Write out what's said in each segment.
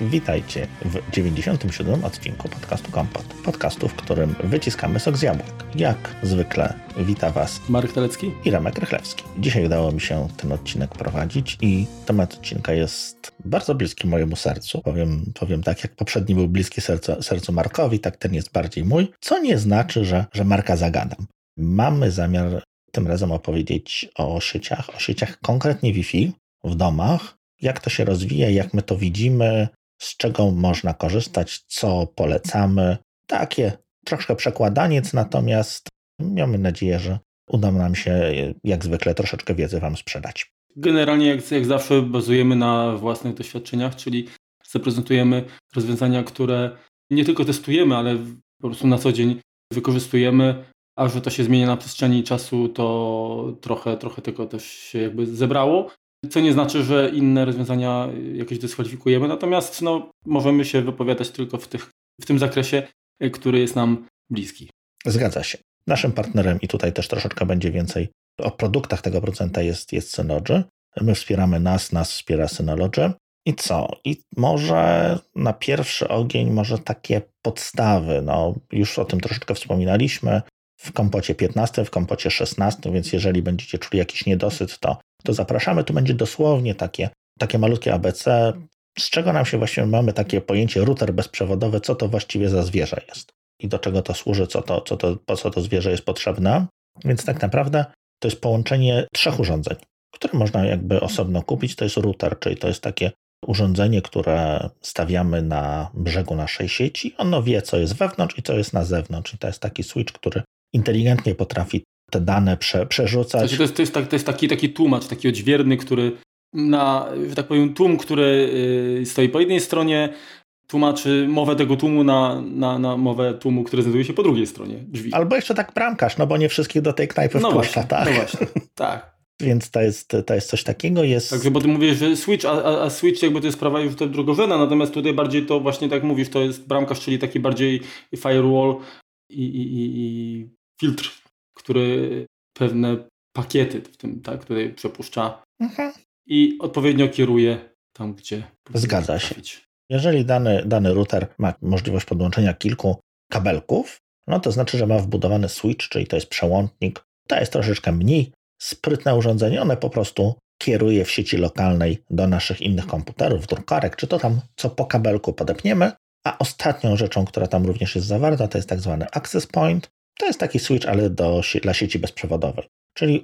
Witajcie w 97. odcinku podcastu Kompot. Podcastu, w którym wyciskamy sok z jabłek. Jak zwykle wita Was Marek Telecki i Remek Rychlewski. Dzisiaj udało mi się ten odcinek prowadzić i temat odcinka jest bardzo bliski mojemu sercu. Powiem tak, jak poprzedni był bliski sercu Markowi, tak ten jest bardziej mój, co nie znaczy, że Marka zagadam. Mamy zamiar tym razem opowiedzieć o sieciach konkretnie Wi-Fi w domach, jak to się rozwija, jak my to widzimy, z czego można korzystać, co polecamy. Takie troszkę przekładaniec, natomiast mamy nadzieję, że uda nam się jak zwykle troszeczkę wiedzy Wam sprzedać. Generalnie jak zawsze bazujemy na własnych doświadczeniach, czyli zaprezentujemy rozwiązania, które nie tylko testujemy, ale po prostu na co dzień wykorzystujemy, a że to się zmienia na przestrzeni czasu, to trochę tego też się jakby zebrało. Co nie znaczy, że inne rozwiązania jakieś dyskwalifikujemy, natomiast możemy się wypowiadać tylko w tym zakresie, który jest nam bliski. Zgadza się. Naszym partnerem, i tutaj też troszeczkę będzie więcej o produktach tego producenta, jest Synology. My wspieramy nas wspiera Synology. I co? I może na pierwszy ogień, może takie podstawy. Już o tym troszeczkę wspominaliśmy w Kompocie 15, w Kompocie 16, więc jeżeli będziecie czuli jakiś niedosyt, to zapraszamy. Tu będzie dosłownie takie malutkie ABC, z czego nam się właściwie mamy takie pojęcie router bezprzewodowy, co to właściwie za zwierzę jest i do czego to służy, po co to zwierzę jest potrzebne. Więc tak naprawdę to jest połączenie 3 urządzeń, które można jakby osobno kupić. To jest router, czyli to jest takie urządzenie, które stawiamy na brzegu naszej sieci. Ono wie, co jest wewnątrz i co jest na zewnątrz. I to jest taki switch, który inteligentnie potrafi te dane przerzucać. To jest taki tłumacz, taki odźwierny, który że tak powiem, tłum, który stoi po jednej stronie, tłumaczy mowę tego tłumu na mowę tłumu, który znajduje się po drugiej stronie drzwi. Albo jeszcze tak bramkarz, bo nie wszystkich do tej knajpy wpuszcza, tak? No właśnie, tak. Więc to jest coś takiego. Także, bo ty mówisz, że switch, a switch jakby to jest sprawa już drugorzędna, natomiast tutaj bardziej to właśnie tak mówisz, to jest bramkarz, czyli taki bardziej firewall i filtr, który pewne pakiety w tym, tak, tutaj przepuszcza i odpowiednio kieruje tam, gdzie zgadza się. Jeżeli dany router ma możliwość podłączenia kilku kabelków, to znaczy, że ma wbudowany switch, czyli to jest przełącznik. To jest troszeczkę mniej sprytne urządzenie. One po prostu kieruje w sieci lokalnej do naszych innych komputerów, drukarek, czy to tam co po kabelku podepniemy. A ostatnią rzeczą, która tam również jest zawarta, to jest tak zwany access point. To jest taki switch, ale dla sieci bezprzewodowej. Czyli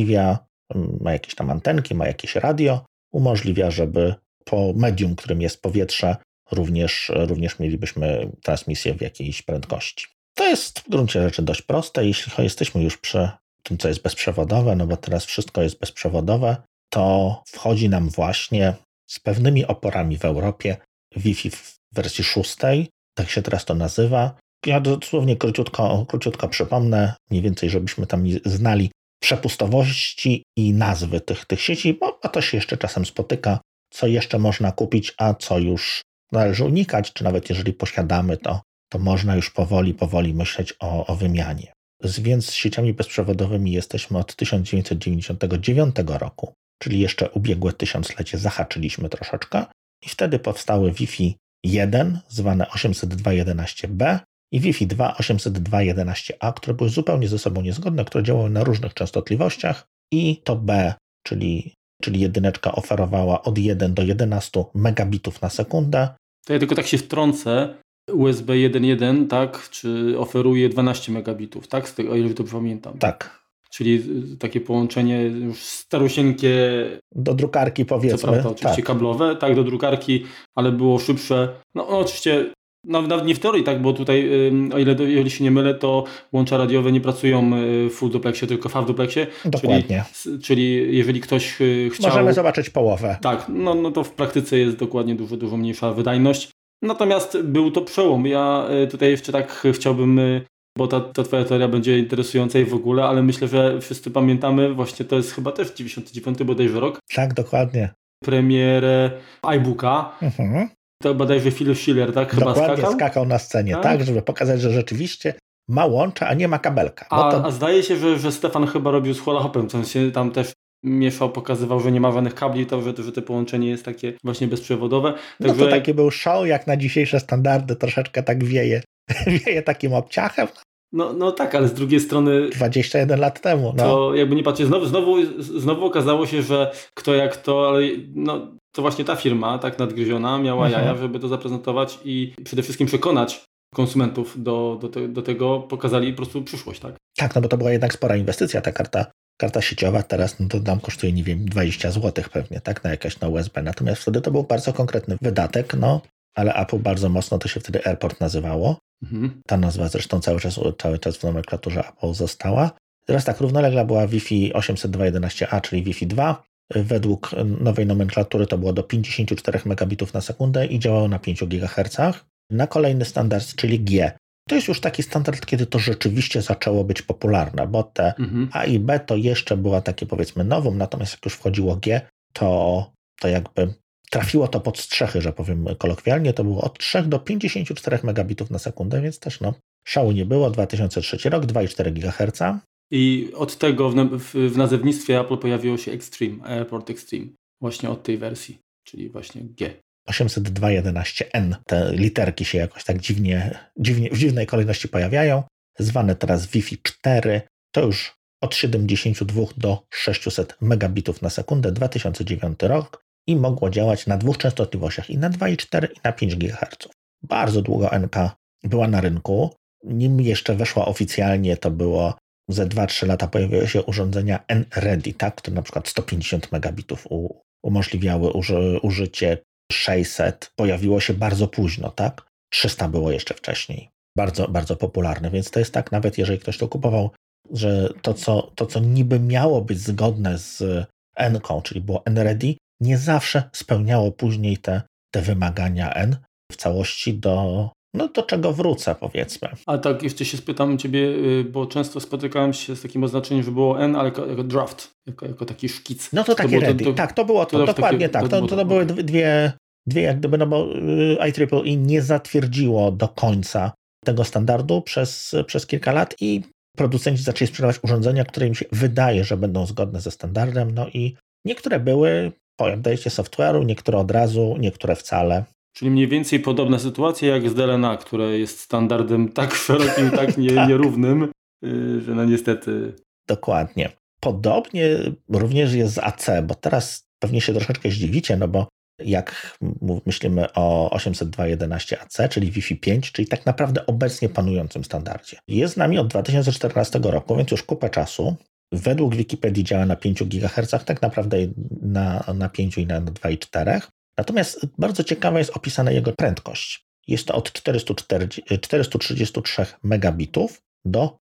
ma jakieś tam antenki, ma jakieś radio, umożliwia, żeby po medium, którym jest powietrze, również mielibyśmy transmisję w jakiejś prędkości. To jest w gruncie rzeczy dość proste. Jeśli jesteśmy już przy tym, co jest bezprzewodowe, bo teraz wszystko jest bezprzewodowe, to wchodzi nam właśnie z pewnymi oporami w Europie Wi-Fi w wersji 6, tak się teraz to nazywa. Ja dosłownie króciutko przypomnę, mniej więcej, żebyśmy tam znali przepustowości i nazwy tych sieci, bo to się jeszcze czasem spotyka, co jeszcze można kupić, a co już należy unikać, czy nawet jeżeli posiadamy, to można już powoli myśleć o wymianie. Więc z sieciami bezprzewodowymi jesteśmy od 1999 roku, czyli jeszcze ubiegłe tysiąclecie zahaczyliśmy troszeczkę i wtedy powstały Wi-Fi 1, zwane 802.11b i Wi-Fi 2, 802.11a, które były zupełnie ze sobą niezgodne, które działały na różnych częstotliwościach i to B, czyli jedyneczka oferowała od 1 do 11 megabitów na sekundę. To ja tylko tak się wtrącę. USB 1.1, tak, czy oferuje 12 megabitów, tak, z tego, o ile dobrze pamiętam. Tak. Czyli takie połączenie już starusieńkie. Do drukarki, powiedzmy. Co prawda oczywiście kablowe, tak, do drukarki, ale było szybsze. Oczywiście, nawet nie w teorii, tak, bo tutaj, o ile się nie mylę, to łącza radiowe nie pracują w full duplexie, tylko w half duplexie. Dokładnie. Czyli jeżeli ktoś chciał... Możemy zobaczyć połowę. Tak, to w praktyce jest dokładnie dużo mniejsza wydajność. Natomiast był to przełom. Ja tutaj jeszcze tak chciałbym, bo ta twoja teoria będzie interesująca i w ogóle, ale myślę, że wszyscy pamiętamy, właśnie to jest chyba też 99 bodajże rok. Tak, dokładnie. Premierę iBooka. To bodajże Phil Schiller, tak? Chyba dokładnie skakał na scenie, tak, żeby pokazać, że rzeczywiście ma łącza, a nie ma kabelka. A zdaje się, że Stefan chyba robił z hula hoopem, w sensie tam też mieszał, pokazywał, że nie ma żadnych kabli, to że to połączenie jest takie właśnie bezprzewodowe. No to taki był show, jak na dzisiejsze standardy, troszeczkę tak wieje takim obciachem. No tak, ale z drugiej strony 21 lat temu. No. To jakby nie patrzeć, znowu okazało się, że kto jak to, ale no, to właśnie ta firma tak nadgryziona miała jaja, żeby to zaprezentować i przede wszystkim przekonać konsumentów do tego, pokazali po prostu przyszłość, tak? Tak, no bo to była jednak spora inwestycja, ta karta sieciowa teraz, no to nam kosztuje, nie wiem, 20 zł pewnie, tak, na USB, natomiast wtedy to był bardzo konkretny wydatek, no, ale Apple bardzo mocno, to się wtedy AirPort nazywało, ta nazwa zresztą cały czas w nomenklaturze Apple została. Teraz tak, równolegle była Wi-Fi 802.11a, czyli Wi-Fi 2, według nowej nomenklatury to było do 54 megabitów na sekundę i działało na 5 GHz, na kolejny standard, czyli G. To jest już taki standard, kiedy to rzeczywiście zaczęło być popularne, bo te A i B to jeszcze była takie, powiedzmy, novum, natomiast jak już wchodziło G, to jakby trafiło to pod strzechy, że powiem kolokwialnie, to było od 3 do 54 megabitów na sekundę, więc też szału nie było. 2003 rok, 2,4 GHz. I od tego w nazewnictwie Apple pojawiło się Extreme, AirPort Extreme, właśnie od tej wersji, czyli właśnie G. 802.11n. Te literki się jakoś tak w dziwnej kolejności pojawiają. Zwane teraz Wi-Fi 4. To już od 72 do 600 megabitów na sekundę, 2009 rok i mogło działać na 2 częstotliwościach, i na 2,4 i na 5 GHz. Bardzo długo NK była na rynku. Nim jeszcze weszła oficjalnie, to było ze 2-3 lata pojawiły się urządzenia N-Ready, tak, które na przykład 150 megabitów umożliwiały użycie. 600 pojawiło się bardzo późno, tak? 300 było jeszcze wcześniej. Bardzo, bardzo popularne, więc to jest tak, nawet jeżeli ktoś to kupował, że to, co niby miało być zgodne z N-ką, czyli było N-Ready, nie zawsze spełniało później te wymagania N w całości do czego wrócę, powiedzmy. A tak, jeszcze się spytam Ciebie, bo często spotykałem się z takim oznaczeniem, że było N, ale jako draft, jako taki szkic. No to takie ready. Tak, to było to dokładnie tak. To były dwie jak gdyby, no bo IEEE nie zatwierdziło do końca tego standardu przez kilka lat i producenci zaczęli sprzedawać urządzenia, które im się wydaje, że będą zgodne ze standardem, no i niektóre były po update'cie software'u, niektóre od razu, niektóre wcale. Czyli mniej więcej podobna sytuacja jak z DLNA, które jest standardem tak szerokim, tak nierównym, że no niestety... Dokładnie. Podobnie również jest z AC, bo teraz pewnie się troszeczkę zdziwicie, no bo jak myślimy o 802.11ac, czyli Wi-Fi 5, czyli tak naprawdę obecnie panującym standardzie. Jest z nami od 2014 roku, więc już kupę czasu. Według Wikipedii działa na 5 GHz, tak naprawdę na 5 i na 2,4. Natomiast bardzo ciekawa jest opisana jego prędkość. Jest to od 433 megabitów do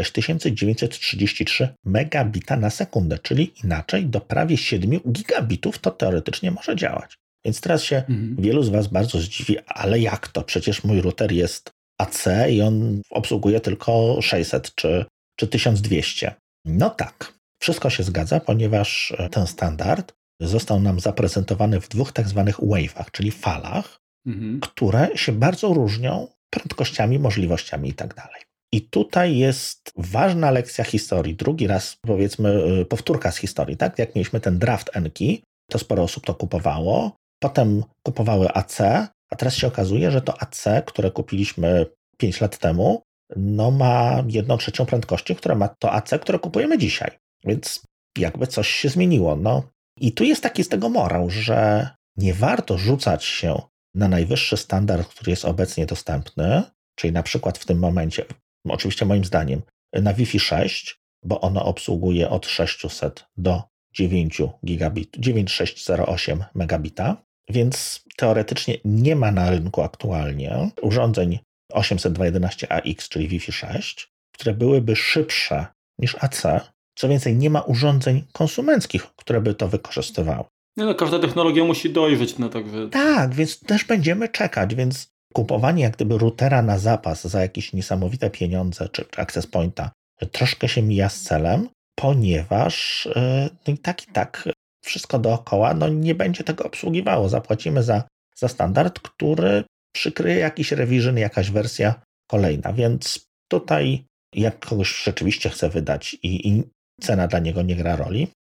6933 megabita na sekundę, czyli inaczej do prawie 7 gigabitów to teoretycznie może działać. Więc teraz się wielu z Was bardzo zdziwi, ale jak to? Przecież mój router jest AC i on obsługuje tylko 600 czy 1200. No tak, wszystko się zgadza, ponieważ ten standard został nam zaprezentowany w 2 tak zwanych wave'ach, czyli falach, które się bardzo różnią prędkościami, możliwościami i tak dalej. I tutaj jest ważna lekcja historii. Drugi raz, powiedzmy, powtórka z historii, tak? Jak mieliśmy ten draft N-ki, to sporo osób to kupowało, potem kupowały AC, a teraz się okazuje, że to AC, które kupiliśmy 5 lat temu, no ma 1/3 prędkości, które ma to AC, które kupujemy dzisiaj. Więc jakby coś się zmieniło. No. I tu jest taki z tego morał, że nie warto rzucać się na najwyższy standard, który jest obecnie dostępny, czyli na przykład w tym momencie, oczywiście moim zdaniem, na Wi-Fi 6, bo ono obsługuje od 600 do 9 gigabit, 9608 megabita, więc teoretycznie nie ma na rynku aktualnie urządzeń 802.11ax, czyli Wi-Fi 6, które byłyby szybsze niż AC. Co więcej, nie ma urządzeń konsumenckich, które by to wykorzystywały. No, każda technologia musi dojrzeć, no także... Tak, więc też będziemy czekać, więc kupowanie jak gdyby routera na zapas za jakieś niesamowite pieniądze, czy access pointa, troszkę się mija z celem, ponieważ i tak wszystko dookoła nie będzie tego obsługiwało. Zapłacimy za standard, który przykryje jakiś revision, jakaś wersja kolejna, więc tutaj jak kogoś rzeczywiście chce wydać i cena dla niego nie gra roli,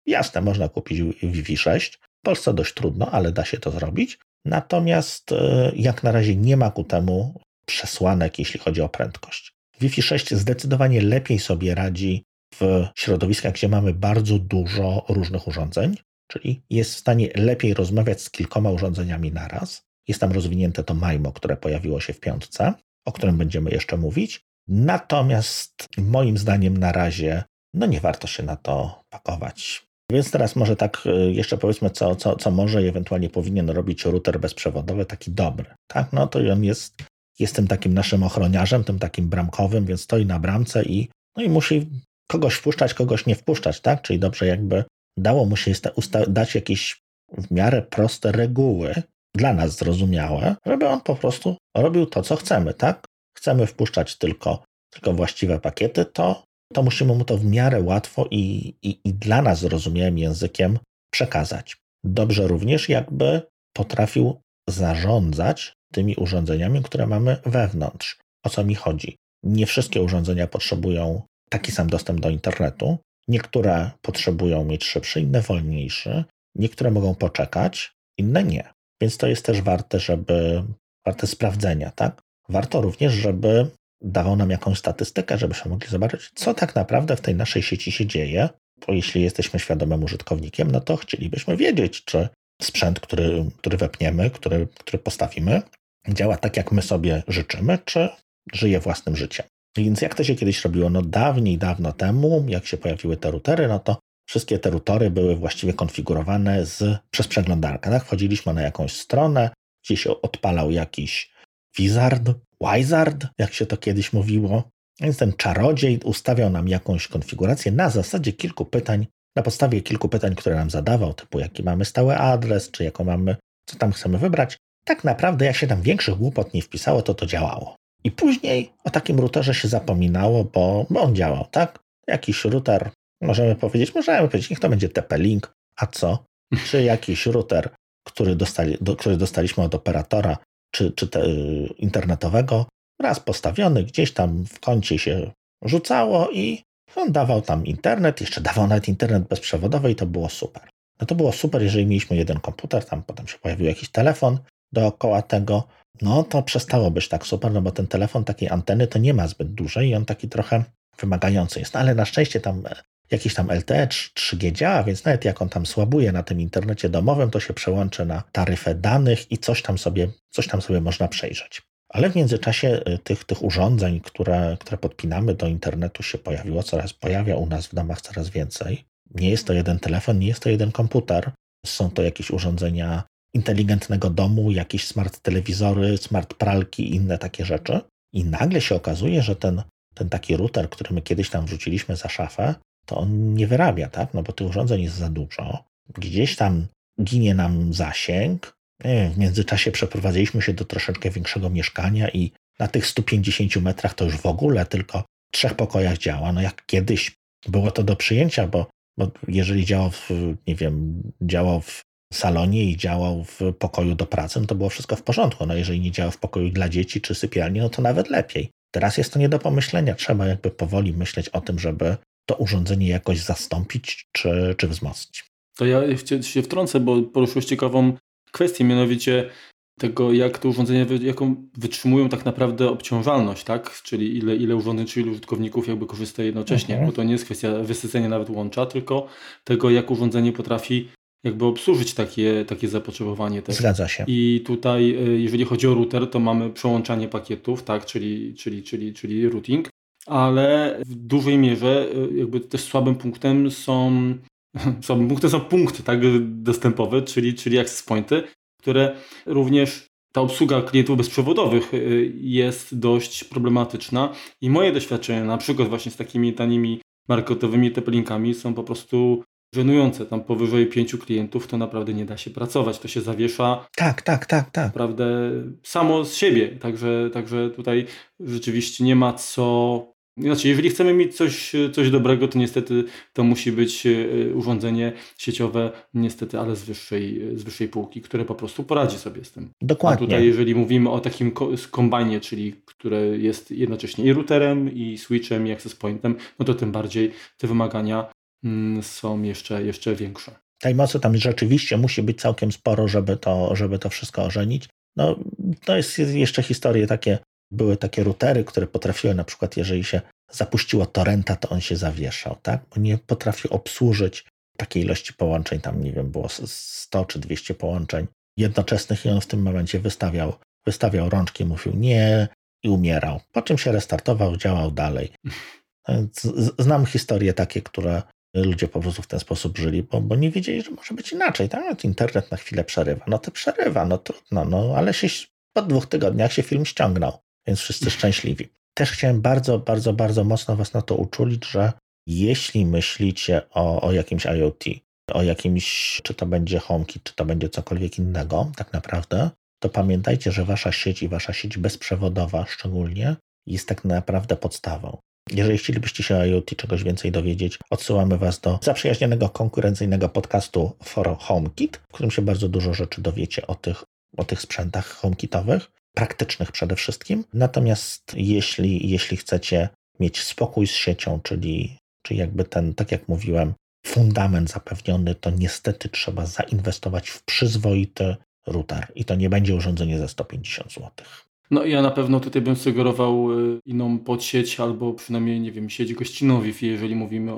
Jasne, można kupić Wi-Fi 6. W Polsce dość trudno, ale da się to zrobić. Natomiast jak na razie nie ma ku temu przesłanek, jeśli chodzi o prędkość. Wi-Fi 6 zdecydowanie lepiej sobie radzi w środowiskach, gdzie mamy bardzo dużo różnych urządzeń, czyli jest w stanie lepiej rozmawiać z kilkoma urządzeniami naraz. Jest tam rozwinięte to MIMO, które pojawiło się w 5, o którym będziemy jeszcze mówić. Natomiast moim zdaniem na razie nie warto się na to pakować. Więc teraz może tak jeszcze powiedzmy, co może i ewentualnie powinien robić router bezprzewodowy, taki dobry. Tak? No to on jest tym takim naszym ochroniarzem, tym takim bramkowym, więc stoi na bramce i musi kogoś wpuszczać, kogoś nie wpuszczać, tak? Czyli dobrze jakby dało mu się dać jakieś w miarę proste reguły, dla nas zrozumiałe, żeby on po prostu robił to, co chcemy, tak? Chcemy wpuszczać tylko właściwe pakiety, to musimy mu to w miarę łatwo i dla nas zrozumiałym językiem przekazać. Dobrze również jakby potrafił zarządzać tymi urządzeniami, które mamy wewnątrz. O co mi chodzi? Nie wszystkie urządzenia potrzebują taki sam dostęp do internetu. Niektóre potrzebują mieć szybszy, inne wolniejszy. Niektóre mogą poczekać, inne nie. Więc to jest też warte sprawdzenia, tak? Warto również, żeby dawał nam jakąś statystykę, żebyśmy mogli zobaczyć, co tak naprawdę w tej naszej sieci się dzieje, bo jeśli jesteśmy świadomym użytkownikiem, no to chcielibyśmy wiedzieć, czy sprzęt, który wepniemy, który postawimy, działa tak, jak my sobie życzymy, czy żyje własnym życiem. Więc jak to się kiedyś robiło? Dawno temu, jak się pojawiły te routery, no to wszystkie te routery były właściwie konfigurowane przez przeglądarkę. Tak? Wchodziliśmy na jakąś stronę, gdzie się odpalał jakiś wizard, jak się to kiedyś mówiło. Więc ten czarodziej ustawiał nam jakąś konfigurację na zasadzie kilku pytań, na podstawie kilku pytań, które nam zadawał, typu jaki mamy stały adres, czy co tam chcemy wybrać. Tak naprawdę, jak się tam większych głupot nie wpisało, to działało. I później o takim routerze się zapominało, bo on działał, tak? Jakiś router, możemy powiedzieć, niech to będzie TP-Link, a co? Czy jakiś router, który dostaliśmy od operatora, czy internetowego, raz postawiony, gdzieś tam w kącie się rzucało i on dawał tam internet, jeszcze dawał nawet internet bezprzewodowy i to było super. No to było super, jeżeli mieliśmy jeden komputer, tam potem się pojawił jakiś telefon dookoła tego, no to przestało być tak super, no bo ten telefon takiej anteny to nie ma zbyt dużej i on taki trochę wymagający jest. No ale na szczęście tam jakiś tam LTE 3G działa, więc nawet jak on tam słabuje na tym internecie domowym, to się przełączy na taryfę danych i coś tam sobie można przejrzeć. Ale w międzyczasie tych urządzeń, które podpinamy do internetu się pojawia u nas w domach coraz więcej. Nie jest to jeden telefon, nie jest to jeden komputer. Są to jakieś urządzenia inteligentnego domu, jakieś smart telewizory, smart pralki i inne takie rzeczy. I nagle się okazuje, że ten taki router, który my kiedyś tam wrzuciliśmy za szafę, to on nie wyrabia, tak? No bo tych urządzeń jest za dużo. Gdzieś tam ginie nam zasięg. W międzyczasie przeprowadziliśmy się do troszeczkę większego mieszkania i na tych 150 metrach to już w ogóle tylko w 3 pokojach działa. No jak kiedyś było to do przyjęcia, bo jeżeli działał w salonie i działał w pokoju do pracy, no to było wszystko w porządku. No jeżeli nie działał w pokoju dla dzieci czy sypialni, no to nawet lepiej. Teraz jest to nie do pomyślenia. Trzeba jakby powoli myśleć o tym, żeby to urządzenie jakoś zastąpić czy wzmocnić. To ja się wtrącę, bo poruszyłeś ciekawą kwestię, mianowicie tego, jak te urządzenia, jaką wytrzymują tak naprawdę obciążalność, tak? Czyli ile urządzeń, czy ilu użytkowników jakby korzysta jednocześnie, bo to nie jest kwestia wysycenia nawet łącza, tylko tego, jak urządzenie potrafi jakby obsłużyć takie zapotrzebowanie też. Zgadza się. I tutaj, jeżeli chodzi o router, to mamy przełączanie pakietów, tak? Czyli routing, ale w dużej mierze jakby też słabym punktem są punkty tak, dostępowe, czyli access pointy, które również ta obsługa klientów bezprzewodowych jest dość problematyczna i moje doświadczenia na przykład właśnie z takimi tanimi marketowymi TP-Linkami są po prostu żenujące. Tam powyżej 5 klientów to naprawdę nie da się pracować, to się zawiesza Tak. naprawdę samo z siebie, także tutaj rzeczywiście nie ma co. Znaczy, jeżeli chcemy mieć coś dobrego, to niestety to musi być urządzenie sieciowe, niestety, ale z wyższej półki, które po prostu poradzi sobie z tym. Dokładnie. A tutaj, jeżeli mówimy o takim kombajnie, czyli które jest jednocześnie i routerem, i switchem, i access pointem, no to tym bardziej te wymagania są jeszcze większe. Tej mocy tam rzeczywiście musi być całkiem sporo, żeby to wszystko ożenić. No, to jest jeszcze historie takie, były takie routery, które potrafiły na przykład, jeżeli się zapuściło torrenta, to on się zawieszał, tak? Bo nie potrafił obsłużyć takiej ilości połączeń, tam nie wiem, było 100 czy 200 połączeń jednoczesnych i on w tym momencie wystawiał rączki, mówił nie i umierał. Po czym się restartował, działał dalej. Znam historie takie, które ludzie po prostu w ten sposób żyli, bo nie wiedzieli, że może być inaczej. Tak? Internet na chwilę przerywa. No to przerywa, no trudno, no ale po 2 tygodniach się film ściągnął, więc wszyscy szczęśliwi. Też chciałem bardzo, bardzo, bardzo mocno was na to uczulić, że jeśli myślicie o jakimś IoT, o jakimś, czy to będzie HomeKit, czy to będzie cokolwiek innego, tak naprawdę, to pamiętajcie, że wasza sieć i wasza sieć bezprzewodowa szczególnie jest tak naprawdę podstawą. Jeżeli chcielibyście się o IoT czegoś więcej dowiedzieć, odsyłamy was do zaprzyjaźnionego, konkurencyjnego podcastu For HomeKit, w którym się bardzo dużo rzeczy dowiecie o tych sprzętach HomeKitowych, praktycznych przede wszystkim. Natomiast jeśli chcecie mieć spokój z siecią, czyli jakby ten, tak jak mówiłem, fundament zapewniony, to niestety trzeba zainwestować w przyzwoity router i to nie będzie urządzenie za 150 zł. No i ja na pewno tutaj bym sugerował inną podsieć albo przynajmniej, nie wiem, sieć gościnną Wi-Fi, jeżeli mówimy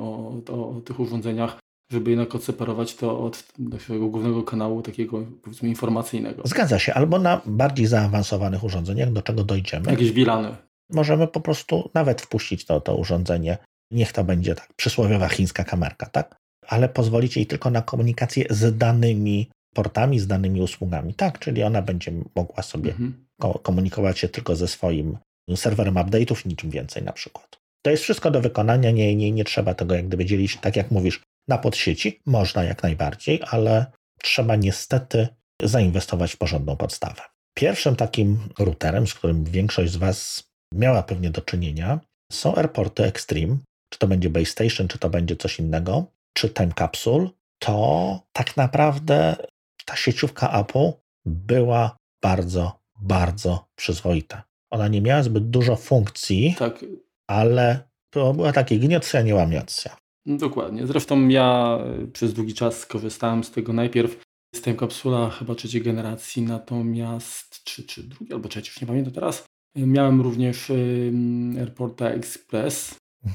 o tych urządzeniach, żeby jednak odseparować to od naszego głównego kanału takiego, powiedzmy, informacyjnego. Zgadza się, albo na bardziej zaawansowanych urządzeniach, do czego dojdziemy. Jakieś WLANy. Możemy po prostu nawet wpuścić to urządzenie, niech to będzie tak przysłowiowa chińska kamerka, tak? Ale pozwolić jej tylko na komunikację z danymi portami, z danymi usługami, tak? Czyli ona będzie mogła sobie komunikować się tylko ze swoim serwerem update'ów i niczym więcej na przykład. To jest wszystko do wykonania, nie trzeba tego jak gdyby dzielić, tak jak mówisz, na podsieci. Można jak najbardziej, ale trzeba niestety zainwestować w porządną podstawę. Pierwszym takim routerem, z którym większość z was miała pewnie do czynienia, są AirPorty Extreme, czy to będzie Base Station, czy to będzie coś innego, czy Time Capsule. To tak naprawdę ta sieciówka Apple była bardzo, bardzo przyzwoita. Ona nie miała zbyt dużo funkcji, tak, ale to była takie gniotcja, nie łamiotcja. Dokładnie. Zresztą ja przez długi czas korzystałem z tego najpierw z Time Capsula chyba 3. generacji, natomiast czy drugi albo trzeci, już nie pamiętam teraz. Miałem również AirPorta Express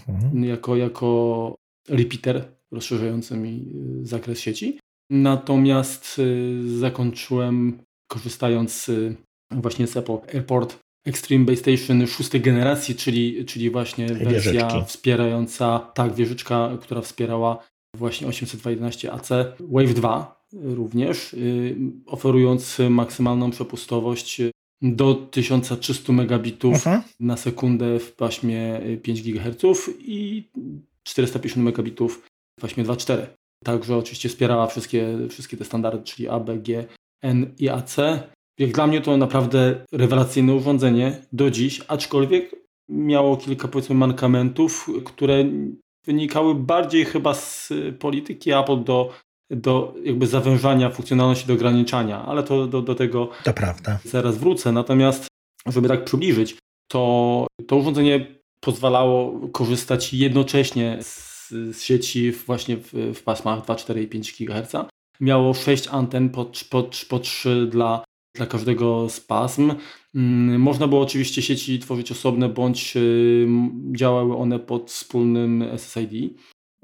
jako repeater rozszerzający mi zakres sieci. Natomiast zakończyłem korzystając właśnie z Apple AirPort Extreme Base Station 6. generacji, czyli właśnie wersja wspierająca, tak, wieżyczka, która wspierała właśnie 802.11ac, Wave 2 również, oferując maksymalną przepustowość do 1300 megabitów na sekundę w paśmie 5 GHz i 450 megabitów w paśmie 2.4. Także oczywiście wspierała wszystkie te standardy, czyli A, B, G, N i AC. Jak dla mnie to naprawdę rewelacyjne urządzenie do dziś, aczkolwiek miało kilka, powiedzmy, mankamentów, które wynikały bardziej chyba z polityki Apple do jakby zawężania funkcjonalności, do ograniczania, ale to do tego to prawda. Zaraz wrócę. Natomiast, żeby tak przybliżyć, to urządzenie pozwalało korzystać jednocześnie z sieci właśnie w pasmach 2, 4 i 5 GHz. Miało 6 anten po 3 dla każdego z pasm. Można było oczywiście sieci tworzyć osobne, bądź działały one pod wspólnym SSID.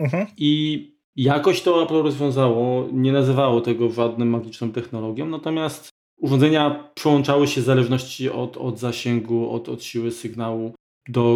I jakoś to Apple rozwiązało, nie nazywało tego żadną magiczną technologią, natomiast urządzenia przełączały się w zależności od zasięgu, od siły sygnału do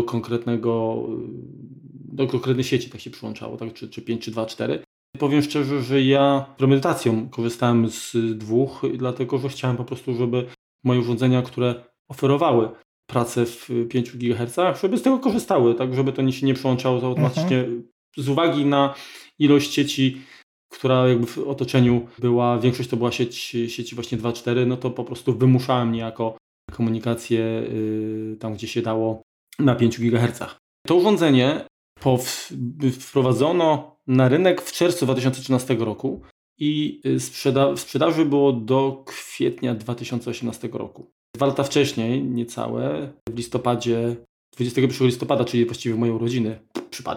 konkretnej sieci, tak się przyłączało, tak? Czy 5, czy 2, 4. Powiem szczerze, że ja premedytacją korzystałem z 2, dlatego że chciałem po prostu, żeby moje urządzenia, które oferowały pracę w 5 GHz, żeby z tego korzystały, tak, żeby to się nie przełączało automatycznie. Z uwagi na ilość sieci, która jakby w otoczeniu była, większość to była sieci właśnie 2.4, no to po prostu wymuszałem niejako komunikację tam, gdzie się dało na 5 GHz. To urządzenie wprowadzono na rynek w czerwcu 2013 roku i w sprzedaży było do kwietnia 2018 roku. 2 lata wcześniej, niecałe, w listopadzie, 21 listopada, czyli właściwie mojej urodziny, przypadek,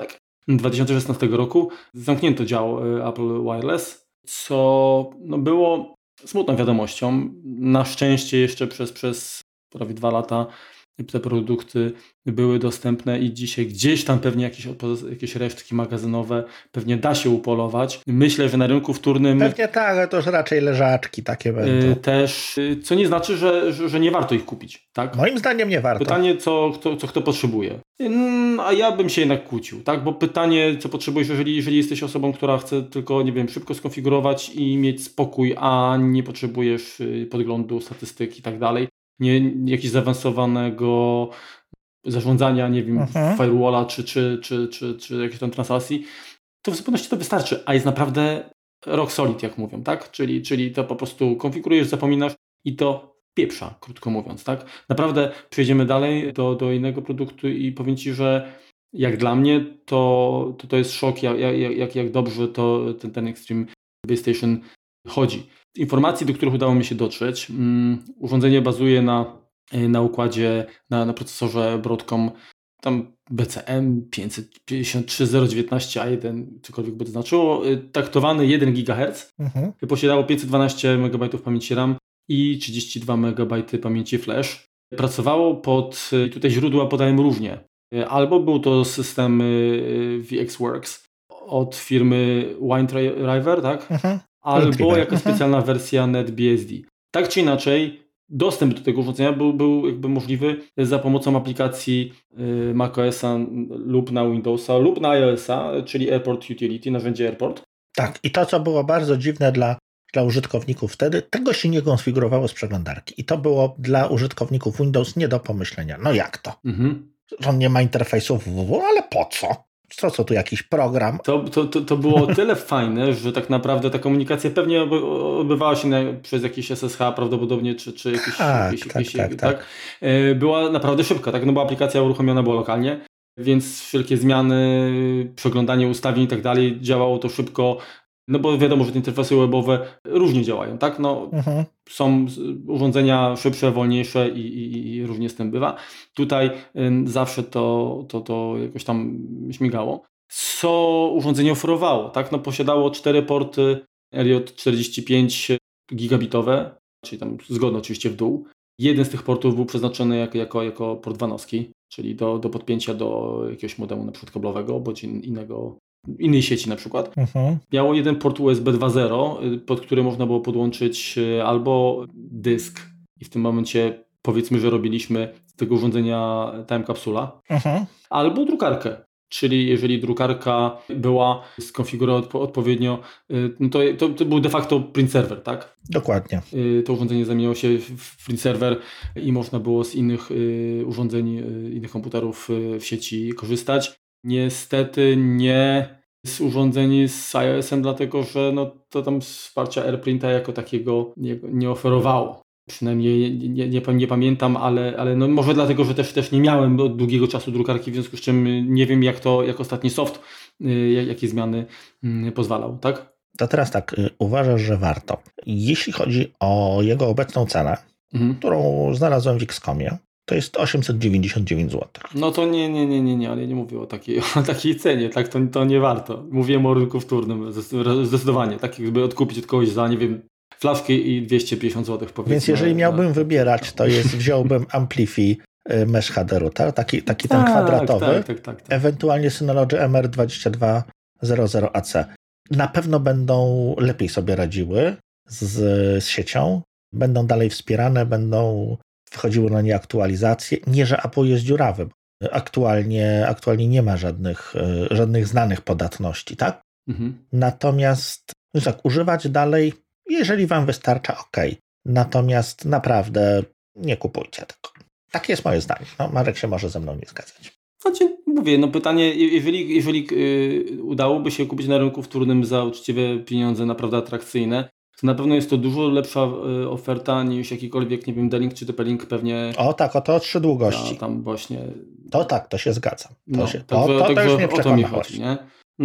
2016 roku zamknięto dział Apple Wireless, co było smutną wiadomością. Na szczęście jeszcze przez prawie 2 lata te produkty były dostępne i dzisiaj gdzieś tam pewnie jakieś resztki magazynowe pewnie da się upolować. Myślę, że na rynku wtórnym... Pewnie tak, ale to już raczej leżaczki takie będą. Też, co nie znaczy, że nie warto ich kupić. Tak? Moim zdaniem nie warto. Pytanie, co kto potrzebuje. A ja bym się jednak kłócił, tak? Bo pytanie, co potrzebujesz, jeżeli jesteś osobą, która chce tylko, nie wiem, szybko skonfigurować i mieć spokój, a nie potrzebujesz podglądu, statystyk i tak dalej, nie jakiegoś zaawansowanego zarządzania, nie wiem, firewalla czy jakiejś tam transakcji, to w zupełności to wystarczy, a jest naprawdę rock solid, jak mówią, tak? Czyli to po prostu konfigurujesz, zapominasz i to pieprza, krótko mówiąc, tak? Naprawdę przejdziemy dalej do innego produktu i powiem Ci, że jak dla mnie to jest szok, jak dobrze to ten Extreme Base Station chodzi. Informacji, do których udało mi się dotrzeć. Urządzenie bazuje na układzie, na procesorze Broadcom, tam BCM 553.019A1, cokolwiek by to znaczyło, taktowany 1 GHz, posiadało 512 MB pamięci RAM i 32 MB pamięci flash. Pracowało tutaj źródła podają różnie. Albo był to system VxWorks od firmy WineDriver, tak? Albo jako specjalna wersja NetBSD. Tak czy inaczej, dostęp do tego urządzenia był jakby możliwy za pomocą aplikacji macOSa lub na Windowsa lub na iOSa, czyli Airport Utility, narzędzie Airport. Tak, i to, co było bardzo dziwne dla użytkowników wtedy, tego się nie konfigurowało z przeglądarki. I to było dla użytkowników Windows nie do pomyślenia. No jak to? On nie ma interfejsów www, ale po co? Co tu jakiś program? To było tyle fajne, że tak naprawdę ta komunikacja pewnie odbywała się przez jakiś SSH prawdopodobnie, czy jakieś tak. Była naprawdę szybka, tak? No bo aplikacja uruchomiona była lokalnie, więc wszelkie zmiany, przeglądanie ustawień i tak dalej, działało to szybko. No bo wiadomo, że te interfejsy webowe różnie działają, tak? No, są urządzenia szybsze, wolniejsze i różnie z tym bywa. Tutaj zawsze to jakoś tam śmigało. Co urządzenie oferowało, tak? No posiadało 4 porty RJ45 gigabitowe, czyli tam zgodne oczywiście w dół. Jeden z tych portów był przeznaczony jako port vanowski, czyli do podpięcia do jakiegoś modemu na przykład kablowego, bądź innej sieci na przykład. Miało jeden port USB 2.0, pod który można było podłączyć albo dysk i w tym momencie powiedzmy, że robiliśmy z tego urządzenia time kapsula, albo drukarkę. Czyli jeżeli drukarka była skonfigurowana odpowiednio, to był de facto print server, tak? Dokładnie. To urządzenie zamieniło się w print server i można było z innych urządzeń, innych komputerów w sieci korzystać. Niestety nie z urządzeń z iOS-em, dlatego że to tam wsparcia AirPrinta jako takiego nie oferowało. Przynajmniej nie pamiętam, ale no może dlatego, że też nie miałem od długiego czasu drukarki, w związku z czym nie wiem jak ostatni soft, jakie zmiany pozwalał, tak? To teraz tak, uważasz, że warto. Jeśli chodzi o jego obecną cenę, którą znalazłem w Xcomie, to jest 899 zł. No to nie, ale ja nie mówię o takiej cenie, tak, to nie warto. Mówiłem o rynku wtórnym, zdecydowanie, tak jakby odkupić od kogoś za, nie wiem, flaszkę i 250 zł powiedzmy. Więc jeżeli miałbym wybierać, to wziąłbym Amplify Mesh HD Router, taki ten kwadratowy, tak. Ewentualnie Synology MR2200AC. Na pewno będą lepiej sobie radziły z siecią, będą dalej wspierane, będą wchodziły na nie aktualizacje. Nie, że Apple jest dziurawy. Aktualnie nie ma żadnych znanych podatności, tak? Natomiast tak, używać dalej, jeżeli wam wystarcza, ok. Natomiast naprawdę nie kupujcie tego. Takie jest moje zdanie. Marek się może ze mną nie zgadzać. Znaczy, mówię, pytanie, jeżeli udałoby się kupić na rynku wtórnym za uczciwe pieniądze naprawdę atrakcyjne, to na pewno jest to dużo lepsza oferta niż jakikolwiek, nie wiem, D-Link czy TP-Link pewnie. O tak, o to 3 długości. Tam właśnie. To tak, to się zgadzam. To już nie o to mi chodzi, nie?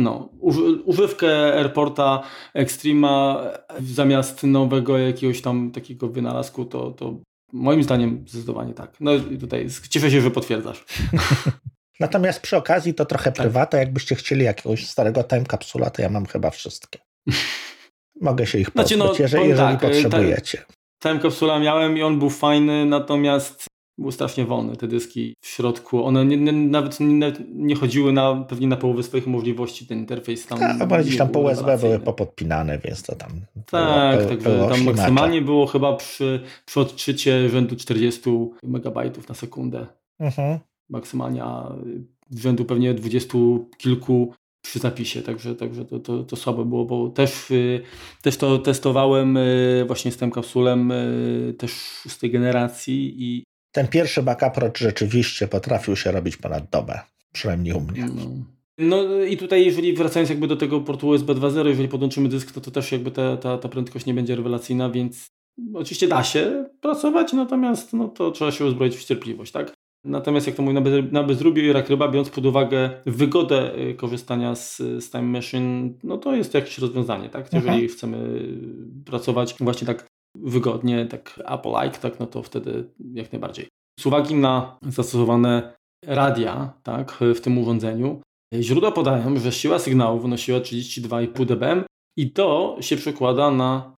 Używkę Airporta Extrema zamiast nowego jakiegoś tam takiego wynalazku, to moim zdaniem zdecydowanie tak. No i tutaj cieszę się, że potwierdzasz. Natomiast przy okazji to trochę prywata, jakbyście chcieli jakiegoś starego time kapsula, to ja mam chyba wszystkie. Mogę się ich pozbyć, jeżeli potrzebujecie. Time kapsula miałem i on był fajny, natomiast był strasznie wolny, te dyski w środku. One nawet nie chodziły pewnie na połowę swoich możliwości, ten interfejs tam. Tak, bo gdzieś tam po USB były popodpinane, więc to tam było tam maksymalnie było chyba przy odczycie rzędu 40 MB na sekundę. Maksymalnie, a rzędu pewnie 20 kilku przy zapisie, także to słabe było, bo też to testowałem właśnie z tym kapsulem też z tej generacji i ten pierwszy backup rzeczywiście potrafił się robić ponad dobę, przynajmniej u mnie. No i tutaj, jeżeli wracając jakby do tego portu USB 2.0, jeżeli podłączymy dysk, to też jakby ta prędkość nie będzie rewelacyjna, więc oczywiście da się pracować, natomiast to trzeba się uzbroić w cierpliwość, tak? Natomiast jak to mówię, na bezrubiu i rak ryba, biorąc pod uwagę wygodę korzystania z Time Machine, to jest to jakieś rozwiązanie, tak? Jeżeli chcemy pracować właśnie tak wygodnie, tak Apple-like, tak, to wtedy jak najbardziej. Z uwagi na zastosowane radia, tak, w tym urządzeniu, źródła podają, że siła sygnału wynosiła 32,5 dBm i to się przekłada na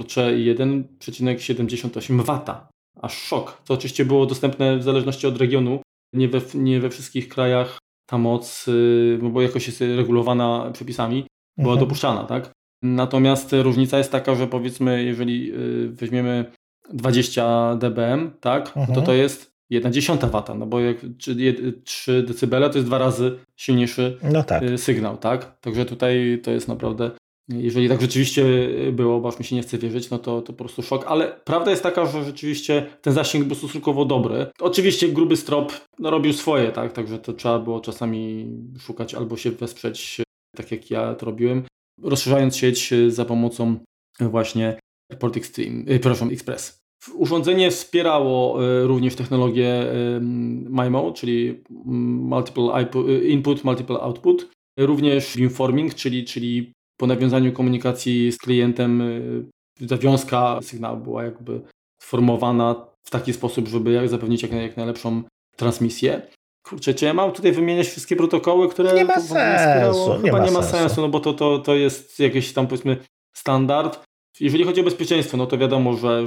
1,78 W. Aż szok. To oczywiście było dostępne w zależności od regionu. Nie we wszystkich krajach ta moc, bo jakoś jest regulowana przepisami, była dopuszczana, tak? Natomiast różnica jest taka, że powiedzmy, jeżeli weźmiemy 20 dBm, tak, to jest 1/10 W, bo jak 3 dB to jest 2 razy silniejszy sygnał, tak? Także tutaj to jest naprawdę, jeżeli tak rzeczywiście było, bo aż mi się nie chce wierzyć, to po prostu szok, ale prawda jest taka, że rzeczywiście ten zasięg był stosunkowo dobry. Oczywiście gruby strop robił swoje, tak? Także to trzeba było czasami szukać albo się wesprzeć, tak jak ja to robiłem, rozszerzając sieć za pomocą właśnie Port Express. Urządzenie wspierało również technologię MIMO, czyli Multiple Input, Multiple Output, również beamforming, czyli po nawiązaniu komunikacji z klientem zawiązka sygnału była jakby formowana w taki sposób, żeby zapewnić jak najlepszą transmisję. Kurczę, czy ja mam tutaj wymieniać wszystkie protokoły, które nie ma sensu. Chyba nie ma sensu, bo to jest jakiś tam powiedzmy standard. Jeżeli chodzi o bezpieczeństwo, to wiadomo, że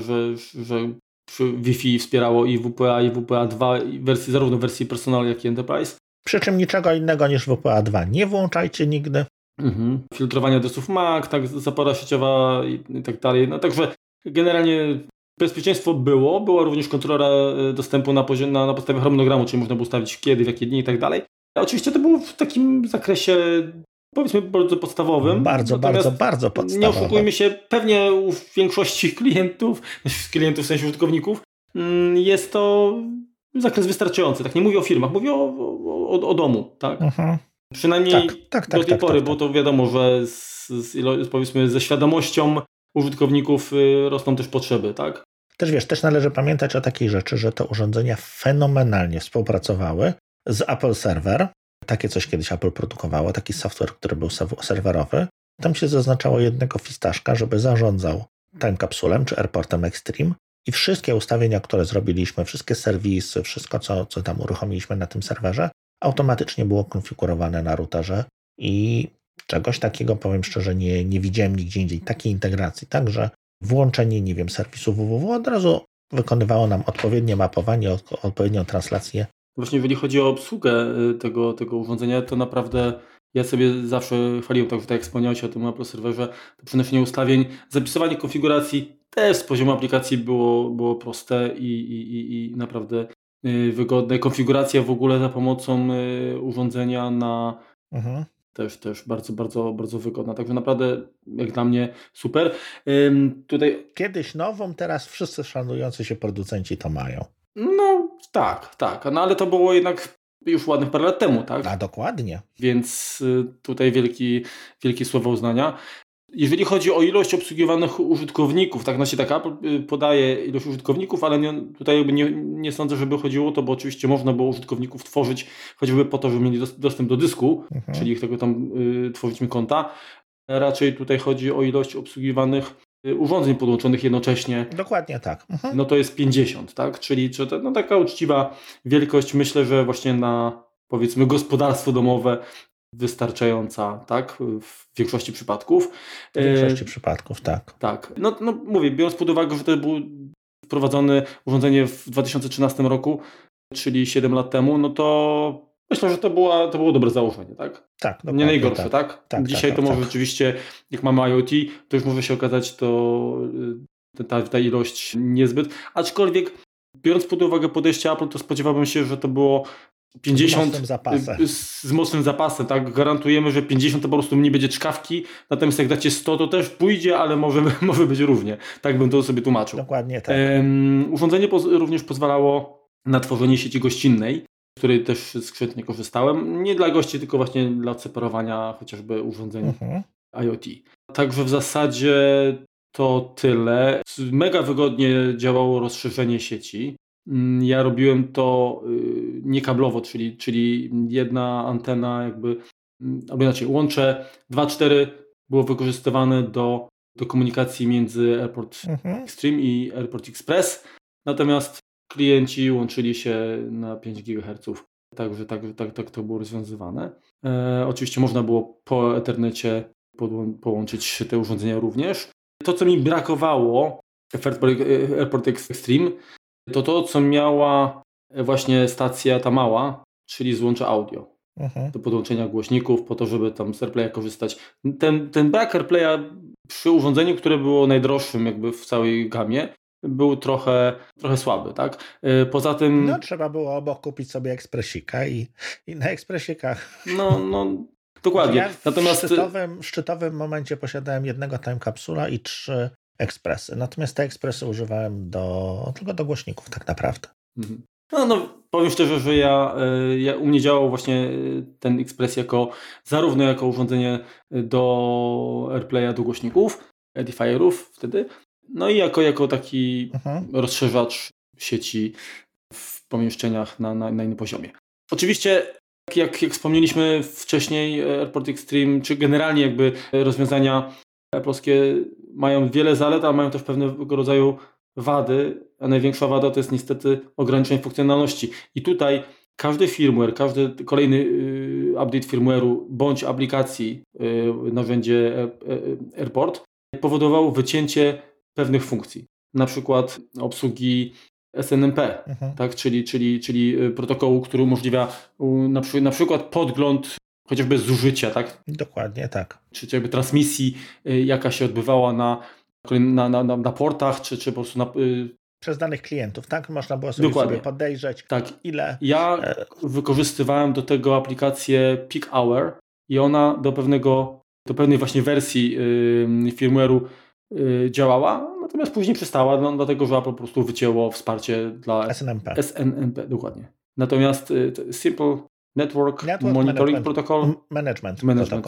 Wi-Fi wspierało i WPA, i WPA2, zarówno wersji Personal, jak i Enterprise. Przy czym niczego innego niż WPA2 nie włączajcie nigdy. Filtrowanie adresów MAC, tak, zapora sieciowa i tak dalej. Także generalnie bezpieczeństwo była również kontrola dostępu na podstawie harmonogramu, czyli można było ustawić kiedy, w jakie dni i tak dalej. Oczywiście to było w takim zakresie, powiedzmy, bardzo podstawowym. Bardzo podstawowym. Nie oszukujmy się, pewnie u większości klientów w sensie użytkowników, jest to zakres wystarczający. Tak, nie mówię o firmach, mówię o domu, tak? Przynajmniej do tej pory, bo to wiadomo, że powiedzmy ze świadomością użytkowników rosną też potrzeby, tak? Też należy pamiętać o takiej rzeczy, że te urządzenia fenomenalnie współpracowały z Apple Server. Takie coś kiedyś Apple produkowało, taki software, który był serwerowy. Tam się zaznaczało jednego fistaszka, żeby zarządzał time kapsulem czy AirPortem Extreme i wszystkie ustawienia, które zrobiliśmy, wszystkie serwisy, wszystko, co tam uruchomiliśmy na tym serwerze, automatycznie było konfigurowane na routerze i czegoś takiego, powiem szczerze, nie widziałem nigdzie indziej takiej integracji. Także włączenie, serwisu www od razu wykonywało nam odpowiednie mapowanie, odpowiednią translację. Właśnie jeżeli chodzi o obsługę tego urządzenia, to naprawdę ja sobie zawsze chwaliłem, tak jak wspomniałeś o tym Apple serwerze, to przenoszenie ustawień, zapisywanie konfiguracji też z poziomu aplikacji było proste i naprawdę wygodne. Konfiguracja w ogóle za pomocą urządzenia na też bardzo, bardzo, bardzo wygodna. Także naprawdę jak dla mnie super. Kiedyś nową, teraz wszyscy szanujący się producenci to mają. No tak. No ale to było jednak już ładnych parę lat temu, tak? A dokładnie. Więc tutaj wielkie słowa uznania. Jeżeli chodzi o ilość obsługiwanych użytkowników, tak, Apple podaje ilość użytkowników, ale tutaj nie sądzę, żeby chodziło o to, bo oczywiście można było użytkowników tworzyć choćby po to, żeby mieli dostęp do dysku, czyli tego tam tworzyć mi konta. Raczej tutaj chodzi o ilość obsługiwanych urządzeń podłączonych jednocześnie. Dokładnie tak. No to jest 50, tak? Czyli taka uczciwa wielkość. Myślę, że właśnie na powiedzmy gospodarstwo domowe wystarczająca, tak? W większości przypadków. W większości przypadków, tak. Tak. No mówię, biorąc pod uwagę, że to było wprowadzone urządzenie w 2013 roku, czyli 7 lat temu, no to myślę, że to było dobre założenie, tak? Tak, nie najgorsze, tak? Dzisiaj to może tak. Rzeczywiście, jak mamy IoT, to już może się okazać ta ilość niezbyt. Aczkolwiek, biorąc pod uwagę podejście Apple, to spodziewałbym się, że to było 50 z mocnym zapasem, tak? Gwarantujemy, że 50 to po prostu nie będzie czkawki, natomiast jak dacie 100, to też pójdzie, ale może być równie. Tak bym to sobie tłumaczył. Dokładnie tak. Urządzenie również pozwalało na tworzenie sieci gościnnej, z której też skrzętnie korzystałem. Nie dla gości, tylko właśnie dla odseparowania chociażby urządzeń IoT. Także w zasadzie to tyle. Mega wygodnie działało rozszerzenie sieci. Ja robiłem to niekablowo, czyli jedna antena albo inaczej, łącze 2.4 było wykorzystywane do komunikacji między AirPort Extreme i AirPort Express, natomiast klienci łączyli się na 5 GHz, także tak to było rozwiązywane. Oczywiście można było po Ethernecie połączyć te urządzenia również. To, co mi brakowało w AirPort Extreme, to, co miała właśnie stacja ta mała, czyli złącze audio do podłączenia głośników po to, żeby tam z AirPlaya korzystać. Ten brak AirPlaya przy urządzeniu, które było najdroższym jakby w całej gamie, był trochę słaby, tak? Poza tym... No trzeba było obok kupić sobie ekspresika i na ekspresikach... No dokładnie. Ja w szczytowym momencie posiadałem jednego time capsula i 3 ekspresy. Natomiast te ekspresy używałem tylko do głośników tak naprawdę. No powiem szczerze, że u mnie działał właśnie ten Express zarówno jako urządzenie do AirPlaya, do głośników, Edifierów wtedy, no i jako taki rozszerzacz sieci w pomieszczeniach na innym poziomie. Oczywiście, jak wspomnieliśmy wcześniej, AirPort Extreme, czy generalnie jakby rozwiązania Apple'owskie mają wiele zalet, ale mają też pewnego rodzaju wady, a największa wada to jest niestety ograniczenie funkcjonalności. I tutaj każdy firmware, każdy kolejny update firmware'u bądź aplikacji narzędzie AirPort powodował wycięcie pewnych funkcji. Na przykład obsługi SNMP, tak? czyli protokołu, który umożliwia na przykład podgląd chociażby zużycia, tak? Dokładnie tak. Czy jakby transmisji, jaka się odbywała na portach, czy po prostu przez danych klientów, tak? Można było sobie podejrzeć, ile... Ja wykorzystywałem do tego aplikację Peak Hour i ona do pewnej właśnie wersji firmware'u działała, natomiast później przestała, dlatego że po prostu wycięło wsparcie dla SNMP, dokładnie. Natomiast Simple Network Monitoring Protocol... Management,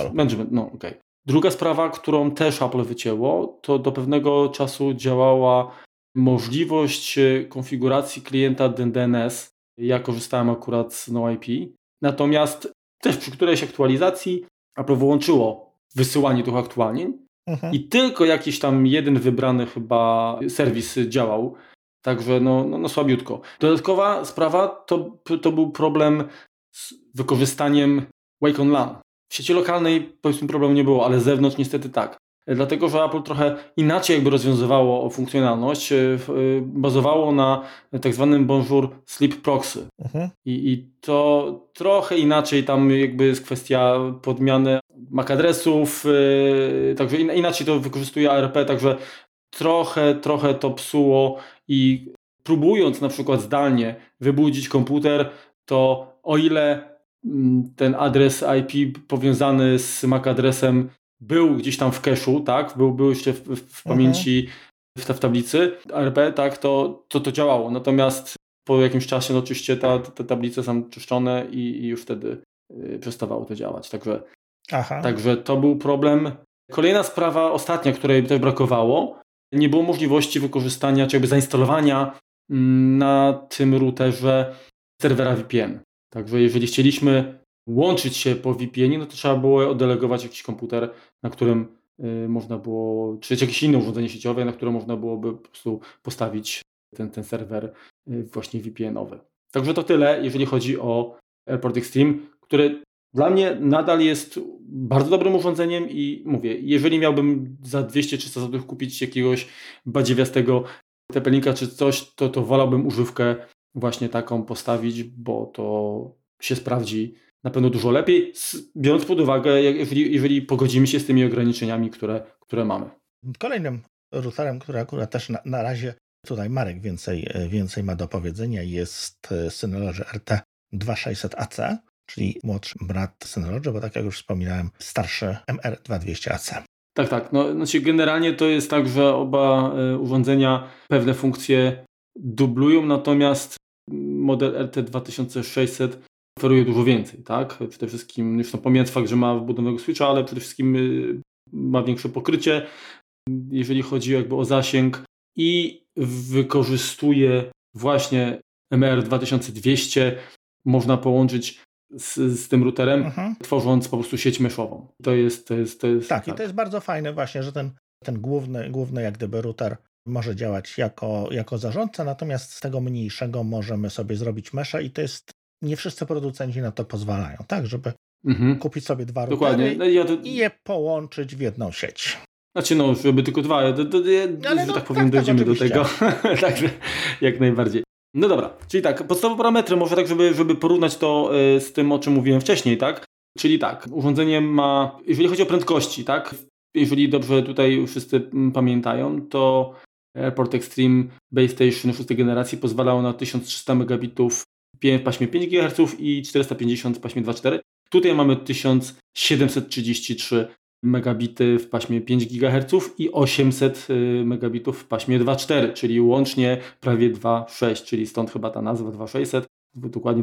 no okej. Druga sprawa, którą też Apple wycięło, to do pewnego czasu działała możliwość konfiguracji klienta DNS. Ja korzystałem akurat z NoIP. Natomiast też przy którejś aktualizacji Apple wyłączyło wysyłanie tych aktualnień i tylko jakiś tam jeden wybrany chyba serwis działał. Także no słabiutko. Dodatkowa sprawa to był problem z wykorzystaniem Wake on LAN. W sieci lokalnej powiedzmy problemu nie było, ale z zewnątrz niestety tak. Dlatego, że Apple trochę inaczej jakby rozwiązywało funkcjonalność, bazowało na tak zwanym Bonjour Sleep Proxy. I to trochę inaczej tam jakby jest kwestia podmiany MAC adresów, także inaczej to wykorzystuje ARP, także trochę to psuło i próbując na przykład zdalnie wybudzić komputer, to o ile ten adres IP powiązany z MAC adresem był gdzieś tam w cache'u, tak? Był jeszcze w pamięci, w tablicy ARP, tak? To działało. Natomiast po jakimś czasie oczywiście te tablice są czyszczone i już wtedy przestawało to działać. Także to był problem. Kolejna sprawa, ostatnia, której też brakowało, nie było możliwości wykorzystania, czy jakby zainstalowania na tym routerze serwera VPN. Także jeżeli chcieliśmy łączyć się po VPN-ie, no to trzeba było oddelegować jakiś komputer, na którym można było, czy jakieś inne urządzenie sieciowe, na które można byłoby po prostu postawić ten serwer właśnie VPN-owy. Także to tyle, jeżeli chodzi o Airport Extreme, które dla mnie nadal jest bardzo dobrym urządzeniem i mówię, jeżeli miałbym za 200-300 zł kupić jakiegoś badziewiastego Tepelnika czy coś, to wolałbym używkę właśnie taką postawić, bo to się sprawdzi na pewno dużo lepiej, biorąc pod uwagę, jeżeli pogodzimy się z tymi ograniczeniami, które mamy. Kolejnym routerem, który akurat też na razie tutaj Marek więcej ma do powiedzenia, jest Synology RT2600AC, czyli młodszy brat Synology, bo tak jak już wspominałem, starszy MR2200AC. Tak. No, znaczy generalnie to jest tak, że oba urządzenia pewne funkcje dublują, natomiast model RT2600 oferuje dużo więcej, tak? Przede wszystkim, już pomijając fakt, że ma wbudowanego switcha, ale przede wszystkim ma większe pokrycie, jeżeli chodzi jakby o zasięg i wykorzystuje właśnie MR2200, można połączyć z tym routerem, tworząc po prostu sieć meszową. To jest tak. I to jest bardzo fajne właśnie, że ten główny jak gdyby router może działać jako zarządca, natomiast z tego mniejszego możemy sobie zrobić meszę i to jest, nie wszyscy producenci na to pozwalają, tak, żeby kupić sobie dwa routery i je połączyć w jedną sieć. Znaczy żeby tylko dwa, że tak powiem, dojdziemy do tego. Także jak najbardziej. No dobra, czyli tak, podstawowe parametry, może tak, żeby porównać to z tym, o czym mówiłem wcześniej, tak? Czyli tak, urządzenie ma, jeżeli chodzi o prędkości, tak? Jeżeli dobrze tutaj wszyscy pamiętają, to Airport Extreme Base Station 6 generacji pozwalało na 1300 megabitów w paśmie 5 GHz i 450 w paśmie 2.4. Tutaj mamy 1733 megabity w paśmie 5 GHz i 800 megabitów w paśmie 2.4, czyli łącznie prawie 2.6, czyli stąd chyba ta nazwa 2.600, dokładnie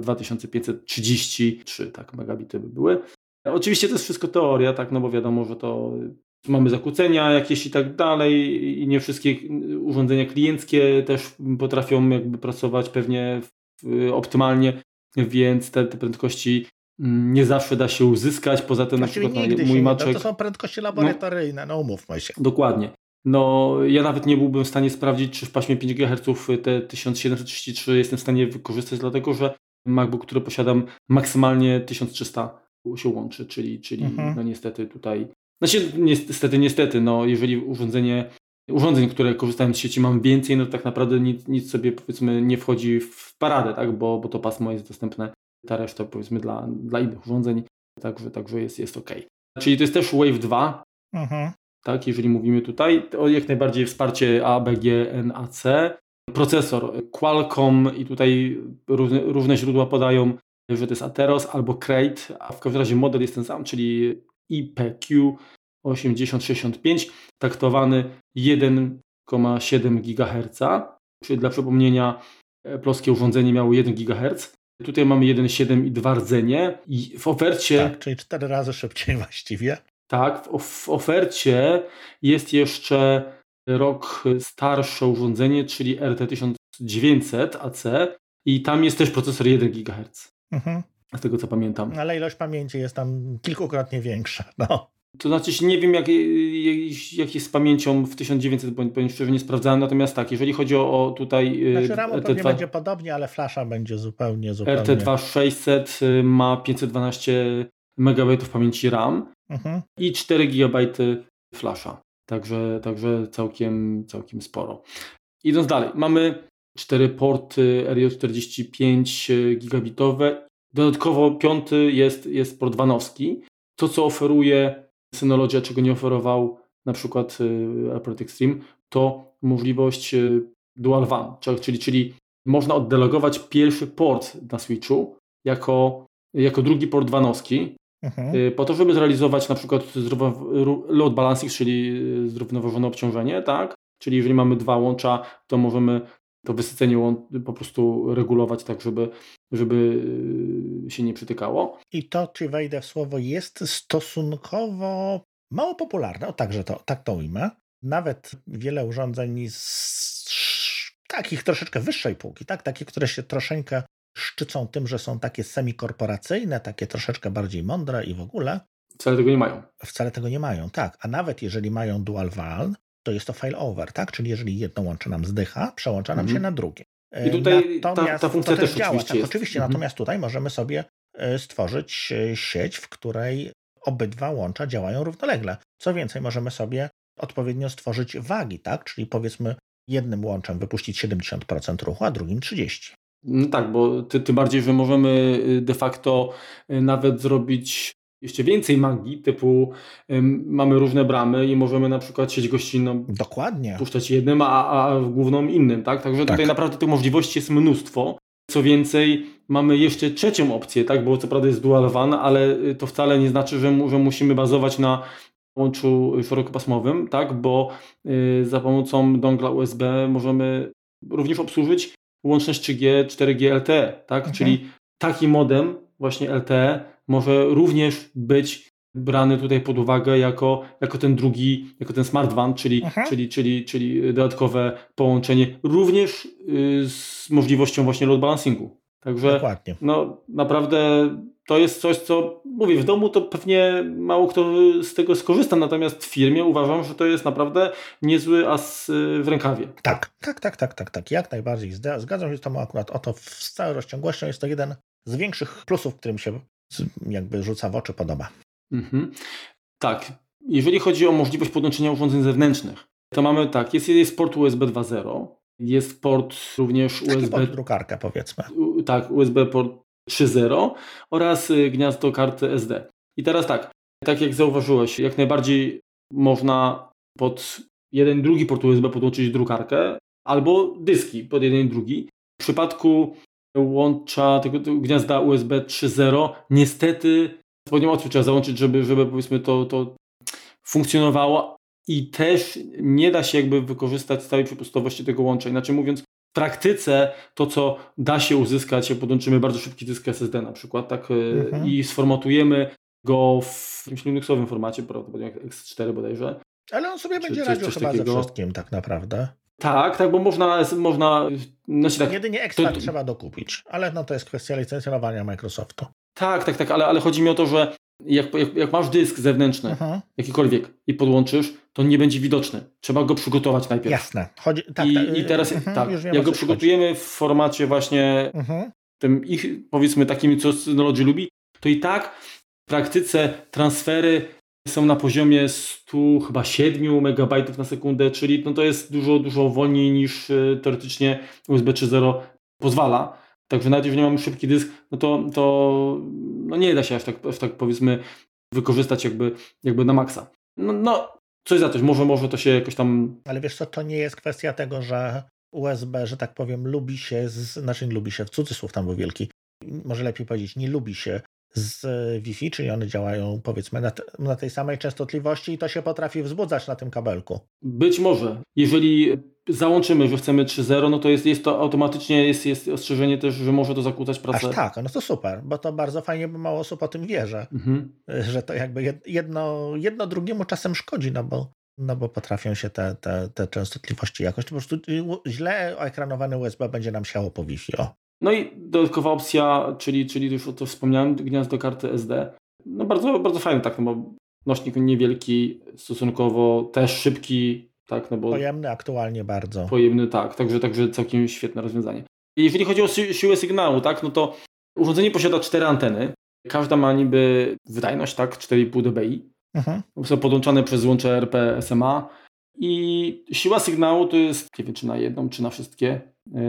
2533 tak, megabity by były. Oczywiście to jest wszystko teoria, tak, no bo wiadomo, że to mamy zakłócenia jakieś i tak dalej i nie wszystkie urządzenia klienckie też potrafią jakby pracować pewnie optymalnie, więc te prędkości nie zawsze da się uzyskać. Poza tym na przykład mój Maczek... To są prędkości laboratoryjne, umówmy się. Dokładnie. Ja nawet nie byłbym w stanie sprawdzić, czy w paśmie 5 GHz te 1733 jestem w stanie wykorzystać, dlatego że MacBook, który posiadam, maksymalnie 1300 się łączy, czyli niestety tutaj... Niestety, jeżeli urządzeń, które korzystają z sieci mam więcej, no to tak naprawdę nic sobie powiedzmy nie wchodzi w paradę, tak? Bo to pasmo jest dostępne, ta reszta powiedzmy dla innych urządzeń, także jest ok. Czyli to jest też Wave 2, tak? Jeżeli mówimy tutaj, to jak najbardziej wsparcie ABG, NAC, procesor Qualcomm i tutaj różne źródła podają, że to jest Atheros albo Crate, a w każdym razie model jest ten sam, czyli IPQ 8065, taktowany 1,7 GHz, czyli dla przypomnienia ploskie urządzenie miało 1 GHz. Tutaj mamy 1,7 i 2 rdzenie i w ofercie... Tak, czyli 4 razy szybciej właściwie. Tak, w ofercie jest jeszcze rok starsze urządzenie, czyli RT1900AC i tam jest też procesor 1 GHz. Z tego co pamiętam. Ale ilość pamięci jest tam kilkukrotnie większa. No. To znaczy nie wiem jak jest z pamięcią w 1900, bo szczerze nie sprawdzałem, natomiast tak, jeżeli chodzi o tutaj... Znaczy RAMu pewnie będzie podobnie, ale flasha będzie zupełnie... RT2600 ma 512 MB pamięci RAM i 4 GB flasha, także całkiem sporo. Idąc dalej, mamy 4 porty RJ45 gigabitowe, dodatkowo 5 jest port WAN-owski. To, co oferuje Synology, a czego nie oferował na przykład Airport Extreme, to możliwość Dual WAN, czyli można oddelegować pierwszy port na switchu jako drugi port WAN-owski, po to, żeby zrealizować na przykład load balancing, czyli zrównoważone obciążenie, tak? Czyli jeżeli mamy 2 łącza, to możemy to wysycenie po prostu regulować tak, żeby się nie przytykało. I to, czy wejdę w słowo, jest stosunkowo mało popularne, tak to ujmę. Nawet wiele urządzeń z takich troszeczkę wyższej półki, tak? Takie, które się troszeczkę szczycą tym, że są takie semikorporacyjne, takie troszeczkę bardziej mądre i w ogóle. Wcale tego nie mają. Wcale tego nie mają, tak. A nawet jeżeli mają dual WAN, to jest to failover, tak? Czyli jeżeli jedno łącze nam zdycha, przełącza nam się na drugie. I tutaj ta funkcja też działa. oczywiście tak, jest. oczywiście, natomiast tutaj możemy sobie stworzyć sieć, w której obydwa łącza działają równolegle. Co więcej, możemy sobie odpowiednio stworzyć wagi, tak? Czyli powiedzmy jednym łączem wypuścić 70% ruchu, a drugim 30%. No tak, bo tym bardziej, że możemy de facto nawet zrobić jeszcze więcej magii, typu mamy różne bramy i możemy na przykład sieć gościnną Dokładnie puszczać jednym, a w główną innym, tak? Także tutaj naprawdę tych możliwości jest mnóstwo. Co więcej, mamy jeszcze trzecią opcję, tak? Bo co prawda jest dual WAN, ale to wcale nie znaczy, że musimy bazować na łączu szerokopasmowym, tak? Bo za pomocą dongla USB możemy również obsłużyć łączność 3G, 4G LTE, tak? Czyli taki modem właśnie LTE może również być brany tutaj pod uwagę jako ten drugi, jako ten smart WAN, czyli dodatkowe połączenie również z możliwością właśnie load balancingu. Także Dokładnie. No naprawdę to jest coś, co mówię, w domu to pewnie mało kto z tego skorzysta, natomiast w firmie uważam, że to jest naprawdę niezły as w rękawie. Tak, jak najbardziej. Zgadzam się z tobą akurat o to z całą rozciągłością. Jest to jeden z większych plusów, którym się jakby rzuca w oczy, podoba. Tak, jeżeli chodzi o możliwość podłączenia urządzeń zewnętrznych, to mamy tak, jest port USB 2.0, jest port również USB... Port drukarka, powiedzmy. Tak, USB port 3.0 oraz gniazdo karty SD. I teraz tak jak zauważyłeś, jak najbardziej można pod jeden i drugi port USB podłączyć drukarkę albo dyski pod jeden i drugi. W przypadku łącza tego gniazda USB 3.0 niestety odpowiednią moc trzeba załączyć, żeby powiedzmy to funkcjonowało i też nie da się jakby wykorzystać całej przepustowości tego łącza. Inaczej mówiąc, w praktyce to, co da się uzyskać, jak podłączymy bardzo szybki dysk SSD na przykład, tak, i sformatujemy go w jakimś Linuxowym formacie, prawdopodobnie jak X4 bodajże. Ale on sobie będzie radził chyba ze wszystkim tak naprawdę. Tak, bo można znaczy tak, jedynie ekspert trzeba dokupić, ale no to jest kwestia licencjonowania Microsoftu. Tak, ale chodzi mi o to, że jak masz dysk zewnętrzny, jakikolwiek i podłączysz, to nie będzie widoczny. Trzeba go przygotować najpierw. Jasne. I teraz jak go przygotujemy w formacie właśnie tym ich, powiedzmy takimi, co Synology lubi, to i tak w praktyce transfery są na poziomie 107 MB na sekundę, czyli no to jest dużo wolniej niż teoretycznie USB 3.0 pozwala. Także nawet jeżeli mamy szybki dysk, no to nie da się aż tak powiedzmy wykorzystać jakby na maksa. No coś za coś, może to się jakoś tam... Ale wiesz co, to nie jest kwestia tego, że USB, że tak powiem, lubi się, w cudzysłów tam był wielki, może lepiej powiedzieć, nie lubi się z Wi-Fi, czyli one działają powiedzmy na tej samej częstotliwości i to się potrafi wzbudzać na tym kabelku. Być może. Jeżeli załączymy, że chcemy 3.0, no to jest to automatycznie, jest ostrzeżenie też, że może to zakłócać pracę. Aż tak, no to super, bo to bardzo fajnie, bo mało osób o tym wie, że to jakby jedno drugiemu czasem szkodzi, no bo potrafią się te częstotliwości jakoś, to po prostu źle ekranowany USB będzie nam siało po Wi-Fi. No i dodatkowa opcja, czyli już o to wspomniałem, gniazdo karty SD. No bardzo, bardzo fajny, tak, no bo nośnik niewielki, stosunkowo też szybki, tak, no bo... Pojemny aktualnie bardzo. Pojemny, tak, także całkiem świetne rozwiązanie. Jeżeli chodzi o siłę sygnału, tak, no to urządzenie posiada 4 anteny. Każda ma niby wydajność, tak, 4,5 dBi. Są podłączane przez złącze RP SMA i siła sygnału to jest, nie wiem, czy na jedną, czy na wszystkie,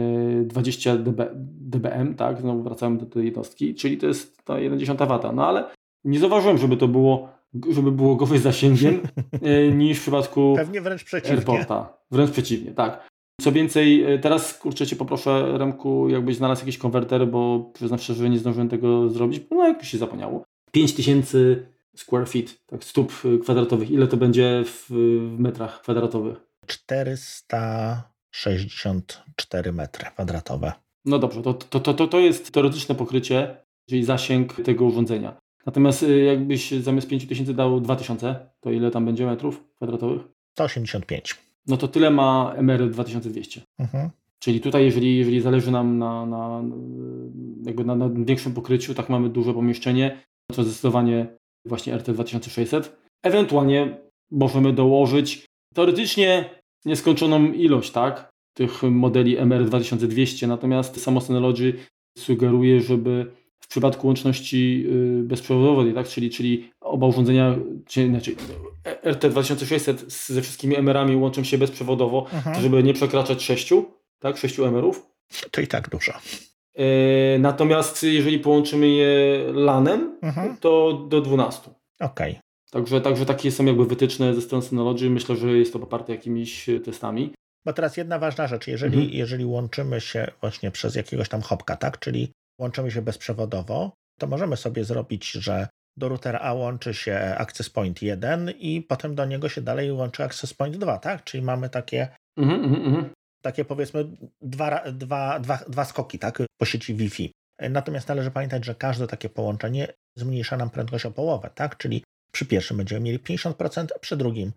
20 dBm, tak, znowu wracamy do tej jednostki, czyli to jest ta 1/10 W, no ale nie zauważyłem, żeby było gorzej z zasięgiem niż w przypadku pewnie wręcz przeciwnie. AirPorta. Wręcz przeciwnie, tak. Co więcej, teraz kurczę cię poproszę, Remku, jakbyś znalazł jakiś konwerter, bo przyznam szczerze, że nie zdążyłem tego zrobić, no jakoś się zapomniało. 5000 square feet, tak, stóp kwadratowych. Ile to będzie w metrach kwadratowych? 464 metry kwadratowe. No dobrze, to jest teoretyczne pokrycie, czyli zasięg tego urządzenia. Natomiast jakbyś zamiast 5000 dał 2000, to ile tam będzie metrów kwadratowych? 185. No to tyle ma MR 2200. Czyli tutaj, jeżeli zależy nam na większym pokryciu, tak mamy duże pomieszczenie, to zdecydowanie właśnie RT 2600. Ewentualnie możemy dołożyć teoretycznie nieskończoną ilość, tak, tych modeli MR 2200, natomiast samo Synology sugeruje, żeby w w przypadku łączności bezprzewodowej, tak? czyli oba urządzenia, RT2600 ze wszystkimi MR-ami łączą się bezprzewodowo, żeby nie przekraczać 6 MR-ów. To i tak dużo. Natomiast jeżeli połączymy je LAN-em, to do 12. Okej. Także takie są jakby wytyczne ze strony Synology. Myślę, że jest to poparte jakimiś testami. Bo teraz jedna ważna rzecz, jeżeli łączymy się właśnie przez jakiegoś tam hopka, tak, czyli łączymy się bezprzewodowo, to możemy sobie zrobić, że do routera A łączy się Access Point 1 i potem do niego się dalej łączy Access Point 2, tak? Czyli mamy takie powiedzmy dwa skoki, tak, po sieci Wi-Fi. Natomiast należy pamiętać, że każde takie połączenie zmniejsza nam prędkość o połowę, tak? Czyli przy pierwszym będziemy mieli 50%, a przy drugim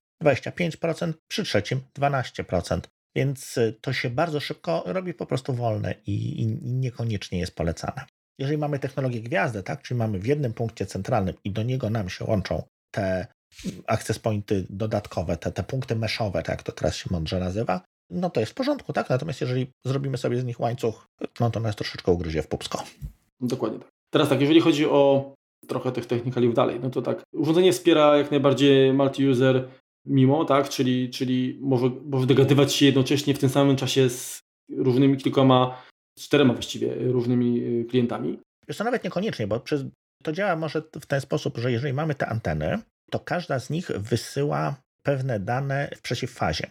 25%, przy trzecim 12%. Więc to się bardzo szybko robi po prostu wolne i niekoniecznie jest polecane. Jeżeli mamy technologię gwiazdę, tak, czyli mamy w jednym punkcie centralnym i do niego nam się łączą te access pointy dodatkowe, te punkty meszowe, tak jak to teraz się mądrze nazywa, no to jest w porządku, tak? Natomiast jeżeli zrobimy sobie z nich łańcuch, no to nas troszeczkę ugryzie w pupsko. Dokładnie tak. Teraz tak, jeżeli chodzi o trochę tych technikaliów dalej, no to tak, urządzenie wspiera jak najbardziej multi-user mimo, tak, czyli może dogadywać się jednocześnie w tym samym czasie z różnymi czterema właściwie różnymi klientami. Wiesz, to nawet niekoniecznie, bo to działa może w ten sposób, że jeżeli mamy te anteny, to każda z nich wysyła pewne dane w przeciwfazie,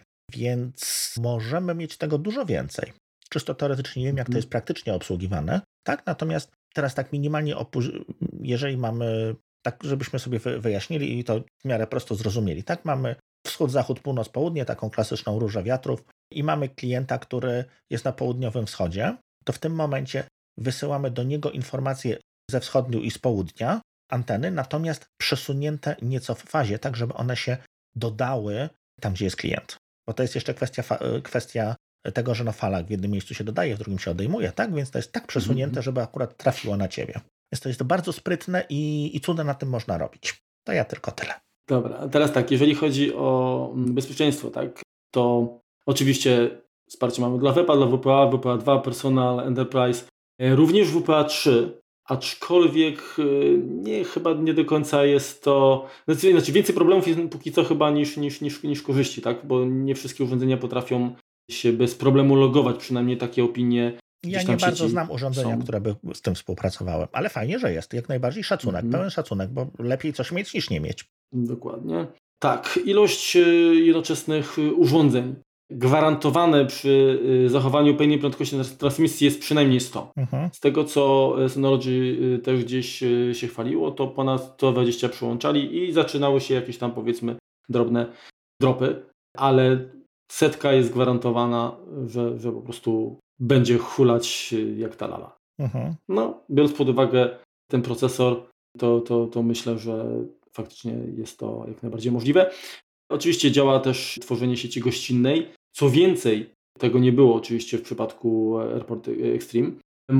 więc możemy mieć tego dużo więcej. Czysto teoretycznie nie wiem, jak to jest praktycznie obsługiwane, tak? Natomiast teraz tak minimalnie, jeżeli mamy, tak żebyśmy sobie wyjaśnili i to w miarę prosto zrozumieli, tak? Mamy wschód, zachód, północ, południe, taką klasyczną różę wiatrów i mamy klienta, który jest na południowym wschodzie, to w tym momencie wysyłamy do niego informacje ze wschodniu i z południa anteny, natomiast przesunięte nieco w fazie, tak żeby one się dodały tam, gdzie jest klient. Bo to jest jeszcze kwestia tego, że fala w jednym miejscu się dodaje, w drugim się odejmuje, tak? Więc to jest tak przesunięte, żeby akurat trafiło na ciebie. Więc to jest bardzo sprytne i cuda na tym można robić. To ja tylko tyle. Dobra, a teraz tak, jeżeli chodzi o bezpieczeństwo, tak, to oczywiście wsparcie mamy dla WPA, WPA 2, Personal, Enterprise, również WPA 3, aczkolwiek chyba nie do końca jest to, znaczy więcej problemów jest póki co chyba niż korzyści, tak, bo nie wszystkie urządzenia potrafią się bez problemu logować, przynajmniej takie opinie. Ja nie bardzo znam urządzenia, które by z tym współpracowały, ale fajnie, że jest. Jak najbardziej szacunek, pełen szacunek, bo lepiej coś mieć niż nie mieć. Dokładnie. Tak, ilość jednoczesnych urządzeń gwarantowane przy zachowaniu pełnej prędkości transmisji jest przynajmniej 100. Z tego, co Synology też gdzieś się chwaliło, to ponad 120 przyłączali i zaczynały się jakieś tam, powiedzmy, drobne dropy, ale setka jest gwarantowana, że po prostu będzie hulać jak ta lala. No, biorąc pod uwagę ten procesor, to myślę, że faktycznie jest to jak najbardziej możliwe. Oczywiście działa też tworzenie sieci gościnnej. Co więcej, tego nie było oczywiście w przypadku Airport Extreme.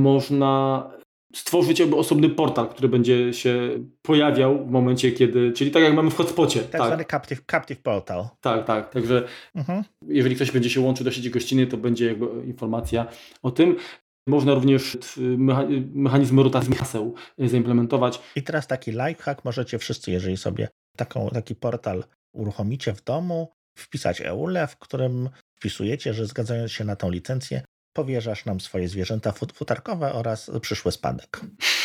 Można stworzyć jakby osobny portal, który będzie się pojawiał w momencie, kiedy, czyli tak jak mamy w hotspocie. Tak zwany captive portal. Tak. Także jeżeli ktoś będzie się łączył do sieci gościnnej, to będzie jakby informacja o tym. Można również mechanizm rotacji haseł zaimplementować. I teraz taki lifehack możecie wszyscy, jeżeli sobie taki portal uruchomicie w domu, wpisać EULE, w którym wpisujecie, że zgadzając się na tą licencję, powierzasz nam swoje zwierzęta futerkowe oraz przyszły spadek.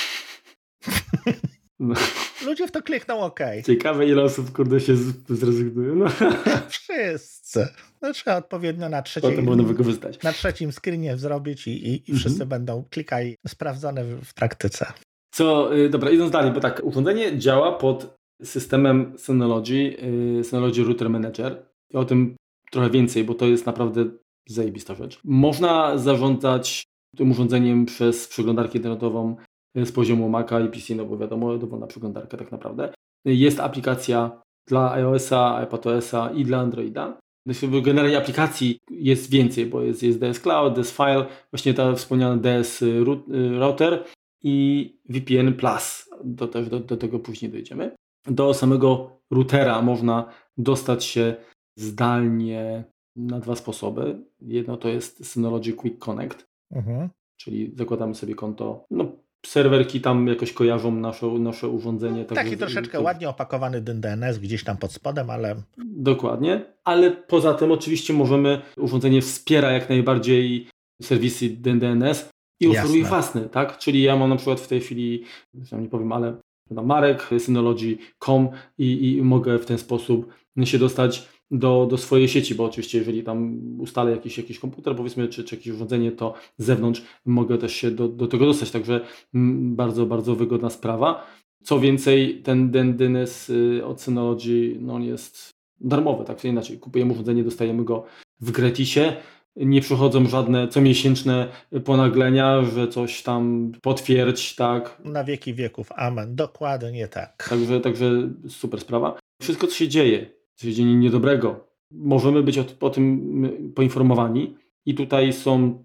No. Ludzie w to klikną OK. Ciekawe, ile osób się zrezygnuje. No. Wszyscy. No, trzeba odpowiednio na trzecim screenie zrobić i wszyscy będą klikali sprawdzone w praktyce. Dobra, idąc dalej, bo tak, urządzenie działa pod systemem Synology Router Manager. I o tym trochę więcej, bo to jest naprawdę zajebista rzecz. Można zarządzać tym urządzeniem przez przeglądarkę internetową z poziomu Maca i PC, no bo wiadomo, dowolna przeglądarka tak naprawdę. Jest aplikacja dla iOS-a, iPadOS-a i dla Androida. Generalnie aplikacji jest więcej, bo jest DS Cloud, DS File, właśnie ta wspomniana DS Router i VPN Plus. Do tego później dojdziemy. Do samego routera można dostać się zdalnie na 2 sposoby. Jedno to jest Synology Quick Connect, czyli zakładamy sobie konto, serwerki tam jakoś kojarzą nasze urządzenie. Taki troszeczkę ładnie opakowany DNS gdzieś tam pod spodem, ale... Dokładnie, ale poza tym oczywiście urządzenie wspiera jak najbardziej serwisy DNS i oferuje własne, tak? Czyli ja mam na przykład w tej chwili, nie powiem, ale Marek, Synology.com i mogę w ten sposób się dostać do swojej sieci, bo oczywiście jeżeli tam ustalę jakiś komputer, powiedzmy, czy jakieś urządzenie, to z zewnątrz mogę też się do tego dostać, także bardzo, bardzo wygodna sprawa. Co więcej, ten DNS od Synology on jest darmowy, tak czy inaczej. Kupujemy urządzenie, dostajemy go w gratisie, nie przychodzą żadne comiesięczne ponaglenia, że coś tam potwierdź, tak. Na wieki wieków, amen, dokładnie tak. Także super sprawa. Wszystko, co się dzieje niedobrego, możemy być o tym poinformowani i tutaj są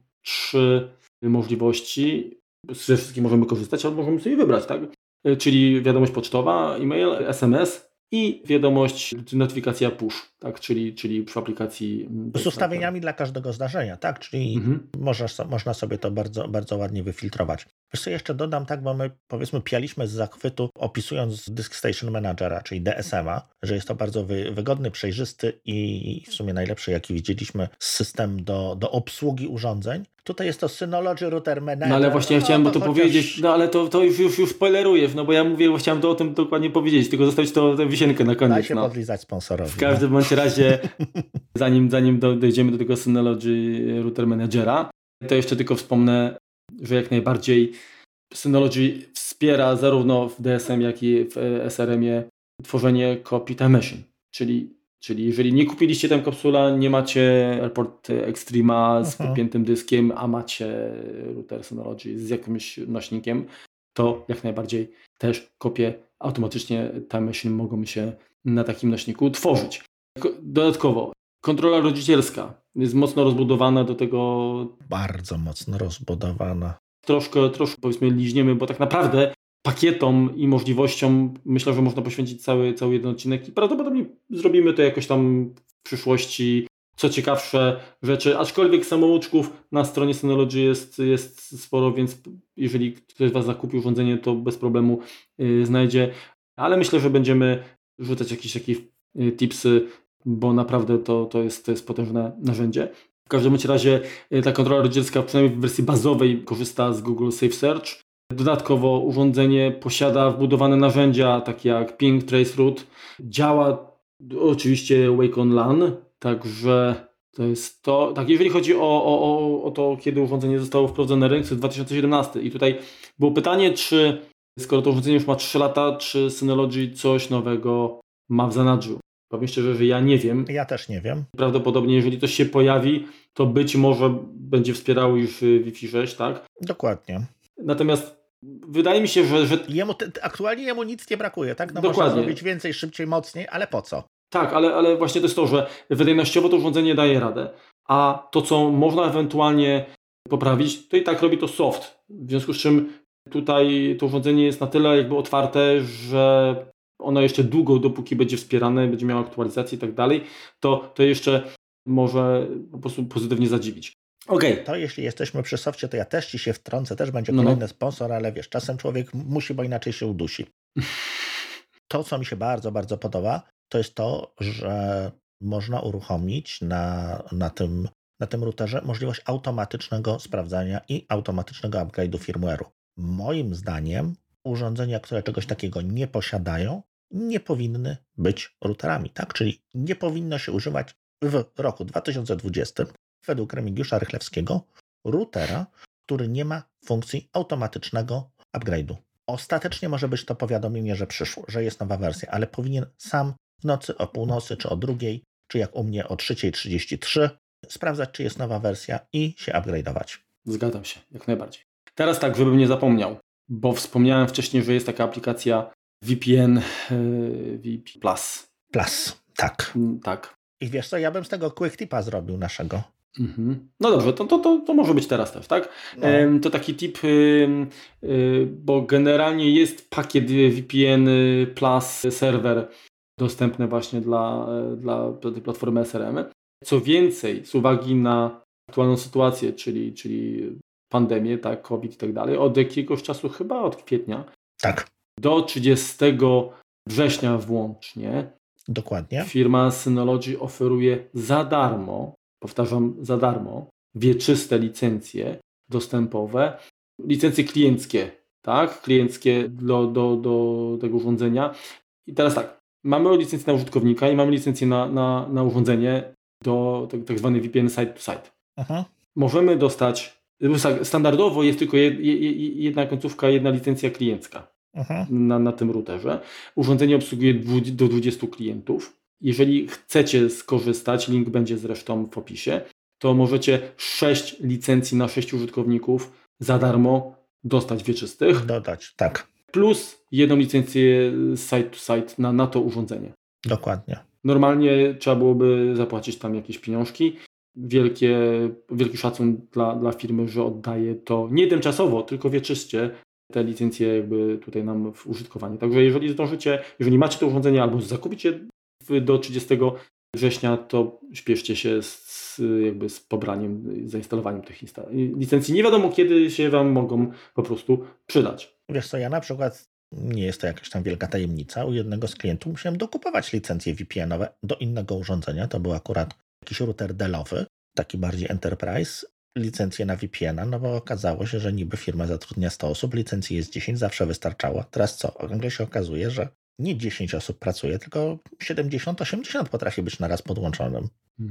3 możliwości, ze wszystkich możemy korzystać, albo możemy sobie wybrać, tak? Czyli wiadomość pocztowa, e-mail, SMS i wiadomość, notyfikacja push, tak? Czyli przy aplikacji... Z ustawieniami dla każdego zdarzenia, tak? Czyli można sobie to bardzo, bardzo ładnie wyfiltrować. Wiesz co, jeszcze dodam, tak, bo my powiedzmy pialiśmy z zachwytu, opisując Disk Station Managera, czyli DSM-a, że jest to bardzo wygodny, przejrzysty i w sumie najlepszy, jaki widzieliśmy, system do obsługi urządzeń. Tutaj jest to Synology Router Manager. No ale właśnie ja chciałem to powiedzieć, no ale to już spoilerujesz, no bo ja mówię, chciałem o tym dokładnie powiedzieć, tylko zostawić tę wisienkę na koniec. Daj się podlizać sponsorowi. W każdym bądź razie, zanim dojdziemy do tego Synology Router Managera, to jeszcze tylko wspomnę, że jak najbardziej Synology wspiera zarówno w DSM, jak i w SRM-ie tworzenie kopii time machine, czyli jeżeli nie kupiliście tam kapsula, nie macie Airport Extrema z podpiętym dyskiem, a macie router Synology z jakimś nośnikiem, to jak najbardziej też kopie automatycznie time machine mogą się na takim nośniku tworzyć. Dodatkowo kontrola rodzicielska jest mocno rozbudowana do tego. Bardzo mocno rozbudowana. Troszkę powiedzmy liźniemy, bo tak naprawdę pakietom i możliwościom myślę, że można poświęcić cały jeden odcinek i prawdopodobnie zrobimy to jakoś tam w przyszłości. Co ciekawsze rzeczy, aczkolwiek samouczków na stronie Synology jest sporo, więc jeżeli ktoś z Was zakupi urządzenie, to bez problemu znajdzie, ale myślę, że będziemy rzucać jakieś takie tipsy, bo naprawdę to jest potężne narzędzie. W każdym razie ta kontrola rodzicielska przynajmniej w wersji bazowej korzysta z Google Safe Search. Dodatkowo urządzenie posiada wbudowane narzędzia takie jak Ping, Traceroute. Działa oczywiście Wake on LAN, także to jest to. Tak, jeżeli chodzi o to, kiedy urządzenie zostało wprowadzone na rynek, to jest 2017. I tutaj było pytanie, czy skoro to urządzenie już ma 3 lata, czy Synology coś nowego ma w zanadrzu? Powiem szczerze, że ja nie wiem. Ja też nie wiem. Prawdopodobnie, jeżeli coś się pojawi, to być może będzie wspierało już Wi-Fi 6, tak? Dokładnie. Natomiast wydaje mi się, że... Aktualnie jemu nic nie brakuje, tak? No dokładnie. Można zrobić więcej, szybciej, mocniej, ale po co? Tak, ale właśnie to jest to, że wydajnościowo to urządzenie daje radę, a to, co można ewentualnie poprawić, to i tak robi to soft. W związku z czym tutaj to urządzenie jest na tyle jakby otwarte, że ono jeszcze długo, dopóki będzie wspierane, będzie miało aktualizację i tak dalej, to jeszcze może po prostu pozytywnie zadziwić. Okay. To jeśli jesteśmy przy softie, to ja też Ci się wtrącę, też będzie kolejny sponsor, ale wiesz, czasem człowiek musi, bo inaczej się udusi. To, co mi się bardzo, bardzo podoba, to jest to, że można uruchomić na tym routerze możliwość automatycznego sprawdzania i automatycznego upgrade'u firmware'u. Moim zdaniem urządzenia, które czegoś takiego nie posiadają, nie powinny być routerami, tak? Czyli nie powinno się używać w roku 2020 według Remigiusza Rychlewskiego routera, który nie ma funkcji automatycznego upgrade'u. Ostatecznie może być to powiadomienie, że przyszło, że jest nowa wersja, ale powinien sam w nocy o północy, czy o 2:00, czy jak u mnie o 3:33 sprawdzać, czy jest nowa wersja i się upgrade'ować. Zgadzam się, jak najbardziej. Teraz tak, żebym nie zapomniał, bo wspomniałem wcześniej, że jest taka aplikacja VPN Plus. Plus, tak. Tak. I wiesz co, ja bym z tego quick tipa zrobił naszego. No dobrze, to może być teraz też, tak? No. To taki tip, bo generalnie jest pakiet VPN Plus serwer dostępny właśnie dla tej platformy SRM. Co więcej, z uwagi na aktualną sytuację, czyli pandemię, tak, COVID i tak dalej, od jakiegoś czasu, chyba od kwietnia, Tak, do 30 września włącznie, dokładnie. firma Synology oferuje za darmo, powtarzam, za darmo, wieczyste licencje dostępowe, licencje klienckie, tak, klienckie do tego urządzenia. I teraz tak, mamy licencję na użytkownika i mamy licencję na urządzenie do tak zwany VPN site-to-site. Aha. Możemy dostać, standardowo jest tylko jedna końcówka, jedna licencja kliencka na tym routerze. Urządzenie obsługuje do 20 klientów. Jeżeli chcecie skorzystać, link będzie zresztą w opisie, to możecie 6 licencji na 6 użytkowników za darmo dostać wieczystych. Dodać, tak. Plus jedną licencję site-to-site na to urządzenie. Dokładnie. Normalnie trzeba byłoby zapłacić tam jakieś pieniążki. Wielki szacun dla firmy, że oddaje to nie tymczasowo, tylko wieczyście te licencje jakby tutaj nam w użytkowanie. Także jeżeli zdążycie, jeżeli macie to urządzenie albo zakupicie do 30 września, to śpieszcie się z pobraniem, zainstalowaniem tych licencji. Nie wiadomo, kiedy się Wam mogą po prostu przydać. Wiesz co, ja na przykład, nie jest to jakaś tam wielka tajemnica, u jednego z klientów musiałem dokupować licencje VPN-owe do innego urządzenia. To był akurat jakiś router Dellowy, taki bardziej enterprise, licencję na VPN-a, no bo okazało się, że niby firma zatrudnia 100 osób, licencji jest 10, zawsze wystarczało. Teraz co? Nagle się okazuje, że nie 10 osób pracuje, tylko 70-80 potrafi być naraz podłączonym.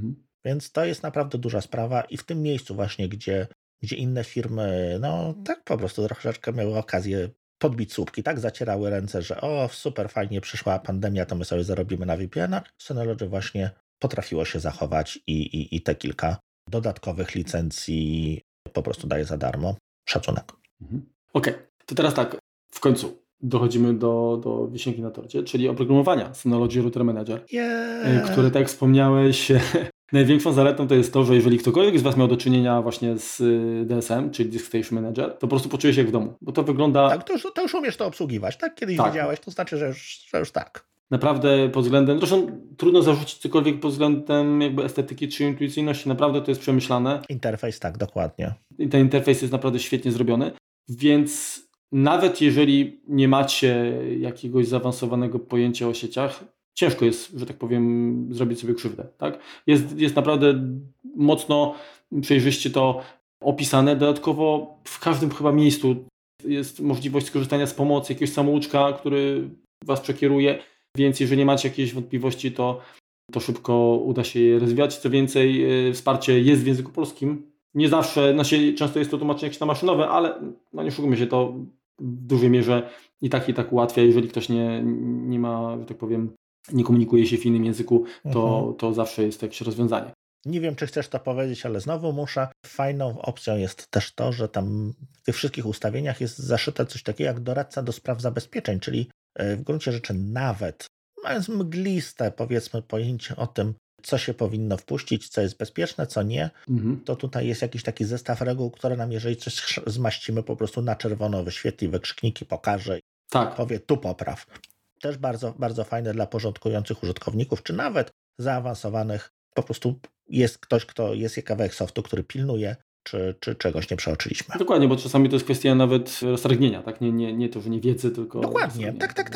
Więc to jest naprawdę duża sprawa i w tym miejscu właśnie, gdzie inne firmy, no tak po prostu troszeczkę miały okazję podbić słupki, tak zacierały ręce, że super fajnie przyszła pandemia, to my sobie zarobimy na VPN-a. Synology właśnie potrafiło się zachować i te kilka dodatkowych licencji po prostu daje za darmo. Szacunek. Okej, to teraz tak, w końcu dochodzimy do wisienki na torcie, czyli oprogramowania Synology Router Manager, które, tak jak wspomniałeś, największą zaletą to jest to, że jeżeli ktokolwiek z Was miał do czynienia właśnie z DSM, czyli Disk Station Manager, to po prostu poczuje się jak w domu, bo to wygląda... Tak, to już umiesz to obsługiwać, tak? Kiedyś wiedziałeś, to znaczy, że już tak. Naprawdę pod względem, zresztą trudno zarzucić cokolwiek pod względem jakby estetyki czy intuicyjności, naprawdę to jest przemyślane. Interfejs, tak, dokładnie. I ten interfejs jest naprawdę świetnie zrobiony, więc nawet jeżeli nie macie jakiegoś zaawansowanego pojęcia o sieciach, ciężko jest, że tak powiem, zrobić sobie krzywdę. Tak? Jest naprawdę mocno przejrzyście to opisane. Dodatkowo w każdym chyba miejscu jest możliwość skorzystania z pomocy jakiegoś samouczka, który Was przekieruje, więc jeżeli macie jakieś wątpliwości, to szybko uda się je rozwijać. Co więcej, wsparcie jest w języku polskim. Nie zawsze, często jest to tłumaczenie jakieś na maszynowe, ale nie oszukujmy się, to w dużej mierze i tak ułatwia. Jeżeli ktoś nie ma, że tak powiem, nie komunikuje się w innym języku, to zawsze jest jakieś rozwiązanie. Nie wiem, czy chcesz to powiedzieć, ale znowu muszę. Fajną opcją jest też to, że tam w tych wszystkich ustawieniach jest zaszyte coś takiego jak doradca do spraw zabezpieczeń, czyli w gruncie rzeczy nawet mając mgliste, powiedzmy, pojęcie o tym, co się powinno wpuścić, co jest bezpieczne, co nie, to tutaj jest jakiś taki zestaw reguł, które nam, jeżeli coś zmaścimy, po prostu na czerwono wyświetli, wykrzykniki pokaże i powie tu popraw. Też bardzo, bardzo fajne dla porządkujących użytkowników, czy nawet zaawansowanych. Po prostu jest ktoś, kto jest kawałek softu, który pilnuje, czy czegoś nie przeoczyliśmy. Dokładnie, bo czasami to jest kwestia nawet roztargnienia, tak? Nie to, że nie wiedzy, tylko... Dokładnie,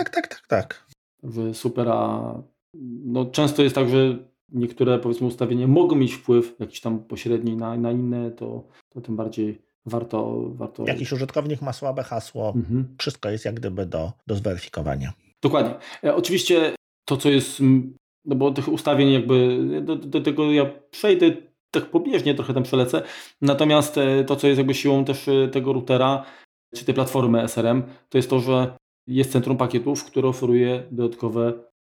tak. Że super, a często jest tak, że niektóre, powiedzmy, ustawienia mogą mieć wpływ jakiś tam pośredni na inne, to tym bardziej warto... Jakiś użytkownik ma słabe hasło, wszystko jest jak gdyby do zweryfikowania. Dokładnie. Oczywiście to, co jest, bo tych ustawień jakby, do tego ja przejdę tak pobieżnie, trochę tam przelecę, natomiast to, co jest jakby siłą też tego routera, czy tej platformy SRM, to jest to, że jest centrum pakietów, które oferuje dodatkowe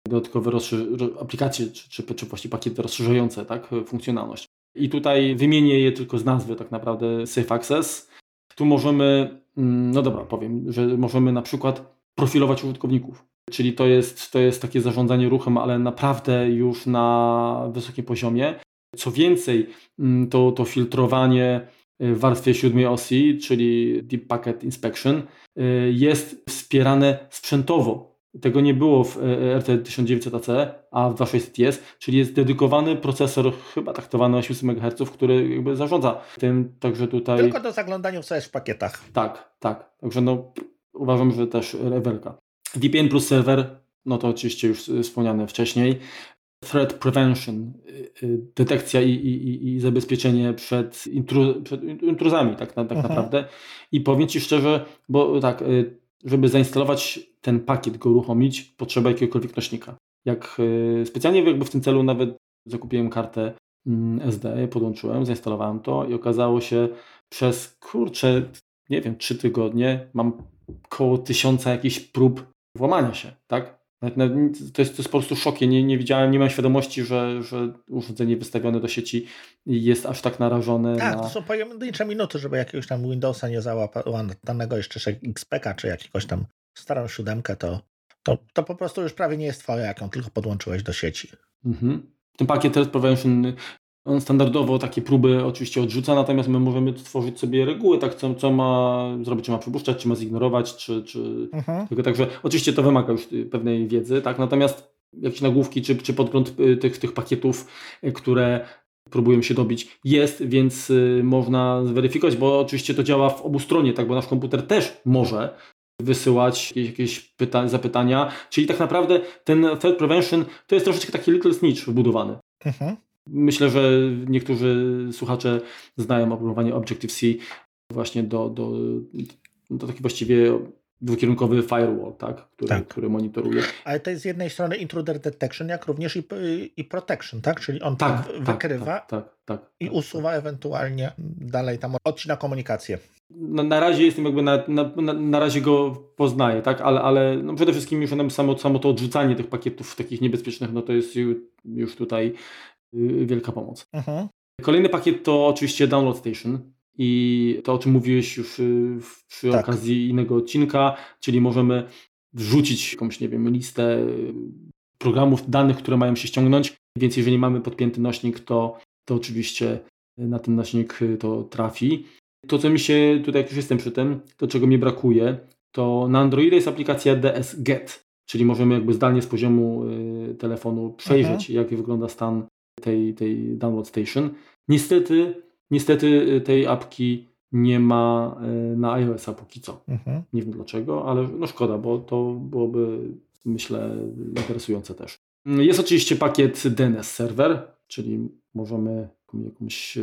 aplikacje, czy właściwie pakiety rozszerzające, tak, funkcjonalność. I tutaj wymienię je tylko z nazwy tak naprawdę Safe Access. Tu możemy, powiem, że możemy na przykład profilować użytkowników. Czyli to jest takie zarządzanie ruchem, ale naprawdę już na wysokim poziomie. Co więcej, to filtrowanie w warstwie 7 OSI, czyli Deep Packet Inspection, jest wspierane sprzętowo Tego nie było w RT1900AC, a w 2600 jest, czyli jest dedykowany procesor, chyba traktowany 800 MHz, który jakby zarządza tym, także tutaj... Tylko do zaglądania w w pakietach. Tak. Także uważam, że też rewelka. VPN plus serwer, no to oczywiście już wspomniane wcześniej. Threat prevention, detekcja i zabezpieczenie przed intruzami tak naprawdę. I powiem Ci szczerze, bo tak, żeby zainstalować ten pakiet, go uruchomić, potrzeba jakiegokolwiek nośnika. Specjalnie jakby w tym celu nawet zakupiłem kartę SD, podłączyłem, zainstalowałem to i okazało się przez, nie wiem, 3 tygodnie mam około 1000 jakichś prób włamania się, tak? To jest po prostu szokiem. Nie widziałem, nie mam świadomości, że urządzenie wystawione do sieci jest aż tak narażone. Tak, to są pojedyncze minuty, żeby jakiegoś tam Windowsa nie załapał, danego jeszcze XP-ka, czy jakiegoś tam starą 7, to po prostu już prawie nie jest twoje, jak ją tylko podłączyłeś do sieci. Ten pakiet Threat Prevention, on standardowo takie próby oczywiście odrzuca, natomiast my możemy tworzyć sobie reguły, tak, co ma zrobić, czy ma przypuszczać, czy ma zignorować, czy także oczywiście to wymaga już pewnej wiedzy, tak, natomiast jakieś nagłówki, czy podgląd tych pakietów, które próbują się dobić jest, więc można zweryfikować, bo oczywiście to działa w obu stronie, tak, bo nasz komputer też może wysyłać jakieś zapytania, czyli tak naprawdę ten Threat Prevention to jest troszeczkę taki little snitch wbudowany. Myślę, że niektórzy słuchacze znają oprogramowanie Objective-C właśnie do taki właściwie dwukierunkowy firewall, tak? Który monitoruje. Ale to jest z jednej strony intruder detection, jak również i protection, tak? Czyli on wykrywa i usuwa ewentualnie dalej tam odcina komunikację. Na razie jestem jakby na razie go poznaję, tak? Ale przede wszystkim już samo to odrzucanie tych pakietów takich niebezpiecznych, to jest już tutaj wielka pomoc. Kolejny pakiet to oczywiście Download Station i to, o czym mówiłeś już przy okazji innego odcinka, czyli możemy wrzucić jakąś, nie wiem, listę programów, danych, które mają się ściągnąć, więc jeżeli mamy podpięty nośnik, to oczywiście na ten nośnik to trafi. To, co mi się tutaj, jak już jestem przy tym, to czego mi brakuje, to na Androida jest aplikacja DS Get, czyli możemy jakby zdalnie z poziomu telefonu przejrzeć, jak wygląda stan tej Download Station. Niestety tej apki nie ma na iOS-a póki co. Nie wiem dlaczego, ale szkoda, bo to byłoby, myślę, interesujące też. Jest oczywiście pakiet DNS Server, czyli możemy jakąś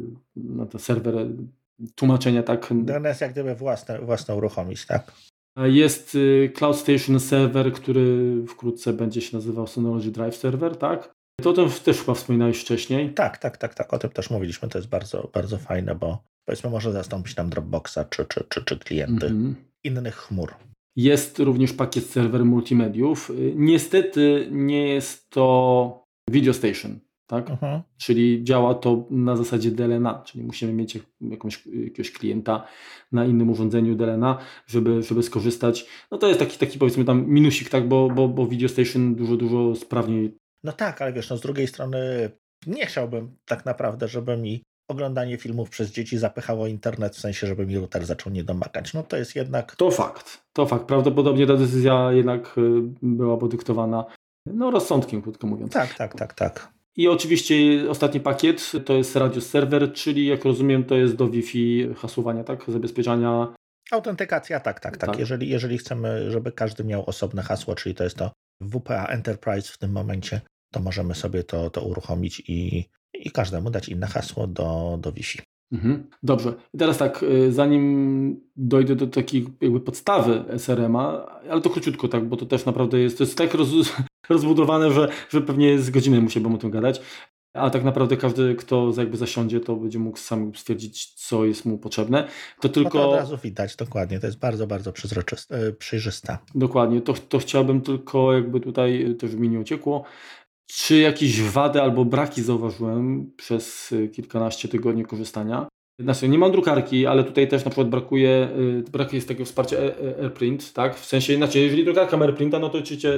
na ten serwer tłumaczenia, tak? DNS jak gdyby własne uruchomić, tak? Jest Cloud Station Server, który wkrótce będzie się nazywał Synology Drive Server, tak? To o tym też chyba wspominałeś wcześniej. Tak. O tym też mówiliśmy. To jest bardzo, bardzo fajne, bo powiedzmy może zastąpić nam Dropboxa czy klienty innych chmur. Jest również pakiet serwer multimediów. Niestety nie jest to Video Station, tak? Czyli działa to na zasadzie DLNA, czyli musimy mieć jakiegoś klienta na innym urządzeniu DLNA, żeby skorzystać. To jest taki powiedzmy tam minusik, tak? Bo Video Station dużo sprawniej. No tak, ale wiesz, z drugiej strony nie chciałbym tak naprawdę, żeby mi oglądanie filmów przez dzieci zapychało internet, w sensie, żeby mi router zaczął nie domagać. To jest jednak... To fakt. Prawdopodobnie ta decyzja jednak była podyktowana rozsądkiem, krótko mówiąc. Tak. I oczywiście ostatni pakiet to jest Radius Server, czyli jak rozumiem to jest do Wi-Fi hasowania, tak? Zabezpieczania. Autentykacja, tak. Jeżeli chcemy, żeby każdy miał osobne hasło, czyli to jest to WPA Enterprise w tym momencie, to możemy sobie to uruchomić i każdemu dać inne hasło do Wi-Fi. Dobrze. I teraz tak, zanim dojdę do takiej jakby podstawy SRM-a, ale to króciutko, tak, bo to też naprawdę to jest tak rozbudowane, że pewnie z godziny musiałbym o tym gadać, a tak naprawdę każdy, kto jakby zasiądzie, to będzie mógł sam stwierdzić, co jest mu potrzebne. To tylko... to od razu widać, dokładnie, to jest bardzo, bardzo przejrzyste. Dokładnie, to chciałbym tylko jakby tutaj też mi nie uciekło. Czy jakieś wady albo braki zauważyłem przez kilkanaście tygodni korzystania? Znaczy, nie mam drukarki, ale tutaj też na przykład brakuje jest takiego wsparcia AirPrint, tak? W sensie, jeżeli drukarka ma AirPrinta, to oczywiście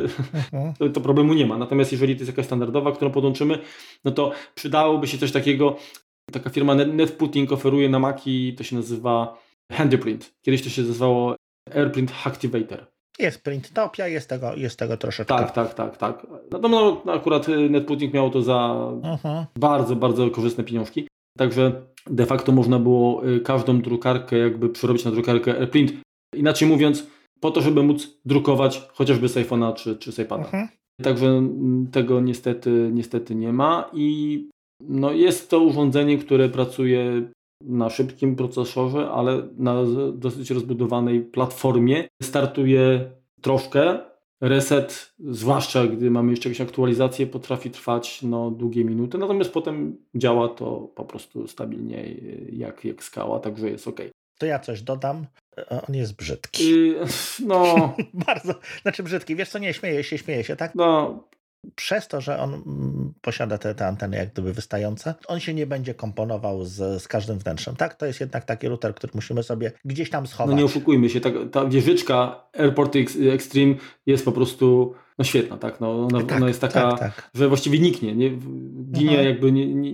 to problemu nie ma. Natomiast jeżeli to jest jakaś standardowa, którą podłączymy, to przydałoby się coś takiego. Taka firma Netputting oferuje na Maci, to się nazywa HandyPrint. Kiedyś to się nazywało AirPrint Activator. Jest Printtopia, jest tego troszeczkę. Tak. No, akurat Netputting miało to za bardzo, bardzo korzystne pieniążki. Także de facto można było każdą drukarkę jakby przerobić na drukarkę AirPrint. Inaczej mówiąc, po to, żeby móc drukować chociażby z iPhone'a czy z iPada. Także tego niestety nie ma i no jest to urządzenie, które pracuje na szybkim procesorze, ale na dosyć rozbudowanej platformie. Startuje troszkę. Reset, zwłaszcza gdy mamy jeszcze jakieś aktualizacje, potrafi trwać długie minuty, natomiast potem działa to po prostu stabilnie jak skała, także jest ok. To ja coś dodam. On jest brzydki. Bardzo. Znaczy brzydki. Wiesz co, nie, śmieję się, tak? Przez to, że on posiada te anteny jak gdyby wystające, on się nie będzie komponował z każdym wnętrzem, tak? To jest jednak taki router, który musimy sobie gdzieś tam schować. No nie oszukujmy się, ta wieżyczka AirPort Extreme jest po prostu świetna, tak? Ona jest taka, że właściwie niknie, ginie jakby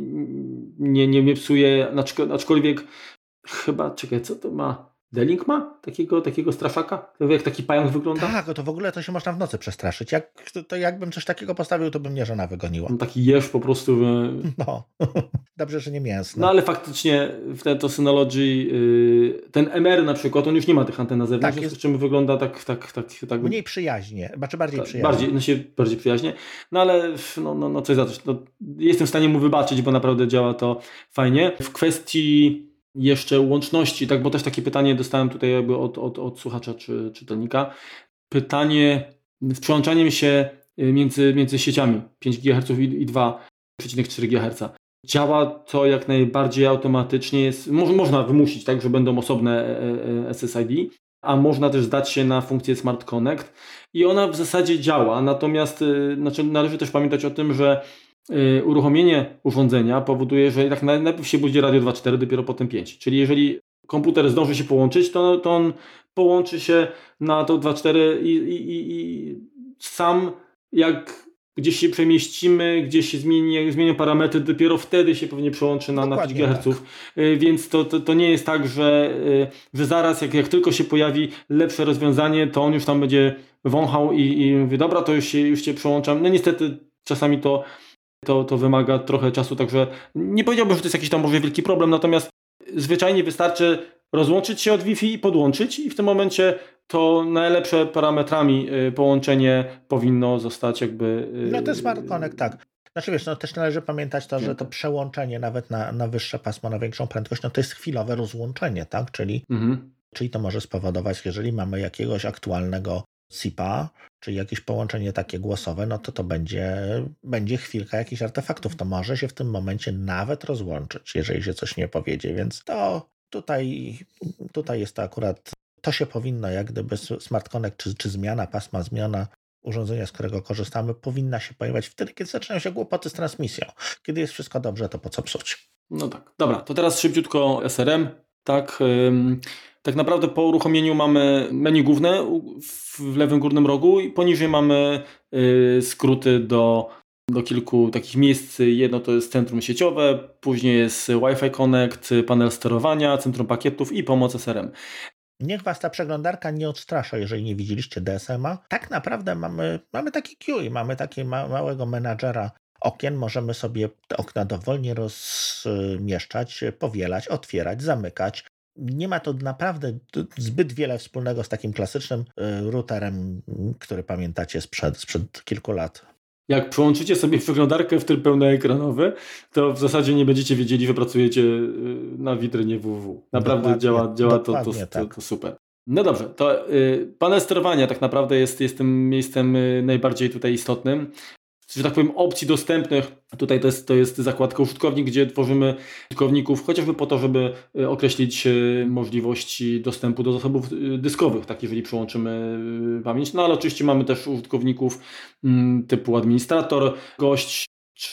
nie psuje, aczkolwiek chyba, czekaj, co to ma? D-Link ma? Takiego straszaka? Jak taki pająk wygląda? Tak, to w ogóle to się można w nocy przestraszyć. Jakbym coś takiego postawił, to by mnie żona wygoniła. Taki jeż po prostu. Dobrze, że nie mięsny. No ale faktycznie w to Synology ten MR na przykład, on już nie ma tych anten na zewnątrz, w czym wygląda tak. Mniej przyjaźnie, bardziej przyjaźnie. Bardziej przyjaźnie. No ale coś za coś. Jestem w stanie mu wybaczyć, bo naprawdę działa to fajnie. W kwestii jeszcze łączności, tak, bo też takie pytanie dostałem tutaj jakby od słuchacza czy czytelnika. Pytanie z przełączaniem się między sieciami 5 GHz i 2,4 GHz. Działa to jak najbardziej automatycznie. Można wymusić, tak, że będą osobne SSID, a można też zdać się na funkcję Smart Connect i ona w zasadzie działa, natomiast należy też pamiętać o tym, że uruchomienie urządzenia powoduje, że tak najpierw się budzi radio 2.4, dopiero potem 5. Czyli jeżeli komputer zdąży się połączyć, to on połączy się na to 2.4 i sam jak gdzieś się przemieścimy, gdzieś się zmienią parametry, dopiero wtedy się pewnie przełączy na 5 GHz. Tak. Więc to nie jest tak, że zaraz jak tylko się pojawi lepsze rozwiązanie, to on już tam będzie wąchał i mówi, dobra, to już się przełączam. No niestety czasami to wymaga trochę czasu, także nie powiedziałbym, że to jest jakiś tam może wielki problem, natomiast zwyczajnie wystarczy rozłączyć się od Wi-Fi i podłączyć i w tym momencie to najlepsze parametrami połączenie powinno zostać jakby... No to Smart Connect, tak. Znaczy wiesz, też należy pamiętać to, że to przełączenie nawet na wyższe pasmo, na większą prędkość, to jest chwilowe rozłączenie, tak? Czyli to może spowodować, jeżeli mamy jakiegoś aktualnego SIP-a, czyli jakieś połączenie takie głosowe, to będzie chwilka jakichś artefaktów. To może się w tym momencie nawet rozłączyć, jeżeli się coś nie powiedzie, więc to tutaj jest to akurat, to się powinno, jak gdyby Smart Connect, czy zmiana pasma, zmiana urządzenia, z którego korzystamy, powinna się pojawiać wtedy, kiedy zaczynają się kłopoty z transmisją. Kiedy jest wszystko dobrze, to po co psuć? No tak. Dobra, to teraz szybciutko SRM. Tak naprawdę po uruchomieniu mamy menu główne w lewym górnym rogu i poniżej mamy skróty do kilku takich miejsc. Jedno to jest centrum sieciowe, później jest Wi-Fi Connect, panel sterowania, centrum pakietów i pomoc SRM. Niech was ta przeglądarka nie odstrasza, jeżeli nie widzieliście DSM-a. Tak naprawdę mamy taki QI, mamy takiego małego menadżera okien, możemy sobie te okna dowolnie rozmieszczać, powielać, otwierać, zamykać. Nie ma to naprawdę zbyt wiele wspólnego z takim klasycznym routerem, który pamiętacie sprzed kilku lat. Jak przełączycie sobie przeglądarkę w tryb pełnoekranowy, to w zasadzie nie będziecie wiedzieli, że pracujecie na witrynie www. Naprawdę działa to super. No dobrze, to panel sterowania tak naprawdę jest tym miejscem najbardziej tutaj istotnym. Że tak powiem, opcji dostępnych. Tutaj to jest zakładka użytkownik, gdzie tworzymy użytkowników chociażby po to, żeby określić możliwości dostępu do zasobów dyskowych, tak jeżeli przełączymy pamięć. No ale oczywiście mamy też użytkowników typu administrator, gość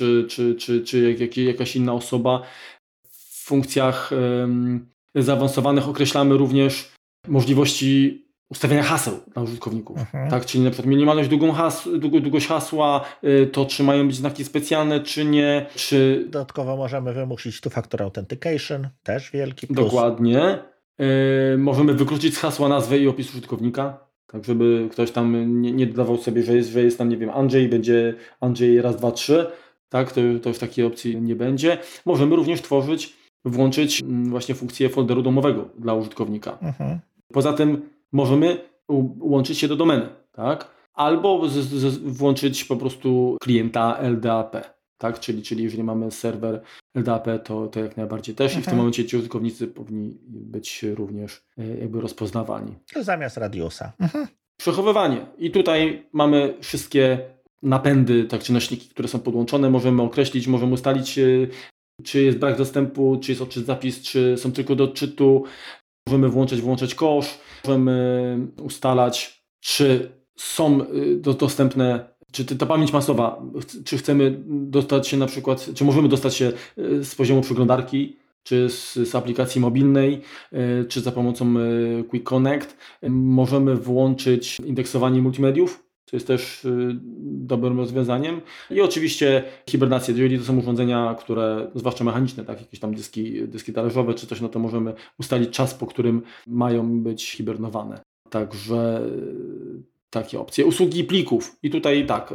czy jakaś inna osoba. W funkcjach zaawansowanych określamy również możliwości ustawiania haseł dla użytkowników. Tak? Czyli na przykład minimalność długość hasła, to czy mają być znaki specjalne, czy nie. Dodatkowo możemy wymusić two-factor authentication, też wielki plus. Dokładnie. Możemy wykluczyć z hasła nazwę i opis użytkownika. Tak, żeby ktoś tam nie dodawał sobie, że jest tam, nie wiem, Andrzej, będzie Andrzej raz, dwa, trzy, tak, to już takiej opcji nie będzie. Możemy również włączyć właśnie funkcję folderu domowego dla użytkownika. Poza tym możemy łączyć się do domeny, tak, albo włączyć po prostu klienta LDAP. Tak, czyli jeżeli mamy serwer LDAP, to jak najbardziej też i w tym momencie ci użytkownicy powinni być również jakby rozpoznawani. Zamiast radiusa. Przechowywanie. I tutaj mamy wszystkie napędy, tak, czy nośniki, które są podłączone. Możemy określić, możemy ustalić, czy jest brak dostępu, czy jest odczyt zapis, czy są tylko do odczytu. Możemy wyłączać kosz. Możemy ustalać, czy są dostępne, czy ta pamięć masowa, czy chcemy dostać się na przykład, czy możemy dostać się z poziomu przeglądarki, czy z aplikacji mobilnej, czy za pomocą Quick Connect. Możemy włączyć indeksowanie multimediów, co jest też dobrym rozwiązaniem. I oczywiście hibernację, jeżeli to są urządzenia, które, zwłaszcza mechaniczne, tak, jakieś tam dyski talerzowe czy coś, no to możemy ustalić czas, po którym mają być hibernowane. Także takie opcje. Usługi plików. I tutaj tak,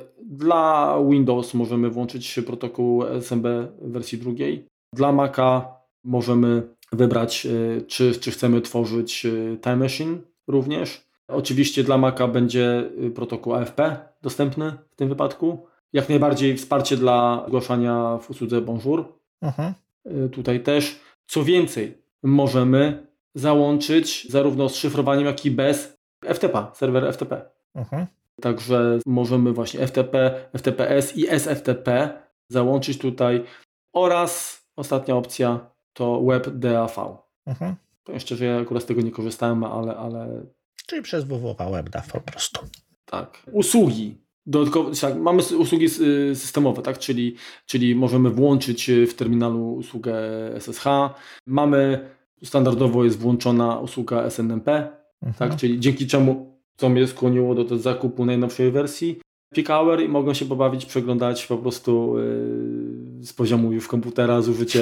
dla Windows możemy włączyć protokół SMB wersji 2. Dla Maca możemy wybrać, czy chcemy tworzyć Time Machine również. Oczywiście dla Maca będzie protokół AFP dostępny w tym wypadku. Jak najbardziej wsparcie dla zgłaszania w usłudze Bonjour. Tutaj też. Co więcej, możemy załączyć zarówno z szyfrowaniem, jak i bez FTP, serwer FTP. Także możemy właśnie FTP, FTPS i SFTP załączyć tutaj oraz ostatnia opcja to WebDAV. To jeszcze, że ja akurat z tego nie korzystałem, ale... Czyli przez www WebDAV po prostu. Tak. Usługi. Dodatkowo, tak, mamy usługi systemowe, tak? Czyli możemy włączyć w terminalu usługę SSH. Mamy, standardowo jest włączona usługa SNMP, tak? Czyli dzięki czemu, co mnie skłoniło do zakupu najnowszej wersji Peak Hour i mogą się pobawić, przeglądać po prostu z poziomu już komputera, zużycie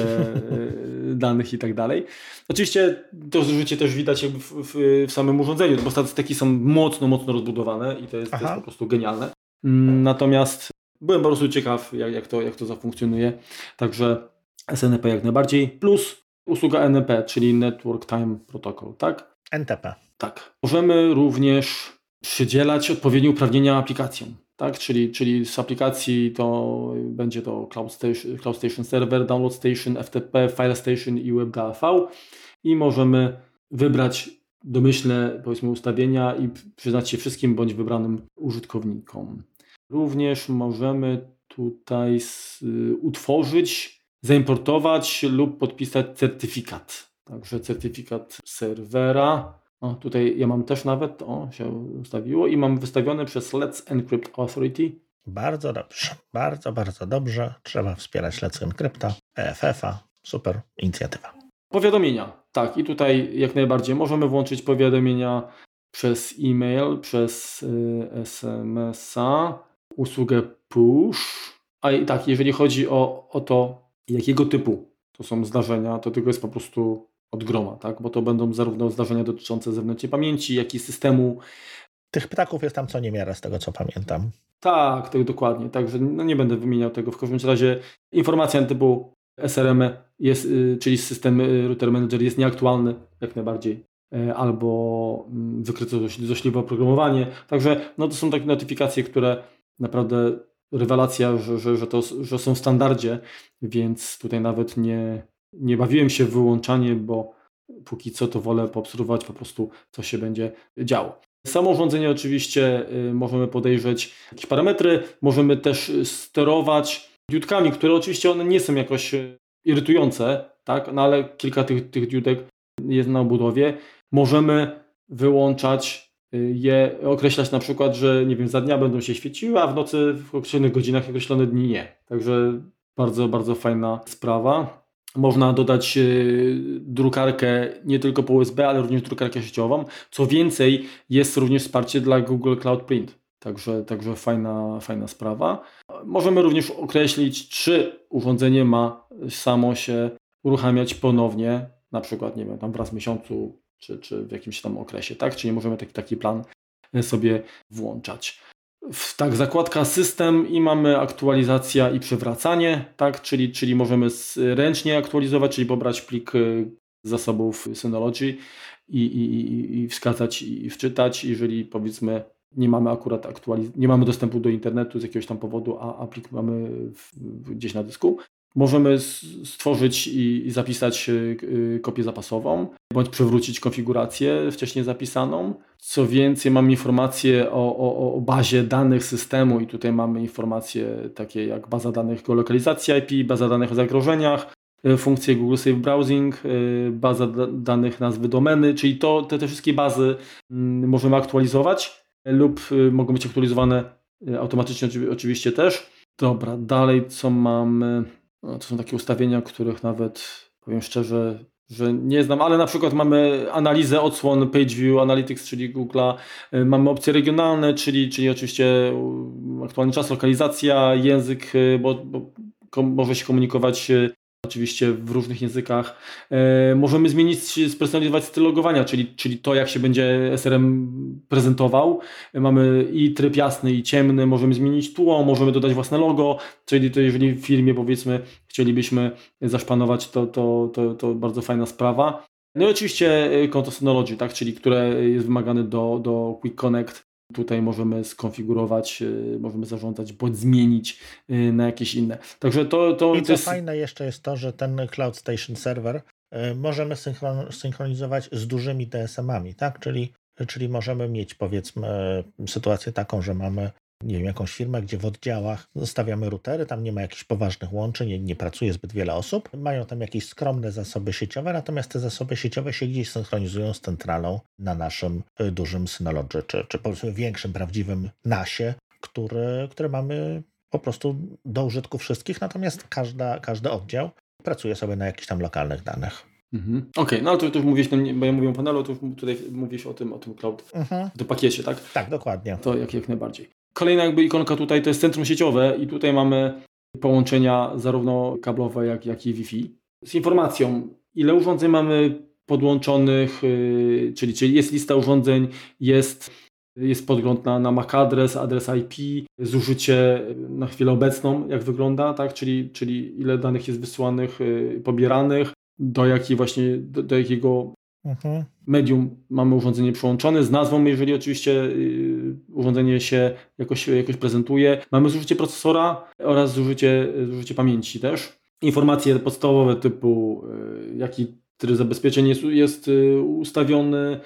danych i tak dalej. Oczywiście to zużycie też widać jakby w samym urządzeniu, bo statystyki są mocno rozbudowane i to jest po prostu genialne. Natomiast byłem po prostu ciekaw, jak to zafunkcjonuje. Także SNP jak najbardziej. Plus usługa NP, czyli Network Time Protocol, tak? NTP. Tak. Możemy również przydzielać odpowiednie uprawnienia aplikacjom. Tak? Czyli z aplikacji to będzie to Cloud Station Server, Download Station, FTP, File Station i WebDAV i możemy wybrać domyślne, powiedzmy, ustawienia i przyznać się wszystkim bądź wybranym użytkownikom. Również możemy tutaj utworzyć, zaimportować lub podpisać certyfikat. Także certyfikat serwera. O, tutaj ja mam też nawet, się ustawiło i mam wystawione przez Let's Encrypt Authority. Bardzo dobrze, bardzo dobrze. Trzeba wspierać Let's Encrypta, EFF-a. Super inicjatywa. Powiadomienia. Tak, i tutaj jak najbardziej możemy włączyć powiadomienia przez e-mail, przez SMS-a, usługę push. A i tak, jeżeli chodzi o to, jakiego typu to są zdarzenia, to tego jest po prostu od groma, tak? Bo to będą zarówno zdarzenia dotyczące zewnętrznej pamięci, jak i systemu. Tych ptaków jest tam co niemiara, z tego co pamiętam. Tak, dokładnie. Także nie będę wymieniał tego. W każdym razie informacja typu SRM jest, czyli system Router Manager jest nieaktualny jak najbardziej. Albo wykryto złośliwe oprogramowanie. Także to są takie notyfikacje, które naprawdę rewelacja, że są w standardzie, więc tutaj nawet nie bawiłem się w wyłączanie, bo póki co to wolę poobserwować po prostu, co się będzie działo. Samo urządzenie oczywiście możemy podejrzeć jakieś parametry, możemy też sterować diodkami, które oczywiście one nie są jakoś irytujące, tak? Ale kilka tych diodek jest na obudowie. Możemy wyłączać je, określać na przykład, że nie wiem, za dnia będą się świeciły, a w nocy w określonych godzinach, określone dni nie. Także bardzo fajna sprawa. Można dodać drukarkę nie tylko po USB, ale również drukarkę sieciową. Co więcej, jest również wsparcie dla Google Cloud Print. Także fajna sprawa. Możemy również określić, czy urządzenie ma samo się uruchamiać ponownie, na przykład, nie wiem, tam raz w miesiącu, czy w jakimś tam okresie, tak? Czyli możemy taki plan sobie włączać. Tak, zakładka system i mamy aktualizacja i przywracanie, tak? Czyli możemy ręcznie aktualizować, czyli pobrać plik z zasobów Synology i wskazać i wczytać, jeżeli powiedzmy nie mamy akurat nie mamy dostępu do internetu z jakiegoś tam powodu, a plik mamy gdzieś na dysku. Możemy stworzyć i zapisać kopię zapasową, bądź przywrócić konfigurację wcześniej zapisaną. Co więcej, mamy informacje o bazie danych systemu i tutaj mamy informacje takie jak baza danych geolokalizacji IP, baza danych o zagrożeniach, funkcje Google Safe Browsing, baza danych nazwy domeny, czyli te wszystkie bazy możemy aktualizować lub mogą być aktualizowane automatycznie oczywiście też. Dobra, dalej co mamy? No, to są takie ustawienia, których nawet powiem szczerze, że nie znam, ale na przykład mamy analizę odsłon PageView Analytics, czyli Google'a, mamy opcje regionalne, czyli oczywiście aktualny czas, lokalizacja, język, bo może się komunikować oczywiście w różnych językach. Możemy zmienić, spersonalizować styl logowania, czyli to, jak się będzie SRM prezentował. Mamy i tryb jasny, i ciemny, możemy zmienić tło, możemy dodać własne logo, czyli to jeżeli w firmie powiedzmy chcielibyśmy zaszpanować, to bardzo fajna sprawa. No i oczywiście konto Synology, tak, czyli które jest wymagane do Quick Connect. Tutaj możemy skonfigurować, możemy zarządzać, bądź zmienić na jakieś inne. Także to I co jest fajne jeszcze jest to, że ten Cloud Station Server możemy synchronizować z dużymi DSM-ami, tak? Czyli możemy mieć powiedzmy sytuację taką, że mamy nie wiem, jakąś firmę, gdzie w oddziałach zostawiamy routery, tam nie ma jakichś poważnych łączeń, nie pracuje zbyt wiele osób, mają tam jakieś skromne zasoby sieciowe, natomiast te zasoby sieciowe się gdzieś synchronizują z centralą na naszym dużym Synology, czy powiedzmy większym, prawdziwym NAS-ie, który mamy po prostu do użytku wszystkich, natomiast każdy oddział pracuje sobie na jakichś tam lokalnych danych. Okej, no ale to już mówiłeś, bo ja mówię o panelu, to już tutaj mówisz o tym cloud do pakiecie, tak? Tak, dokładnie. To jak najbardziej. Kolejna jakby ikonka tutaj to jest centrum sieciowe i tutaj mamy połączenia zarówno kablowe, jak i Wi-Fi. Z informacją, ile urządzeń mamy podłączonych, czyli jest lista urządzeń, jest podgląd na MAC adres IP, zużycie na chwilę obecną, jak wygląda, tak? Czyli ile danych jest wysyłanych, pobieranych, do jakiego medium mamy urządzenie przyłączone, z nazwą, jeżeli oczywiście urządzenie się jakoś prezentuje. Mamy zużycie procesora oraz zużycie pamięci też. Informacje podstawowe typu jaki tryb zabezpieczeń jest ustawiony,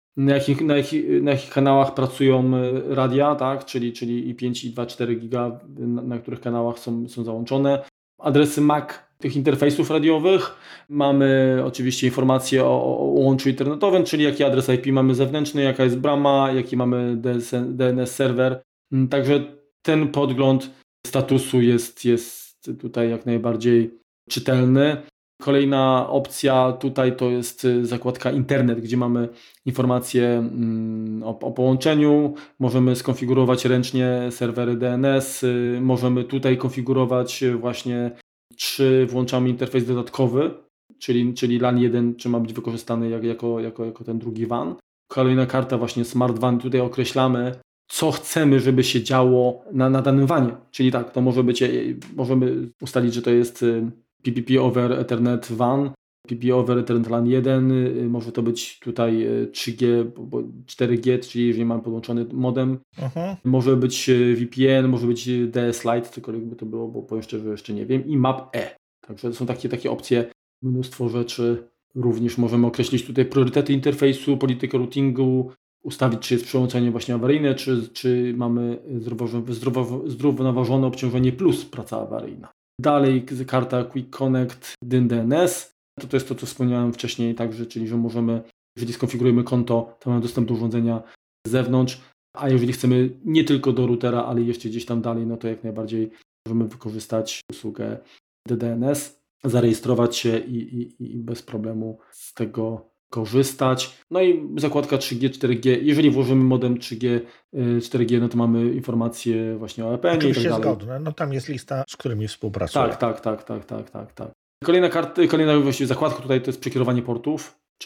na jakich kanałach pracują radia, tak? Czyli i 5 i 2,4 giga, na których kanałach są załączone. Adresy MAC tych interfejsów radiowych. Mamy oczywiście informacje o łączu internetowym, czyli jaki adres IP mamy zewnętrzny, jaka jest brama, jaki mamy DNS serwer. Także ten podgląd statusu jest tutaj jak najbardziej czytelny. Kolejna opcja tutaj to jest zakładka internet, gdzie mamy informacje o połączeniu. Możemy skonfigurować ręcznie serwery DNS. Możemy tutaj konfigurować właśnie, czy włączamy interfejs dodatkowy, czyli LAN 1, czy ma być wykorzystany jako ten drugi WAN. Kolejna karta właśnie Smart WAN. Tutaj określamy, co chcemy, żeby się działo na danym WANie. Czyli tak, to możemy ustalić, że to jest PPP over Ethernet WAN, PPP over Ethernet LAN 1, może to być tutaj 3G, 4G, czyli jeżeli mamy podłączony modem, może być VPN, może być DS Lite, cokolwiek by to było, bo powiem szczerze, jeszcze nie wiem, i MAP-E. Także to są takie opcje, mnóstwo rzeczy. Również możemy określić tutaj priorytety interfejsu, politykę routingu, ustawić, czy jest przełączenie właśnie awaryjne, czy mamy zrównoważone obciążenie plus praca awaryjna. Dalej karta Quick Connect DYN DNS. To jest to, co wspomniałem wcześniej, także, czyli że możemy, jeżeli skonfigurujemy konto, to mamy dostęp do urządzenia z zewnątrz, a jeżeli chcemy nie tylko do routera, ale jeszcze gdzieś tam dalej, no to jak najbardziej możemy wykorzystać usługę DDNS, zarejestrować się i bez problemu z tego korzystać. No i zakładka 3G, 4G. Jeżeli włożymy modem 3G, 4G, no to mamy informacje właśnie o EPN-ie Oczywiście i tak dalej. zgodne. No tam jest lista, z którymi współpracuję. Tak. Kolejna właściwie zakładka tutaj to jest przekierowanie portów, czyli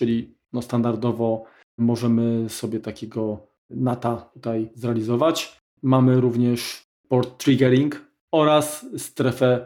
standardowo możemy sobie takiego NAT-a tutaj zrealizować. Mamy również port triggering oraz strefę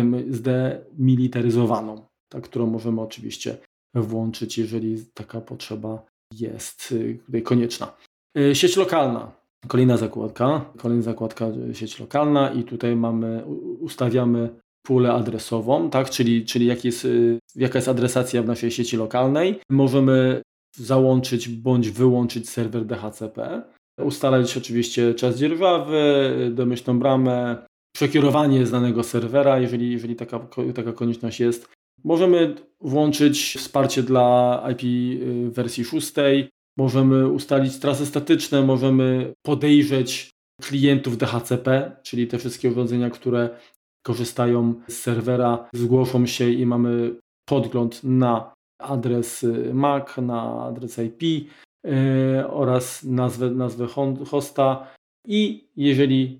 zdemilitaryzowaną, tak, którą możemy oczywiście włączyć, jeżeli taka potrzeba jest tutaj konieczna. Sieć lokalna. Kolejna zakładka sieć lokalna i tutaj ustawiamy pulę adresową, tak, czyli jaka jest adresacja w naszej sieci lokalnej. Możemy załączyć bądź wyłączyć serwer DHCP, ustalać oczywiście czas dzierżawy, domyślną bramę, przekierowanie z danego serwera, jeżeli taka konieczność jest. Możemy włączyć wsparcie dla IP wersji 6, możemy ustalić trasy statyczne, możemy podejrzeć klientów DHCP, czyli te wszystkie urządzenia, które korzystają z serwera, zgłoszą się i mamy podgląd na adres MAC, na adres IP oraz nazwę hosta i jeżeli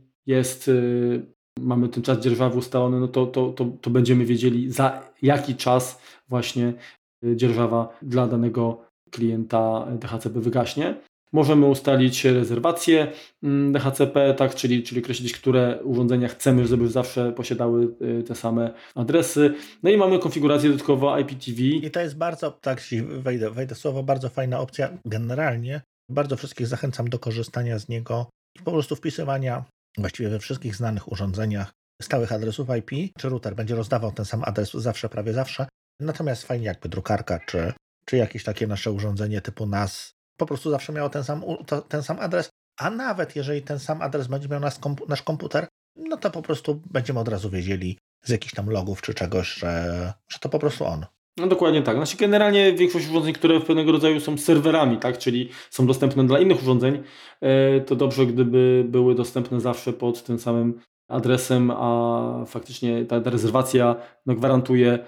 mamy ten czas dzierżawy ustalony, no to będziemy wiedzieli, za jaki czas właśnie dzierżawa dla danego klienta DHCP wygaśnie. Możemy ustalić rezerwację DHCP, tak, czyli określić, które urządzenia chcemy, żeby zawsze posiadały te same adresy. No i mamy konfigurację dodatkowo IPTV. I to jest bardzo, tak wejdę słowo, bardzo fajna opcja. Generalnie bardzo wszystkich zachęcam do korzystania z niego i po prostu wpisywania właściwie we wszystkich znanych urządzeniach stałych adresów IP, czy router będzie rozdawał ten sam adres zawsze, prawie zawsze. Natomiast fajnie jakby drukarka, czy jakieś takie nasze urządzenie typu NAS po prostu zawsze miało ten sam adres, a nawet jeżeli ten sam adres będzie miał nasz komputer, no to po prostu będziemy od razu wiedzieli z jakichś tam logów czy czegoś, że to po prostu on. No dokładnie tak. Znaczy generalnie większość urządzeń, które pewnego rodzaju są serwerami, tak, czyli są dostępne dla innych urządzeń, to dobrze, gdyby były dostępne zawsze pod tym samym adresem, a faktycznie ta rezerwacja gwarantuje,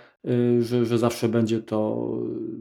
że zawsze będzie to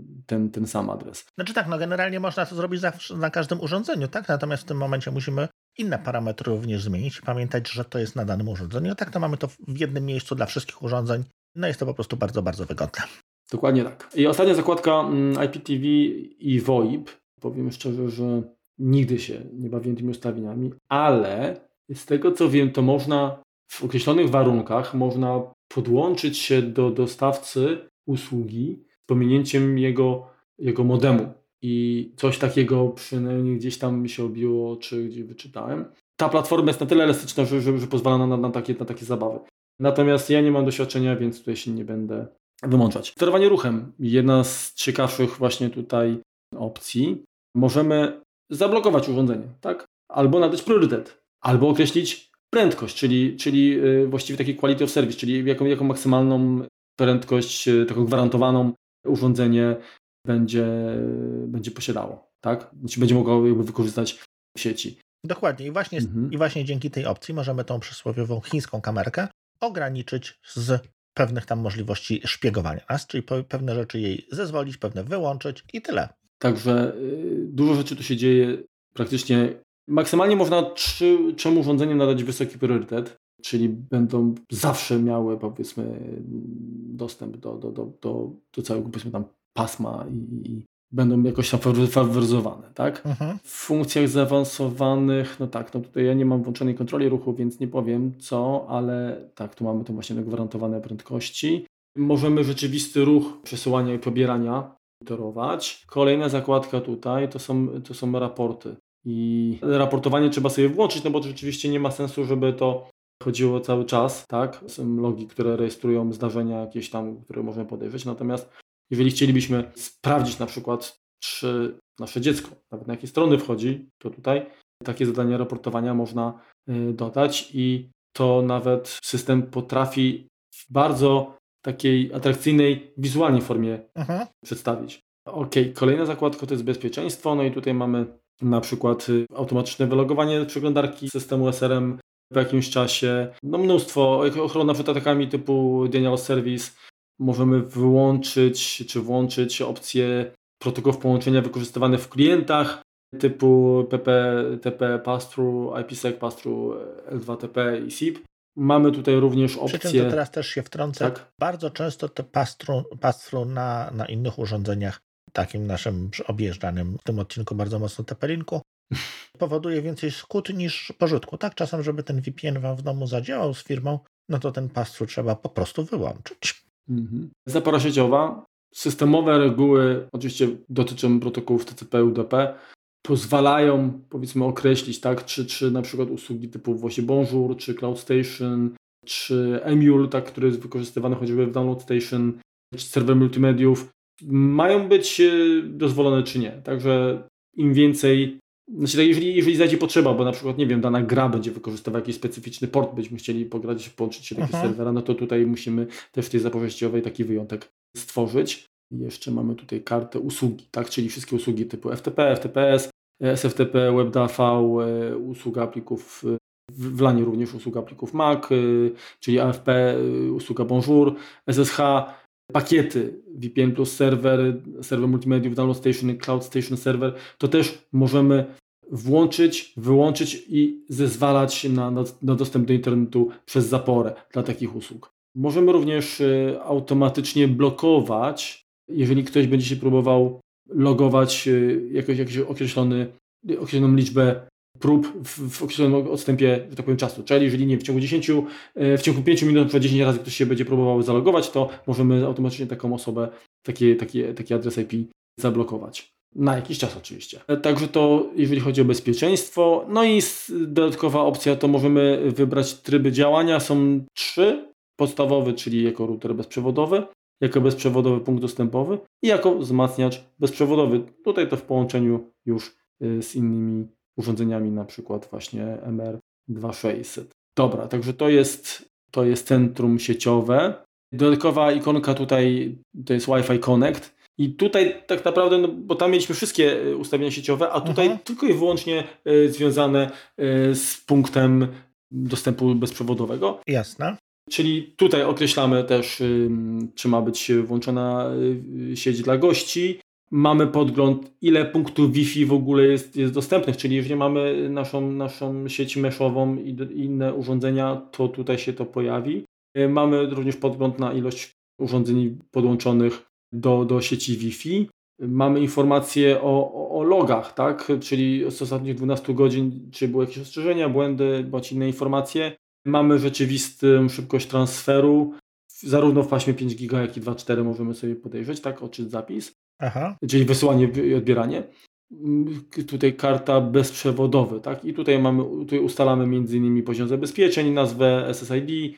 ten sam adres. Znaczy tak, generalnie można to zrobić zawsze na każdym urządzeniu, tak? Natomiast w tym momencie musimy inne parametry również zmienić i pamiętać, że to jest na danym urządzeniu. Tak, to mamy to w jednym miejscu dla wszystkich urządzeń. No jest to po prostu bardzo, bardzo wygodne. Dokładnie tak. I ostatnia zakładka IPTV i VoIP. Powiem szczerze, że nigdy się nie bawiłem tymi ustawieniami, ale z tego co wiem, to można w określonych warunkach podłączyć się do dostawcy usługi z pominięciem jego modemu. I coś takiego przynajmniej gdzieś tam mi się obiło, czy gdzieś wyczytałem. Ta platforma jest na tyle elastyczna, że pozwala na takie zabawy. Natomiast ja nie mam doświadczenia, więc tutaj się nie będę wymączać. Sterowanie ruchem. Jedna z ciekawszych właśnie tutaj opcji. Możemy zablokować urządzenie, tak? Albo nadać priorytet, albo określić prędkość, czyli właściwie taki quality of service, czyli jaką maksymalną prędkość, taką gwarantowaną urządzenie będzie posiadało, tak? Czy będzie mogło wykorzystać w sieci. Dokładnie. I właśnie dzięki tej opcji możemy tą przysłowiową chińską kamerkę ograniczyć z pewnych tam możliwości szpiegowania nas, czyli pewne rzeczy jej zezwolić, pewne wyłączyć i tyle. Także dużo rzeczy tu się dzieje. Praktycznie maksymalnie można 3 urządzeniom nadać wysoki priorytet, czyli będą zawsze miały, powiedzmy, dostęp do całego, powiedzmy, tam pasma i będą jakoś tam faworyzowane, tak? W funkcjach zaawansowanych, no tak, no tutaj ja nie mam włączonej kontroli ruchu, więc nie powiem co, ale tak, tu mamy to właśnie gwarantowane prędkości. Możemy rzeczywisty ruch przesyłania i pobierania monitorować. Kolejna zakładka tutaj to są raporty. I raportowanie trzeba sobie włączyć, no bo to rzeczywiście nie ma sensu, żeby to chodziło cały czas, tak? Są logi, które rejestrują zdarzenia jakieś tam, które możemy podejrzeć, natomiast jeżeli chcielibyśmy sprawdzić na przykład, czy nasze dziecko nawet na jakie strony wchodzi, to tutaj takie zadanie raportowania można dodać i to nawet system potrafi w bardzo takiej atrakcyjnej wizualnej formie przedstawić. Kolejna zakładka to jest bezpieczeństwo, no i tutaj mamy na przykład automatyczne wylogowanie przeglądarki systemu SRM w jakimś czasie, no mnóstwo, ochrona przed atakami typu denial service. Możemy wyłączyć czy włączyć opcje protokołów połączenia wykorzystywane w klientach typu TP pass-through, IPsec pass-through, L2TP i SIP. Mamy tutaj również opcje... Przy czym to teraz też się wtrącę. Tak? Bardzo często te pass-through na innych urządzeniach takim naszym objeżdżanym w tym odcinku bardzo mocno TP-Linku, powoduje więcej szkód niż pożytku. Tak, czasem, żeby ten VPN wam w domu zadziałał z firmą, no to ten pass-through trzeba po prostu wyłączyć. Zapora sieciowa. Systemowe reguły oczywiście dotyczą protokołów TCP, UDP. Pozwalają, powiedzmy, określić, tak, czy na przykład usługi typu właśnie Bonjour, czy Cloud Station, czy Emule, tak, który jest wykorzystywany choćby w Download Station, czy serwer multimediów, mają być dozwolone, czy nie. Także im więcej, znaczy tak, jeżeli zajdzie potrzeba, bo na przykład, nie wiem, dana gra będzie wykorzystywała jakiś specyficzny port, byśmy chcieli pograć, połączyć się do jakiegoś serwera, no to tutaj musimy też w tej zaporze sieciowej taki wyjątek stworzyć. I jeszcze mamy tutaj kartę usługi, tak, czyli wszystkie usługi typu FTP, FTPS, SFTP, WebDAV, usługa plików w LANie również usługa plików Mac, czyli AFP, usługa Bonjour, SSH, pakiety VPN plus serwer multimediów, Download Station, Cloud Station Server, to też możemy włączyć, wyłączyć i zezwalać na dostęp do internetu przez zaporę dla takich usług. Możemy również automatycznie blokować, jeżeli ktoś będzie się próbował logować jakiś określoną liczbę prób w określonym odstępie, że tak powiem, czasu. Czyli jeżeli nie w ciągu 5 minut, 10 razy ktoś się będzie próbował zalogować, to możemy automatycznie taką osobę, taki adres IP zablokować. Na jakiś czas oczywiście. Także to jeżeli chodzi o bezpieczeństwo. No i dodatkowa opcja to możemy wybrać tryby działania. Są 3. Podstawowy, czyli jako router bezprzewodowy, jako bezprzewodowy punkt dostępowy i jako wzmacniacz bezprzewodowy. Tutaj to w połączeniu już z innymi urządzeniami, na przykład właśnie MR2600. Dobra, także to jest centrum sieciowe. Dodatkowa ikonka tutaj to jest Wi-Fi Connect i tutaj tak naprawdę, no, bo tam mieliśmy wszystkie ustawienia sieciowe, a tutaj tylko i wyłącznie związane z punktem dostępu bezprzewodowego. Jasne. Czyli tutaj określamy też, czy ma być włączona sieć dla gości. Mamy podgląd, ile punktów Wi-Fi w ogóle jest dostępnych, czyli jeżeli mamy naszą sieć meshową i inne urządzenia, to tutaj się to pojawi. Mamy również podgląd na ilość urządzeń podłączonych do sieci Wi-Fi. Mamy informacje o logach, tak? Czyli z ostatnich 12 godzin, czy były jakieś ostrzeżenia, błędy, bądź inne informacje. Mamy rzeczywistą szybkość transferu, zarówno w paśmie 5 giga, jak i 2.4 możemy sobie podejrzeć, tak, odczyt zapis, czyli wysyłanie i odbieranie. Tutaj karta bezprzewodowy, tak, i tutaj ustalamy m.in. poziom zabezpieczeń, nazwę SSID,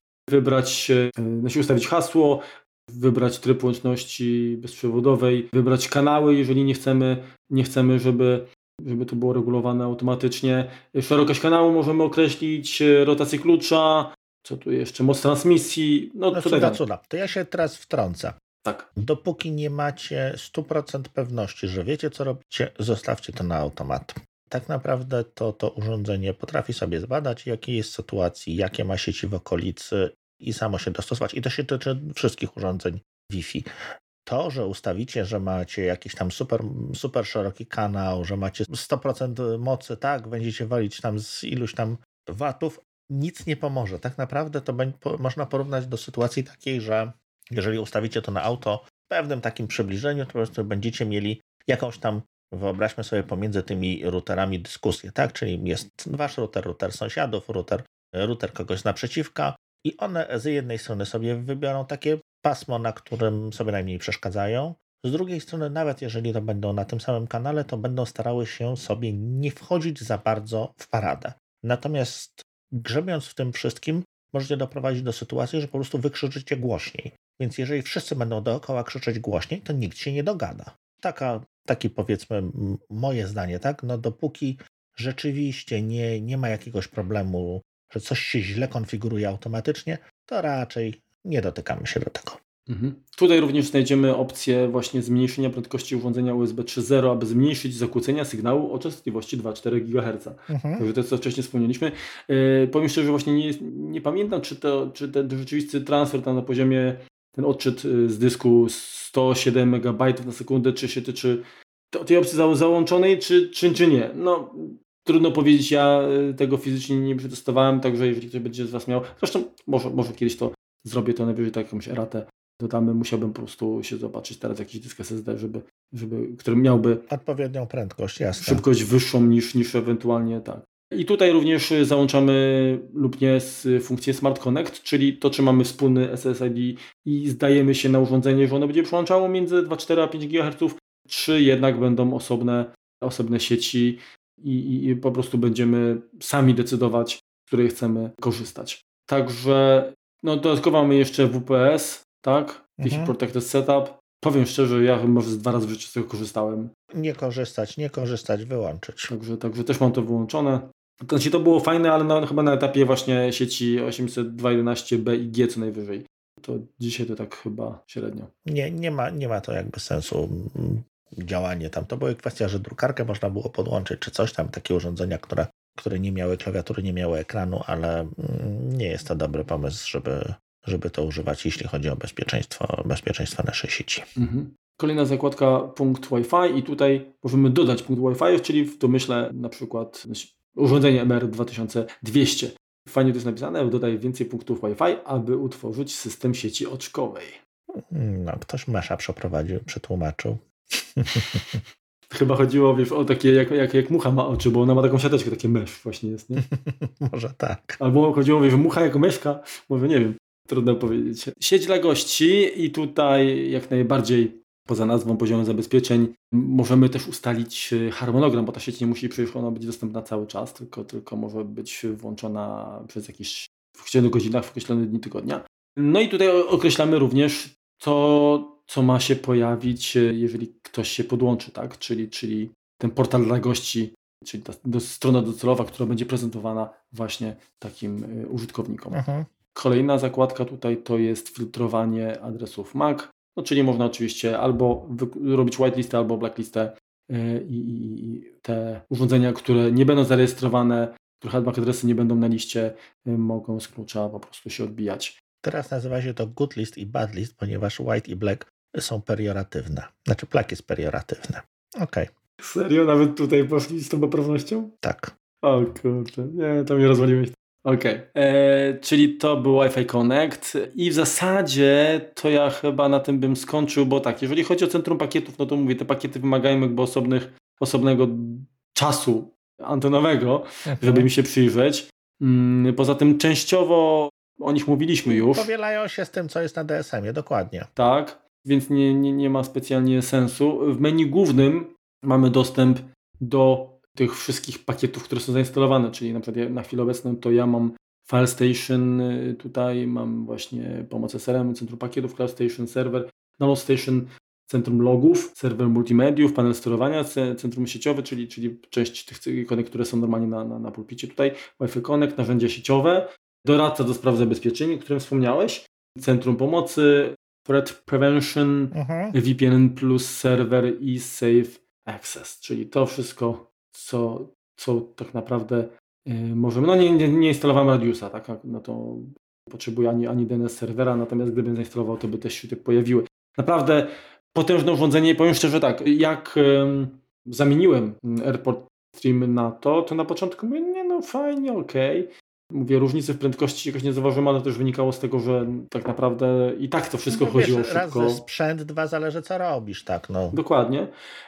ustawić hasło, wybrać tryb łączności bezprzewodowej, wybrać kanały, jeżeli nie chcemy, żeby to było regulowane automatycznie. Szerokość kanału możemy określić, rotację klucza, co tu jeszcze, moc transmisji. No cuda. To ja się teraz wtrącę. Tak. Dopóki nie macie 100% pewności, że wiecie, co robicie, zostawcie to na automat. Tak naprawdę to urządzenie potrafi sobie zbadać, jakiej jest sytuacji, jakie ma sieci w okolicy i samo się dostosować. I to się tyczy wszystkich urządzeń Wi-Fi. To, że ustawicie, że macie jakiś tam super szeroki kanał, że macie 100% mocy, tak, będziecie walić tam z iluś tam watów, nic nie pomoże. Tak naprawdę to można porównać do sytuacji takiej, że jeżeli ustawicie to na auto w pewnym takim przybliżeniu, to po prostu będziecie mieli jakąś tam, wyobraźmy sobie, pomiędzy tymi routerami dyskusję, tak, czyli jest wasz router sąsiadów, router kogoś z naprzeciwka i one z jednej strony sobie wybiorą takie pasmo, na którym sobie najmniej przeszkadzają. Z drugiej strony, nawet jeżeli to będą na tym samym kanale, to będą starały się sobie nie wchodzić za bardzo w paradę. Natomiast grzebiąc w tym wszystkim, możecie doprowadzić do sytuacji, że po prostu wykrzyczycie głośniej. Więc jeżeli wszyscy będą dookoła krzyczeć głośniej, to nikt się nie dogada. Taki powiedzmy moje zdanie, tak? No dopóki rzeczywiście nie ma jakiegoś problemu, że coś się źle konfiguruje automatycznie, to raczej nie dotykamy się do tego. Tutaj również znajdziemy opcję właśnie zmniejszenia prędkości urządzenia USB 3.0, aby zmniejszyć zakłócenia sygnału o częstotliwości 2,4 GHz. Także to, co wcześniej wspomnieliśmy. Powiem szczerze, że właśnie nie pamiętam, czy ten rzeczywisty transfer tam na poziomie, ten odczyt z dysku 107 MB na sekundę, czy się tyczy tej opcji załączonej, czy nie. No, trudno powiedzieć, ja tego fizycznie nie przetestowałem, także jeżeli ktoś będzie z Was miał, zresztą może kiedyś to zrobię, to najwyżej tak jakąś eratę dodamy, musiałbym po prostu się zobaczyć teraz jakiś dysk SSD, który miałby odpowiednią prędkość, jasne. Szybkość wyższą niż ewentualnie tak. I tutaj również załączamy lub nie funkcję Smart Connect, czyli to, czy mamy wspólny SSID i zdajemy się na urządzenie, że ono będzie przełączało między 2,4 a 5 GHz, czy jednak będą osobne sieci i po prostu będziemy sami decydować, z której chcemy korzystać. Także dodatkowo mamy jeszcze WPS, tak? Wi-Fi Protected Setup. Powiem szczerze, ja może 2 razy w życiu z tego korzystałem. Nie korzystać, wyłączyć. Także też mam to wyłączone. To było fajne, ale chyba na etapie właśnie sieci 802.11b i G co najwyżej. To dzisiaj to tak chyba średnio. Nie ma to jakby sensu działanie tam. To była kwestia, że drukarkę można było podłączyć, czy coś tam, takie urządzenia, które nie miały klawiatury, nie miały ekranu, ale nie jest to dobry pomysł, żeby to używać, jeśli chodzi o bezpieczeństwo naszej sieci. Kolejna zakładka punkt Wi-Fi i tutaj możemy dodać punkt Wi-Fi, czyli w domyśle na przykład urządzenie MR2200. Fajnie to jest napisane, dodaj więcej punktów Wi-Fi, aby utworzyć system sieci oczkowej. Ktoś mesza przetłumaczył. Chyba chodziło, o takie, jak mucha ma oczy, bo ona ma taką siateczkę, takie mesh właśnie jest, nie? Może tak. Albo chodziło, że mucha jako myszka, może nie wiem, trudno powiedzieć. Sieć dla gości i tutaj jak najbardziej poza nazwą, poziomem zabezpieczeń możemy też ustalić harmonogram, bo ta sieć nie musi przecież ona być dostępna cały czas, tylko może być włączona przez jakieś w określonych godzinach, w określone dni tygodnia. No i tutaj określamy również to, co ma się pojawić, jeżeli ktoś się podłączy, tak? Czyli ten portal dla gości, czyli ta strona docelowa, która będzie prezentowana właśnie takim użytkownikom. Kolejna zakładka tutaj to jest filtrowanie adresów MAC, czyli można oczywiście albo robić whitelistę, albo blacklistę i te urządzenia, które nie będą zarejestrowane, których MAC adresy nie będą na liście, mogą z klucza po prostu się odbijać. Teraz nazywa się to good list i bad list, ponieważ white i black są perioratywne. Znaczy black jest perioratywny. Okej. Serio? Nawet tutaj poszli z tą poprawnością? Tak. O kurczę, nie, to mnie rozwaliłeś. Okej. Czyli to był Wi-Fi Connect i w zasadzie to ja chyba na tym bym skończył, bo tak, jeżeli chodzi o centrum pakietów, no to mówię, te pakiety wymagają jakby osobnego czasu antenowego, żeby mi się przyjrzeć. Poza tym częściowo o nich mówiliśmy już. Powielają się z tym, co jest na DSM-ie, dokładnie. Tak, więc nie ma specjalnie sensu. W menu głównym mamy dostęp do tych wszystkich pakietów, które są zainstalowane, czyli na przykład na chwilę obecną to ja mam File Station, tutaj mam właśnie pomoc SRM, Centrum Pakietów, Cloud Station, Server, Download Station, Centrum Logów, Serwer Multimediów, panel sterowania, Centrum Sieciowe, czyli część tych ikonek, które są normalnie na pulpicie tutaj, Wi-Fi Connect, narzędzia sieciowe, doradca do spraw zabezpieczeń, o którym wspomniałeś, Centrum Pomocy, Threat Prevention, VPN plus Server i Safe Access, czyli to wszystko, co tak naprawdę możemy. No nie instalowałem Radiusa, tak? No to potrzebuję ani DNS serwera, natomiast gdybym zainstalował, to by też się tak pojawiły. Naprawdę potężne urządzenie i powiem szczerze tak, jak zamieniłem Airport Stream na to na początku mówię, fajnie, okej. Mówię, różnicy w prędkości jakoś nie zauważyłem, ale to też wynikało z tego, że tak naprawdę i tak to wszystko chodziło szybko. Raz sprzęt, dwa zależy co robisz, tak no. Dokładnie.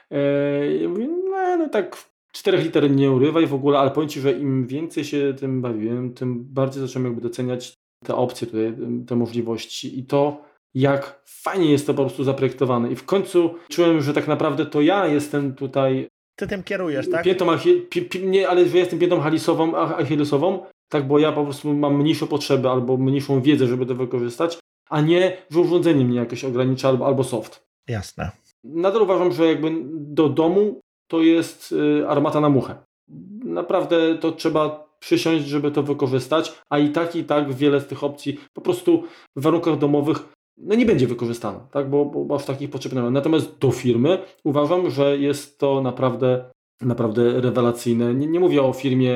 Mówię, tak 4 liter nie urywaj w ogóle, ale powiem Ci, że im więcej się tym bawiłem, tym bardziej zacząłem jakby doceniać te opcje tutaj, te możliwości i to, jak fajnie jest to po prostu zaprojektowane. I w końcu czułem, że tak naprawdę to ja jestem tutaj... Ty tym kierujesz, tak? Piętą nie, ale że jestem piętą achillesową, tak, bo ja po prostu mam mniejsze potrzeby albo mniejszą wiedzę, żeby to wykorzystać, a nie, że urządzenie mnie jakoś ogranicza albo soft. Jasne. Nadal uważam, że jakby do domu to jest armata na muchę. Naprawdę to trzeba przysiąść, żeby to wykorzystać, a i tak wiele z tych opcji po prostu w warunkach domowych nie będzie wykorzystane, tak? bo aż takich potrzeb nie ma. Natomiast do firmy uważam, że jest to naprawdę rewelacyjne. Nie mówię o firmie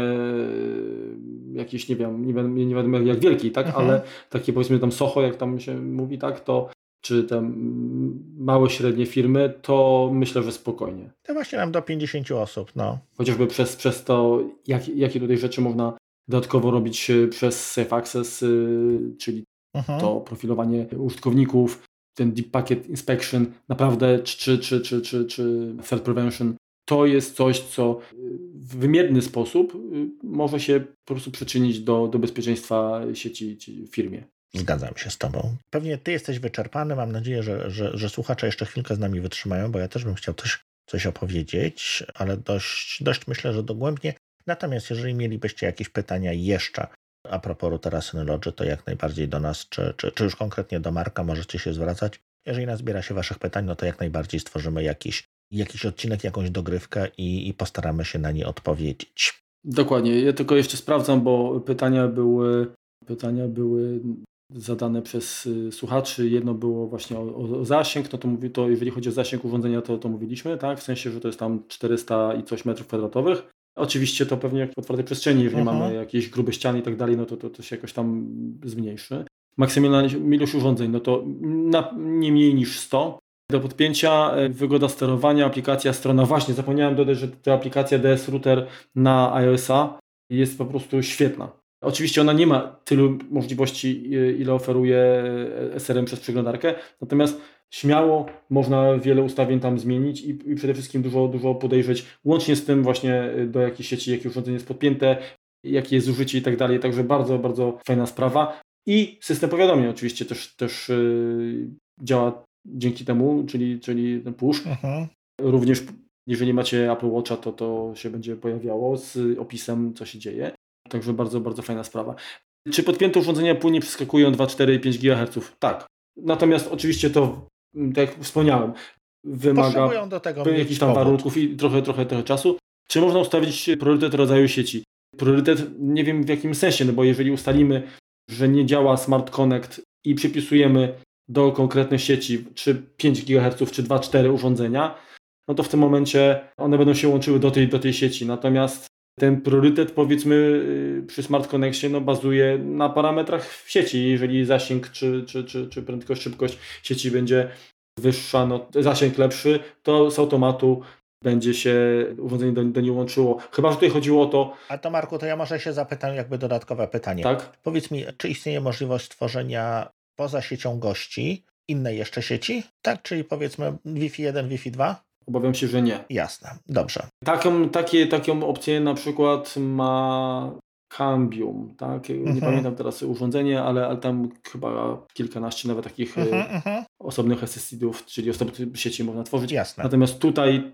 jakiejś, nie wiadomo jak wielkiej, tak? Ale takie powiedzmy tam Soho, jak tam się mówi, tak? To czy te małe, średnie firmy, to myślę, że spokojnie. To właśnie mam do 50 osób, no. Chociażby przez to, jakie tutaj rzeczy można dodatkowo robić przez Safe Access, czyli to profilowanie użytkowników, ten Deep Packet Inspection naprawdę, czy Threat Prevention, to jest coś, co w wymierny sposób może się po prostu przyczynić do bezpieczeństwa sieci w firmie. Zgadzam się z Tobą. Pewnie Ty jesteś wyczerpany. Mam nadzieję, że słuchacze jeszcze chwilkę z nami wytrzymają, bo ja też bym chciał coś opowiedzieć, ale dość myślę, że dogłębnie. Natomiast jeżeli mielibyście jakieś pytania jeszcze a propos routera Synology, to jak najbardziej do nas, czy już konkretnie do Marka możecie się zwracać. Jeżeli nazbiera się Waszych pytań, no to jak najbardziej stworzymy jakiś odcinek, jakąś dogrywkę i postaramy się na nie odpowiedzieć. Dokładnie. Ja tylko jeszcze sprawdzam, bo pytania były zadane przez słuchaczy. Jedno było właśnie o zasięg, no to jeżeli chodzi o zasięg urządzenia, to mówiliśmy, tak? W sensie, że to jest tam 400 i coś metrów kwadratowych. Oczywiście to pewnie jak w otwartej przestrzeni, jeżeli mamy jakieś grube ściany i tak dalej, no to się jakoś tam zmniejszy. Maksymalna ilość urządzeń, no to nie mniej niż 100. Do podpięcia, wygoda sterowania, aplikacja, strona. Właśnie, zapomniałem dodać, że ta aplikacja DS Router na iOS-a jest po prostu świetna. Oczywiście ona nie ma tylu możliwości, ile oferuje SRM przez przeglądarkę, natomiast śmiało można wiele ustawień tam zmienić i przede wszystkim dużo podejrzeć, łącznie z tym właśnie do jakiej sieci, jakie urządzenie jest podpięte, jakie jest zużycie i tak dalej. Także bardzo, bardzo fajna sprawa. I system powiadomień oczywiście też działa dzięki temu, czyli ten push. Również jeżeli macie Apple Watcha, to się będzie pojawiało z opisem, co się dzieje. Także bardzo, bardzo fajna sprawa. Czy podpięte urządzenia płynnie przeskakują 2, 4 i 5 GHz? Tak. Natomiast oczywiście to, tak jak wspomniałem, wymaga do tego jakichś tam warunków i trochę czasu. Czy można ustawić priorytet rodzaju sieci? Priorytet nie wiem w jakim sensie, no bo jeżeli ustalimy, że nie działa Smart Connect i przypisujemy do konkretnej sieci czy 5 GHz, czy 2-4 urządzenia, no to w tym momencie one będą się łączyły do tej sieci. Natomiast ten priorytet, powiedzmy, przy Smart Connectie bazuje na parametrach w sieci. Jeżeli zasięg czy prędkość, szybkość sieci będzie wyższa, no zasięg lepszy, to z automatu będzie się urządzenie do niej łączyło. Chyba, że tutaj chodziło o to... A to Marku, to ja może się zapytam jakby dodatkowe pytanie. Tak? Powiedz mi, czy istnieje możliwość tworzenia poza siecią gości innej jeszcze sieci? Tak, czyli powiedzmy Wi-Fi 1, Wi-Fi 2? Obawiam się, że nie. Jasne, dobrze. Taką opcję na przykład ma Cambium, tak? Nie pamiętam teraz urządzenie, ale tam chyba kilkanaście nawet takich osobnych SSID-ów, czyli osobnych sieci można tworzyć. Jasne. Natomiast tutaj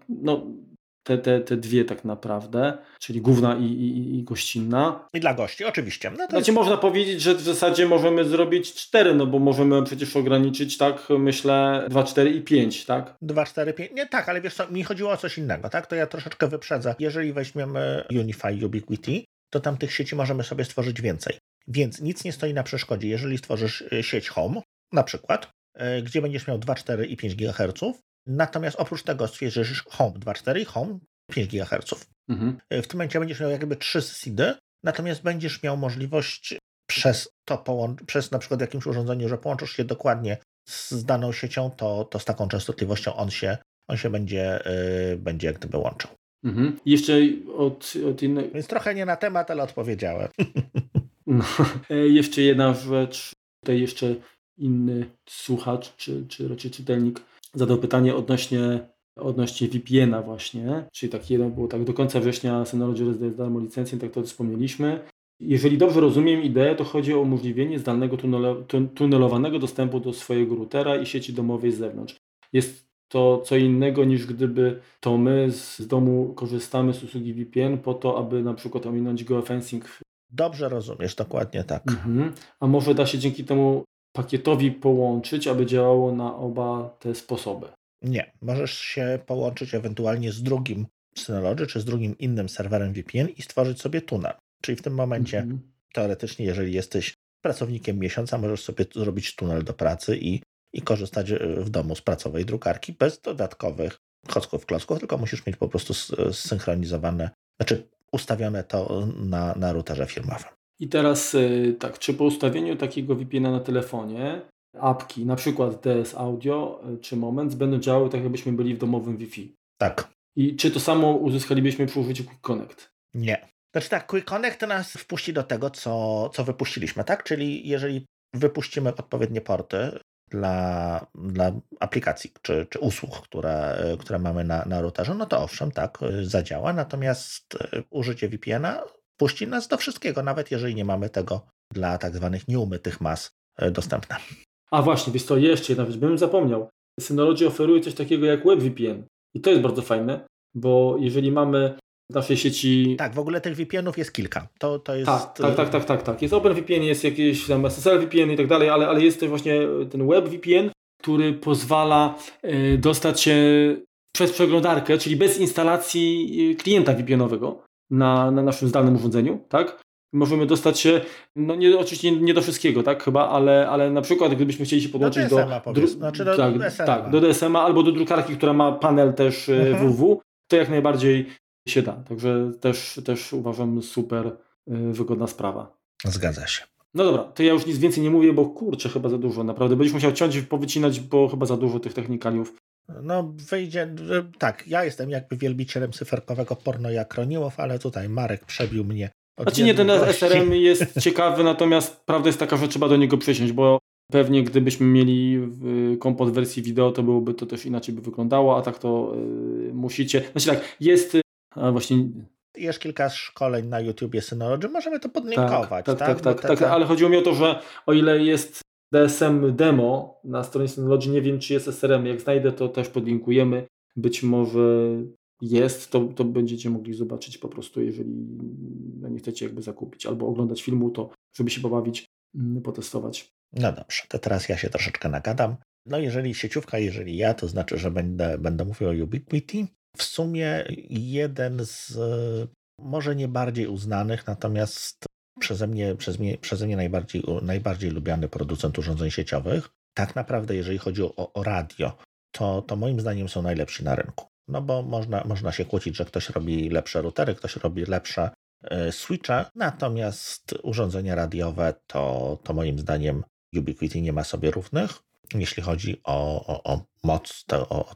te dwie tak naprawdę, czyli główna i gościnna. I dla gości, oczywiście. No to znaczy można powiedzieć, że w zasadzie możemy zrobić 4, no bo możemy przecież ograniczyć, tak, myślę, 2, 4 i 5, tak? 2, 4, 5, nie tak, ale wiesz co, mi chodziło o coś innego, tak? To ja troszeczkę wyprzedzę. Jeżeli weźmiemy Unify Ubiquiti, to tam tych sieci możemy sobie stworzyć więcej. Więc nic nie stoi na przeszkodzie, jeżeli stworzysz sieć Home, na przykład, gdzie będziesz miał 2, 4 i 5 GHz, natomiast oprócz tego stworzysz Home 2.4 i Home 5 GHz. W tym momencie będziesz miał jakby 3 SSID, natomiast będziesz miał możliwość przez na przykład jakimś urządzeniu, że połączysz się dokładnie z daną siecią, to z taką częstotliwością on się będzie jak gdyby łączył. Jeszcze od innej... Więc trochę nie na temat, ale odpowiedziałem. No. Jeszcze jedna rzecz. Tutaj jeszcze inny słuchacz, czy raczej czytelnik zadał pytanie odnośnie VPN-a właśnie. Czyli tak jeden było tak, do końca września Synology rozdaje darmo licencję, tak to wspomnieliśmy. Jeżeli dobrze rozumiem ideę, to chodzi o umożliwienie zdalnego tunelowanego dostępu do swojego routera i sieci domowej z zewnątrz. Jest to co innego niż gdyby to my z domu korzystamy z usługi VPN po to, aby na przykład ominąć geofencing. Dobrze rozumiesz, dokładnie tak. A może da się dzięki temu pakietowi połączyć, aby działało na oba te sposoby? Nie. Możesz się połączyć ewentualnie z drugim Synology, czy z drugim innym serwerem VPN i stworzyć sobie tunel. Czyli w tym momencie teoretycznie, jeżeli jesteś pracownikiem miesiąca, możesz sobie zrobić tunel do pracy i korzystać w domu z pracowej drukarki bez dodatkowych klocków, tylko musisz mieć po prostu zsynchronizowane, znaczy ustawione to na routerze firmowym. I teraz tak, czy po ustawieniu takiego VPN-a na telefonie apki, na przykład DS Audio czy Moments będą działały tak, jakbyśmy byli w domowym Wi-Fi? Tak. I czy to samo uzyskalibyśmy przy użyciu Quick Connect? Nie. Znaczy tak, Quick Connect nas wpuści do tego, co wypuściliśmy, tak? Czyli jeżeli wypuścimy odpowiednie porty dla aplikacji czy usług, które mamy na routerze, no to owszem, tak, zadziała, natomiast użycie VPN-a puści nas do wszystkiego, nawet jeżeli nie mamy tego dla tak zwanych nieumytych mas dostępne. A właśnie, wiesz co, jeszcze jedna rzecz, bym zapomniał. Synology oferuje coś takiego jak WebVPN i to jest bardzo fajne, bo jeżeli mamy w naszej sieci... Tak, w ogóle tych VPN-ów jest kilka. To jest... Tak. Jest OpenVPN, jest jakiś tam SSL VPN i tak dalej, ale jest też właśnie ten WebVPN, który pozwala dostać się przez przeglądarkę, czyli bez instalacji klienta VPN-owego na naszym zdalnym urządzeniu, tak? Możemy dostać się, no oczywiście nie do wszystkiego, tak chyba, ale na przykład gdybyśmy chcieli się podłączyć do DSM-a albo do drukarki, która ma panel też www, to jak najbardziej się da. Także też uważam super wygodna sprawa. Zgadza się. No dobra, to ja już nic więcej nie mówię, bo kurczę, chyba za dużo, naprawdę. Będziesz musiał ciąć i powycinać, bo chyba za dużo tych technikaliów. No wyjdzie, tak, ja jestem jakby wielbicielem cyferkowego porno i akronimów, ale tutaj Marek przebił mnie. Znaczy nie, ten SRM jest ciekawy, natomiast prawda jest taka, że trzeba do niego przysiąść, bo pewnie gdybyśmy mieli kompot w wersji wideo, to byłoby to też inaczej by wyglądało, a tak to musicie. Znaczy tak, jest właśnie... Jest kilka szkoleń na YouTubie Synology, możemy to podlinkować. Tak, ale chodziło mi o to, że o ile jest DSM demo na stronie Synology, nie wiem czy jest SRM, jak znajdę to też podlinkujemy, być może jest, to będziecie mogli zobaczyć po prostu, jeżeli nie chcecie jakby zakupić albo oglądać filmu, to żeby się pobawić, potestować. No dobrze, to teraz ja się troszeczkę nagadam. No jeżeli sieciówka, jeżeli ja, to znaczy, że będę mówił o Ubiquiti. W sumie jeden z może nie bardziej uznanych, natomiast przeze mnie najbardziej lubiany producent urządzeń sieciowych. Tak naprawdę, jeżeli chodzi o radio, to moim zdaniem są najlepsi na rynku. No bo można się kłócić, że ktoś robi lepsze routery, ktoś robi lepsze switche, natomiast urządzenia radiowe to moim zdaniem Ubiquiti nie ma sobie równych, jeśli chodzi o moc,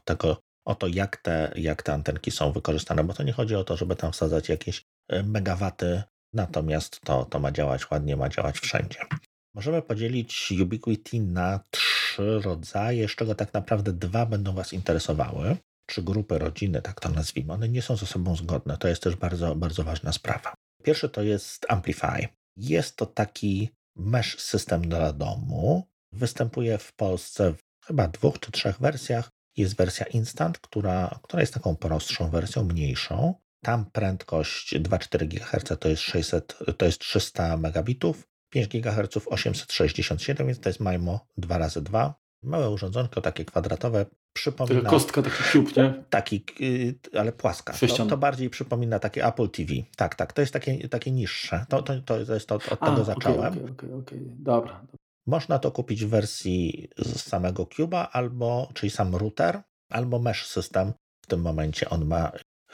o to jak te antenki są wykorzystane, bo to nie chodzi o to, żeby tam wsadzać jakieś megawaty, natomiast to ma działać ładnie, ma działać wszędzie. Możemy podzielić Ubiquiti na 3 rodzaje, z czego tak naprawdę 2 będą Was interesowały, czy grupy rodziny, tak to nazwijmy. One nie są ze sobą zgodne, to jest też bardzo, bardzo ważna sprawa. Pierwszy to jest Amplify. Jest to taki mesh system dla domu. Występuje w Polsce w chyba 2 czy 3 wersjach. Jest wersja Instant, która jest taką prostszą wersją, mniejszą. Tam prędkość 2,4 GHz to jest 300 megabitów, 5 GHz 867, więc to jest MIMO 2x2. Małe urządzonko, takie kwadratowe, przypomina... Taka kostka, taki cube, nie? Taki, ale płaska. To bardziej przypomina takie Apple TV. Tak, to jest takie niższe. To jest od tego zacząłem. Okej. Dobra. Można to kupić w wersji z samego Cube'a, czyli sam router, albo mesh system. W tym momencie on ma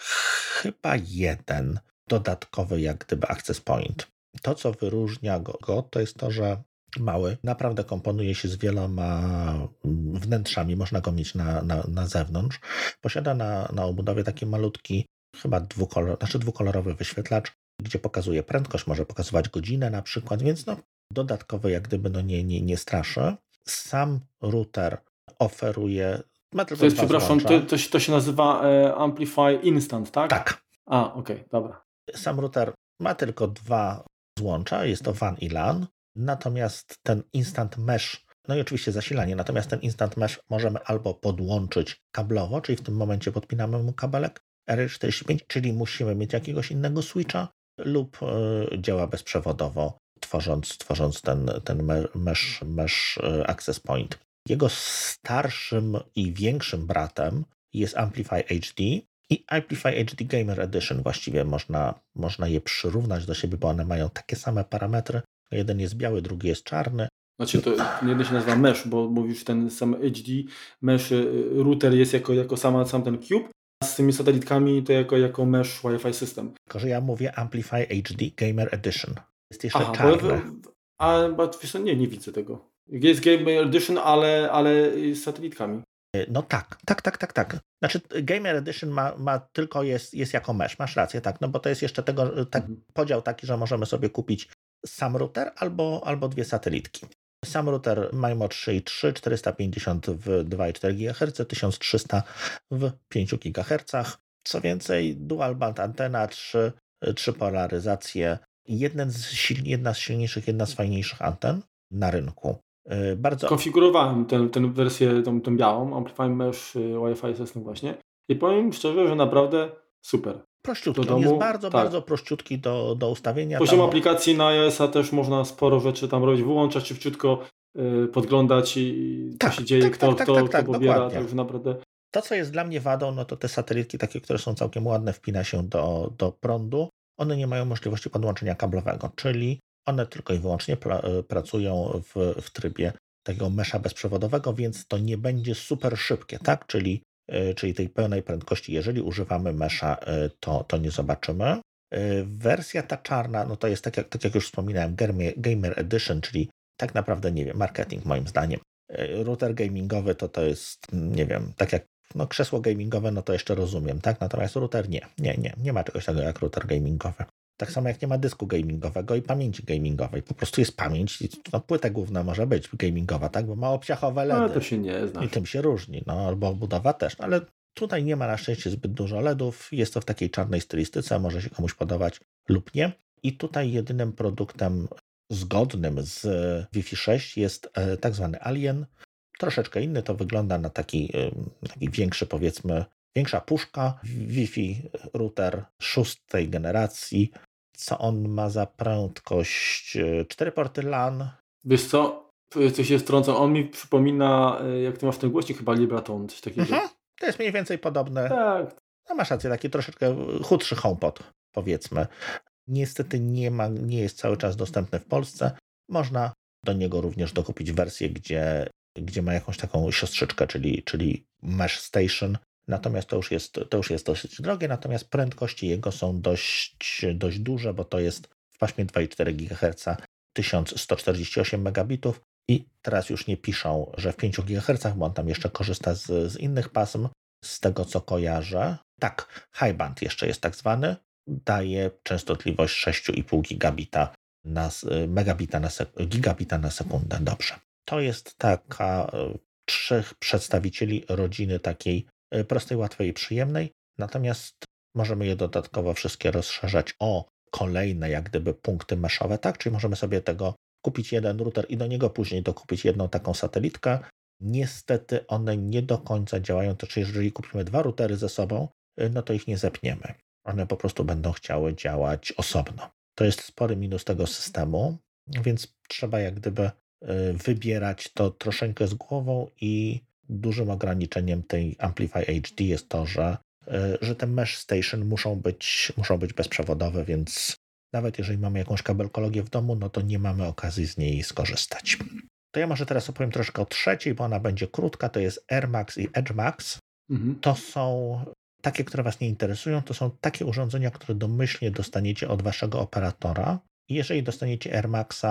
chyba jeden dodatkowy jak gdyby access point. To, co wyróżnia go, to jest to, że mały, naprawdę komponuje się z wieloma wnętrzami, można go mieć na zewnątrz. Posiada na obudowie taki malutki, chyba dwukolorowy wyświetlacz, gdzie pokazuje prędkość, może pokazywać godzinę na przykład, więc dodatkowy jak gdyby nie straszy. Sam router oferuje... To jest, przepraszam, to się nazywa Amplify Instant, tak? Tak. Okej, dobra. Sam router ma tylko 2 złącza, jest to WAN i LAN, natomiast ten Instant Mesh, no i oczywiście zasilanie, natomiast ten Instant Mesh możemy albo podłączyć kablowo, czyli w tym momencie podpinamy mu kabelek RJ45, czyli musimy mieć jakiegoś innego switcha, lub działa bezprzewodowo, tworząc ten mesh access point. Jego starszym i większym bratem jest Amplify HD i Amplify HD Gamer Edition. Właściwie można je przyrównać do siebie, bo one mają takie same parametry. Jeden jest biały, drugi jest czarny. Znaczy to jeden się nazywa mesh, bo mówisz ten sam HD mesh router jest jako sam ten cube, a z tymi satelitkami to jako mesh Wi-Fi system. Tylko, że ja mówię Amplify HD Gamer Edition. Jest jeszcze czarny. Nie widzę tego. Jest Gamer Edition, ale z satelitkami. No tak. Znaczy Gamer Edition ma tylko jest jako mesh, masz rację, tak, no bo to jest jeszcze podział taki, że możemy sobie kupić sam router albo 2 satelitki. Sam router MIMO 3.3, 450 w 2,4 GHz, 1300 w 5 GHz. Co więcej, dual band antena, 3 polaryzacje, jedna z silniejszych, jedna z fajniejszych anten na rynku. Bardzo... Konfigurowałem tę wersję, tą białą, Amplify Mesh Wi-Fi System właśnie i powiem szczerze, że naprawdę super. Prościutki, on jest bardzo prościutki do ustawienia. Poziom aplikacji na iOS-a też można sporo rzeczy tam robić, wyłączać szybciutko, podglądać i co się dzieje, kto pobiera, także naprawdę... To, co jest dla mnie wadą, no to te satelitki takie, które są całkiem ładne, wpina się do prądu, one nie mają możliwości podłączenia kablowego, czyli one tylko i wyłącznie pracują w trybie takiego mesza bezprzewodowego, więc to nie będzie super szybkie, tak? Czyli tej pełnej prędkości, jeżeli używamy mesza, to nie zobaczymy. Wersja ta czarna, no to jest tak jak już wspominałem, Gamer Edition, czyli tak naprawdę, nie wiem, marketing moim zdaniem. Router gamingowy to jest, nie wiem, tak jak krzesło gamingowe, no to jeszcze rozumiem, tak? Natomiast router nie ma czegoś takiego jak router gamingowy. Tak samo jak nie ma dysku gamingowego i pamięci gamingowej. Po prostu jest pamięć, płyta główna może być gamingowa, tak? Bo ma obciachowe LEDy. No to się nie zna. I tym się różni, albo budowa też, ale tutaj nie ma na szczęście zbyt dużo LEDów, jest to w takiej czarnej stylistyce, może się komuś podobać lub nie. I tutaj jedynym produktem zgodnym z Wi-Fi 6 jest tak zwany Alien. Troszeczkę inny, to wygląda na taki większy, powiedzmy, większa puszka. Wi-Fi router 6. generacji. Co on ma za prędkość? 4 porty LAN. Wiesz co? Coś się wtrąca. On mi przypomina, jak ty masz ten głośnik, chyba Libraton, coś takiego. To jest mniej więcej podobne. Tak. No masz rację, taki troszeczkę chudszy HomePod, powiedzmy. Niestety nie jest cały czas dostępny w Polsce. Można do niego również dokupić wersję, gdzie ma jakąś taką siostrzyczkę, czyli Mesh Station. Natomiast to już jest dosyć drogie, natomiast prędkości jego są dość duże, bo to jest w paśmie 2,4 GHz 1148 megabitów i teraz już nie piszą, że w 5 GHz, bo on tam jeszcze korzysta z innych pasm, z tego co kojarzę. Tak, high band jeszcze jest tak zwany, daje częstotliwość 6,5 gigabita na sekundę. Dobrze. To jest taka 3 przedstawicieli rodziny takiej prostej, łatwej i przyjemnej, natomiast możemy je dodatkowo wszystkie rozszerzać o kolejne jak gdyby punkty meszowe, tak? Czyli możemy sobie kupić jeden router i do niego później dokupić jedną taką satelitkę. Niestety one nie do końca działają, to czyli jeżeli kupimy 2 routery ze sobą, no to ich nie zepniemy. One po prostu będą chciały działać osobno. To jest spory minus tego systemu, więc trzeba jak gdyby wybierać to troszeczkę z głową i dużym ograniczeniem tej Amplify HD jest to, że te Mesh Station muszą być bezprzewodowe, więc nawet jeżeli mamy jakąś kabelkologię w domu, no to nie mamy okazji z niej skorzystać. To ja może teraz opowiem troszkę o trzeciej, bo ona będzie krótka, to jest AirMax i EdgeMax. To są takie, które Was nie interesują, to są takie urządzenia, które domyślnie dostaniecie od Waszego operatora. I jeżeli dostaniecie AirMaxa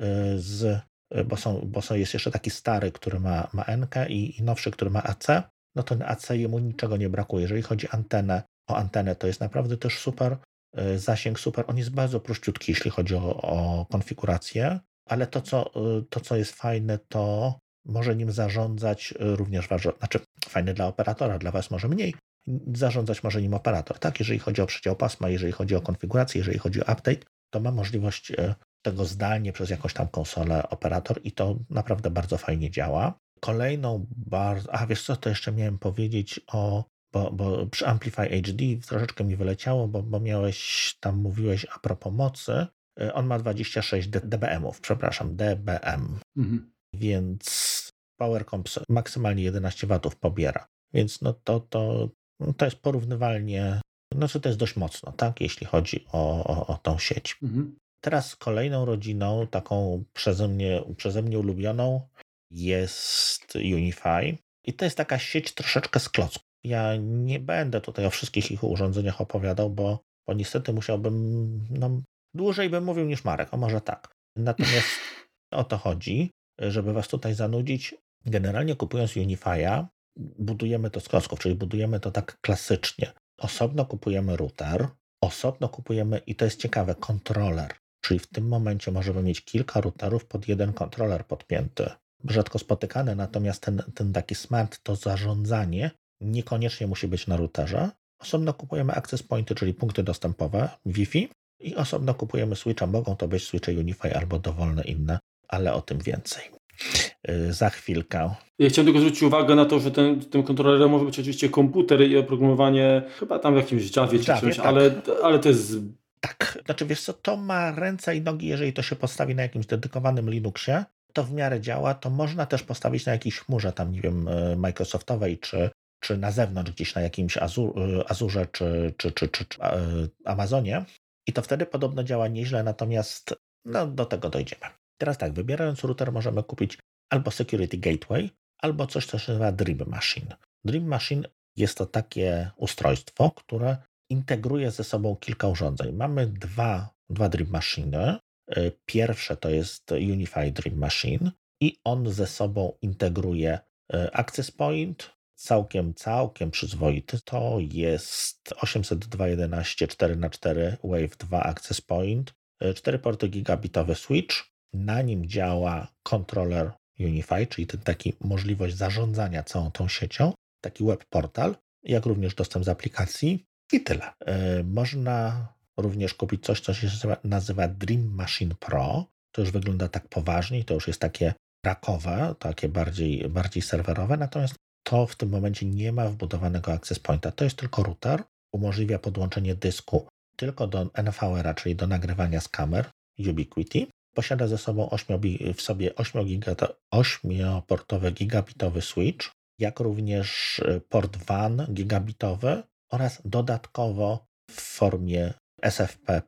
bo jest jeszcze taki stary, który ma NK i nowszy, który ma AC, no to AC jemu niczego nie brakuje. Jeżeli chodzi o antenę, to jest naprawdę też super, zasięg super, on jest bardzo prościutki, jeśli chodzi o konfigurację, ale to, co jest fajne, to może nim zarządzać również fajne dla operatora, dla Was może mniej, zarządzać może nim operator, tak? Jeżeli chodzi o przedział pasma, jeżeli chodzi o konfigurację, jeżeli chodzi o update, to ma możliwość tego zdalnie przez jakąś tam konsolę operator i to naprawdę bardzo fajnie działa. Kolejną wiesz co, to jeszcze miałem powiedzieć bo przy Amplify HD troszeczkę mi wyleciało, bo mówiłeś a propos mocy, on ma 26 dBm-ów, dBm, więc PowerComp maksymalnie 11 W pobiera, więc no to jest porównywalnie, to jest dość mocno, tak, jeśli chodzi o tą sieć. Teraz kolejną rodziną, taką przeze mnie ulubioną, jest Unify. I to jest taka sieć troszeczkę z klocków. Ja nie będę tutaj o wszystkich ich urządzeniach opowiadał, bo niestety musiałbym, dłużej bym mówił niż Marek, może tak. Natomiast o to chodzi, żeby Was tutaj zanudzić. Generalnie kupując Unify'a, budujemy to z klocków, czyli budujemy to tak klasycznie. Osobno kupujemy router, osobno kupujemy, i to jest ciekawe, kontroler. Czyli w tym momencie możemy mieć kilka routerów pod jeden kontroler podpięty. Rzadko spotykane, natomiast ten taki smart, to zarządzanie niekoniecznie musi być na routerze. Osobno kupujemy access pointy, czyli punkty dostępowe Wi-Fi i osobno kupujemy switcha. Mogą to być switche Unify albo dowolne inne, ale o tym więcej za chwilkę. Ja chciałem tylko zwrócić uwagę na to, że tym kontrolerem może być oczywiście komputer i oprogramowanie chyba tam w jakimś Javie czy czymś, tak. ale to jest... Tak, znaczy wiesz co, to ma ręce i nogi, jeżeli to się postawi na jakimś dedykowanym Linuxie, to w miarę działa, to można też postawić na jakiejś chmurze tam, nie wiem, Microsoftowej, czy na zewnątrz gdzieś na jakimś Azurze, czy Amazonie i to wtedy podobno działa nieźle, natomiast do tego dojdziemy. Teraz tak, wybierając router możemy kupić albo Security Gateway, albo coś, co się nazywa Dream Machine. Dream Machine jest to takie ustrojstwo, które integruje ze sobą kilka urządzeń. Mamy dwa Dream Machine. Pierwsze to jest Unified Dream Machine i on ze sobą integruje Access Point, całkiem przyzwoity. To jest 802.11 4x4 Wave 2 Access Point, 4 porty gigabitowy switch. Na nim działa kontroler Unify, czyli taki możliwość zarządzania całą tą siecią, taki web portal, jak również dostęp z aplikacji i tyle. Można również kupić coś, co się nazywa Dream Machine Pro. To już wygląda tak poważniej, to już jest takie rackowe, takie bardziej serwerowe, natomiast to w tym momencie nie ma wbudowanego access pointa. To jest tylko router, umożliwia podłączenie dysku tylko do NVR-a, czyli do nagrywania z kamer Ubiquiti. Posiada ze sobą w sobie 8-portowy gigabitowy switch, jak również port WAN gigabitowy oraz dodatkowo w formie SFP+,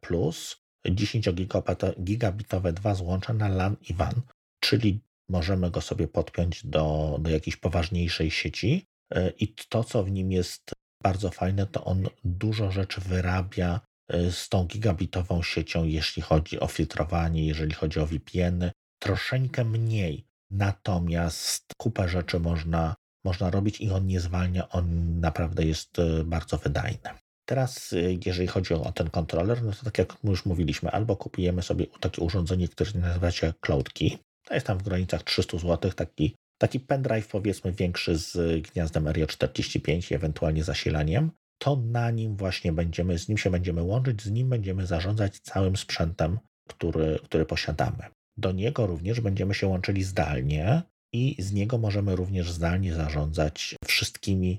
10-gigabitowe dwa złącza na LAN i WAN, czyli możemy go sobie podpiąć do jakiejś poważniejszej sieci i to, co w nim jest bardzo fajne, to on dużo rzeczy wyrabia z tą gigabitową siecią, jeśli chodzi o filtrowanie, jeżeli chodzi o VPN-y, troszeczkę mniej, natomiast kupę rzeczy można robić i on nie zwalnia, on naprawdę jest bardzo wydajny. Teraz, jeżeli chodzi o ten kontroler, no to tak jak już mówiliśmy, albo kupujemy sobie takie urządzenie, które nazywa się CloudKey, to jest tam w granicach 300 zł, taki pendrive powiedzmy większy z gniazdem RJ45 i ewentualnie zasilaniem, to na nim właśnie z nim się będziemy łączyć, z nim będziemy zarządzać całym sprzętem, który posiadamy. Do niego również będziemy się łączyli zdalnie i z niego możemy również zdalnie zarządzać wszystkimi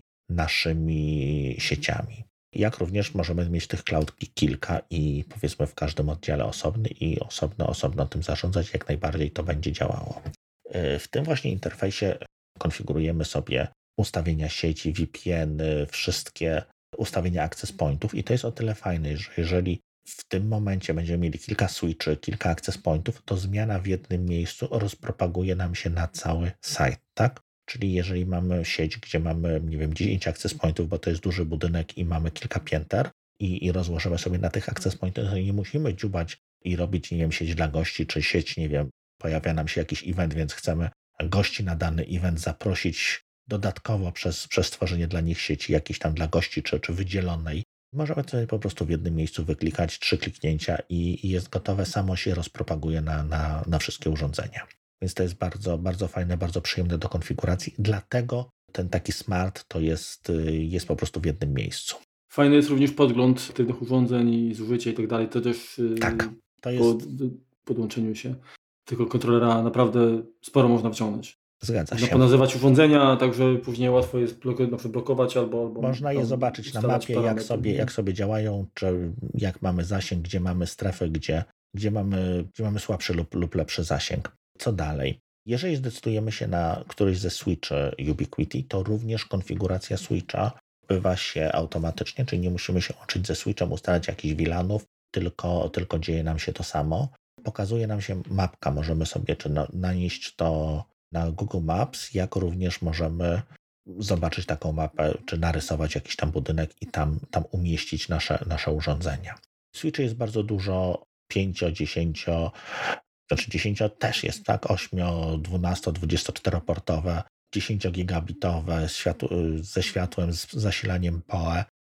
naszymi sieciami. Jak również możemy mieć tych cloudki kilka i powiedzmy w każdym oddziale osobny i osobno tym zarządzać, jak najbardziej to będzie działało. W tym właśnie interfejsie konfigurujemy sobie ustawienia sieci, VPN, wszystkie ustawienia access pointów i to jest o tyle fajne, że jeżeli w tym momencie będziemy mieli kilka switchy, kilka access pointów, to zmiana w jednym miejscu rozpropaguje nam się na cały site, tak? Czyli jeżeli mamy sieć, gdzie mamy, nie wiem, 10 access pointów, bo to jest duży budynek i mamy kilka pięter i rozłożymy sobie na tych access pointach, to nie musimy dziubać i robić, nie wiem, sieć dla gości, czy sieć, nie wiem, pojawia nam się jakiś event, więc chcemy gości na dany event zaprosić dodatkowo przez stworzenie dla nich sieci jakiejś tam dla gości, czy wydzielonej. Możemy sobie po prostu w jednym miejscu wyklikać 3 kliknięcia i jest gotowe, samo się rozpropaguje na wszystkie urządzenia. Więc to jest bardzo, bardzo fajne, bardzo przyjemne do konfiguracji. Dlatego ten taki smart to jest po prostu w jednym miejscu. Fajny jest również podgląd tych urządzeń i zużycie i tak dalej. To też tak, to jest... po podłączeniu się tego kontrolera naprawdę sporo można wciągnąć. Zgadza się. Można ponazywać urządzenia, także później łatwo jest blokować albo można je zobaczyć na mapie, jak sobie działają, czy jak mamy zasięg, gdzie mamy strefy, gdzie mamy słabszy lub lepszy zasięg. Co dalej? Jeżeli zdecydujemy się na któryś ze switchy Ubiquiti, to również konfiguracja switcha odbywa się automatycznie, czyli nie musimy się łączyć ze switchem, ustalać jakichś VLANów, tylko dzieje nam się to samo. Pokazuje nam się mapka, możemy sobie czy nanieść to na Google Maps, jak również możemy zobaczyć taką mapę, czy narysować jakiś tam budynek i tam umieścić nasze urządzenia. Switchy jest bardzo dużo, 5, 10, znaczy 10 też jest, tak, 8, 12, 24-portowe, 10-gigabitowe ze światłem, z zasilaniem PoE.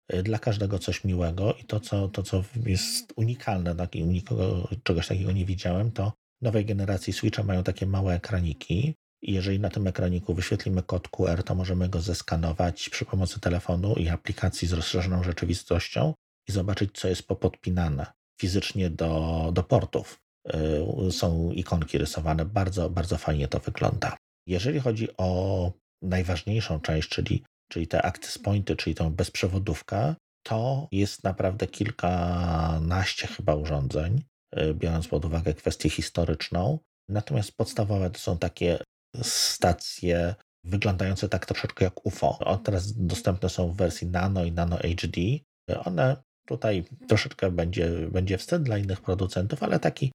dla każdego coś miłego i to co jest unikalne, czegoś takiego nie widziałem, to nowej generacji Switcha mają takie małe ekraniki i jeżeli na tym ekraniku wyświetlimy kod QR, to możemy go zeskanować przy pomocy telefonu i aplikacji z rozszerzoną rzeczywistością i zobaczyć, co jest popodpinane fizycznie do portów. Są ikonki rysowane, bardzo, bardzo fajnie to wygląda. Jeżeli chodzi o najważniejszą część, czyli te access pointy, czyli tą bezprzewodówkę, to jest naprawdę kilkanaście chyba urządzeń, biorąc pod uwagę kwestię historyczną. Natomiast podstawowe to są takie stacje wyglądające tak troszeczkę jak UFO. One teraz dostępne są w wersji Nano i Nano HD. One tutaj troszeczkę będzie wstyd dla innych producentów, ale taki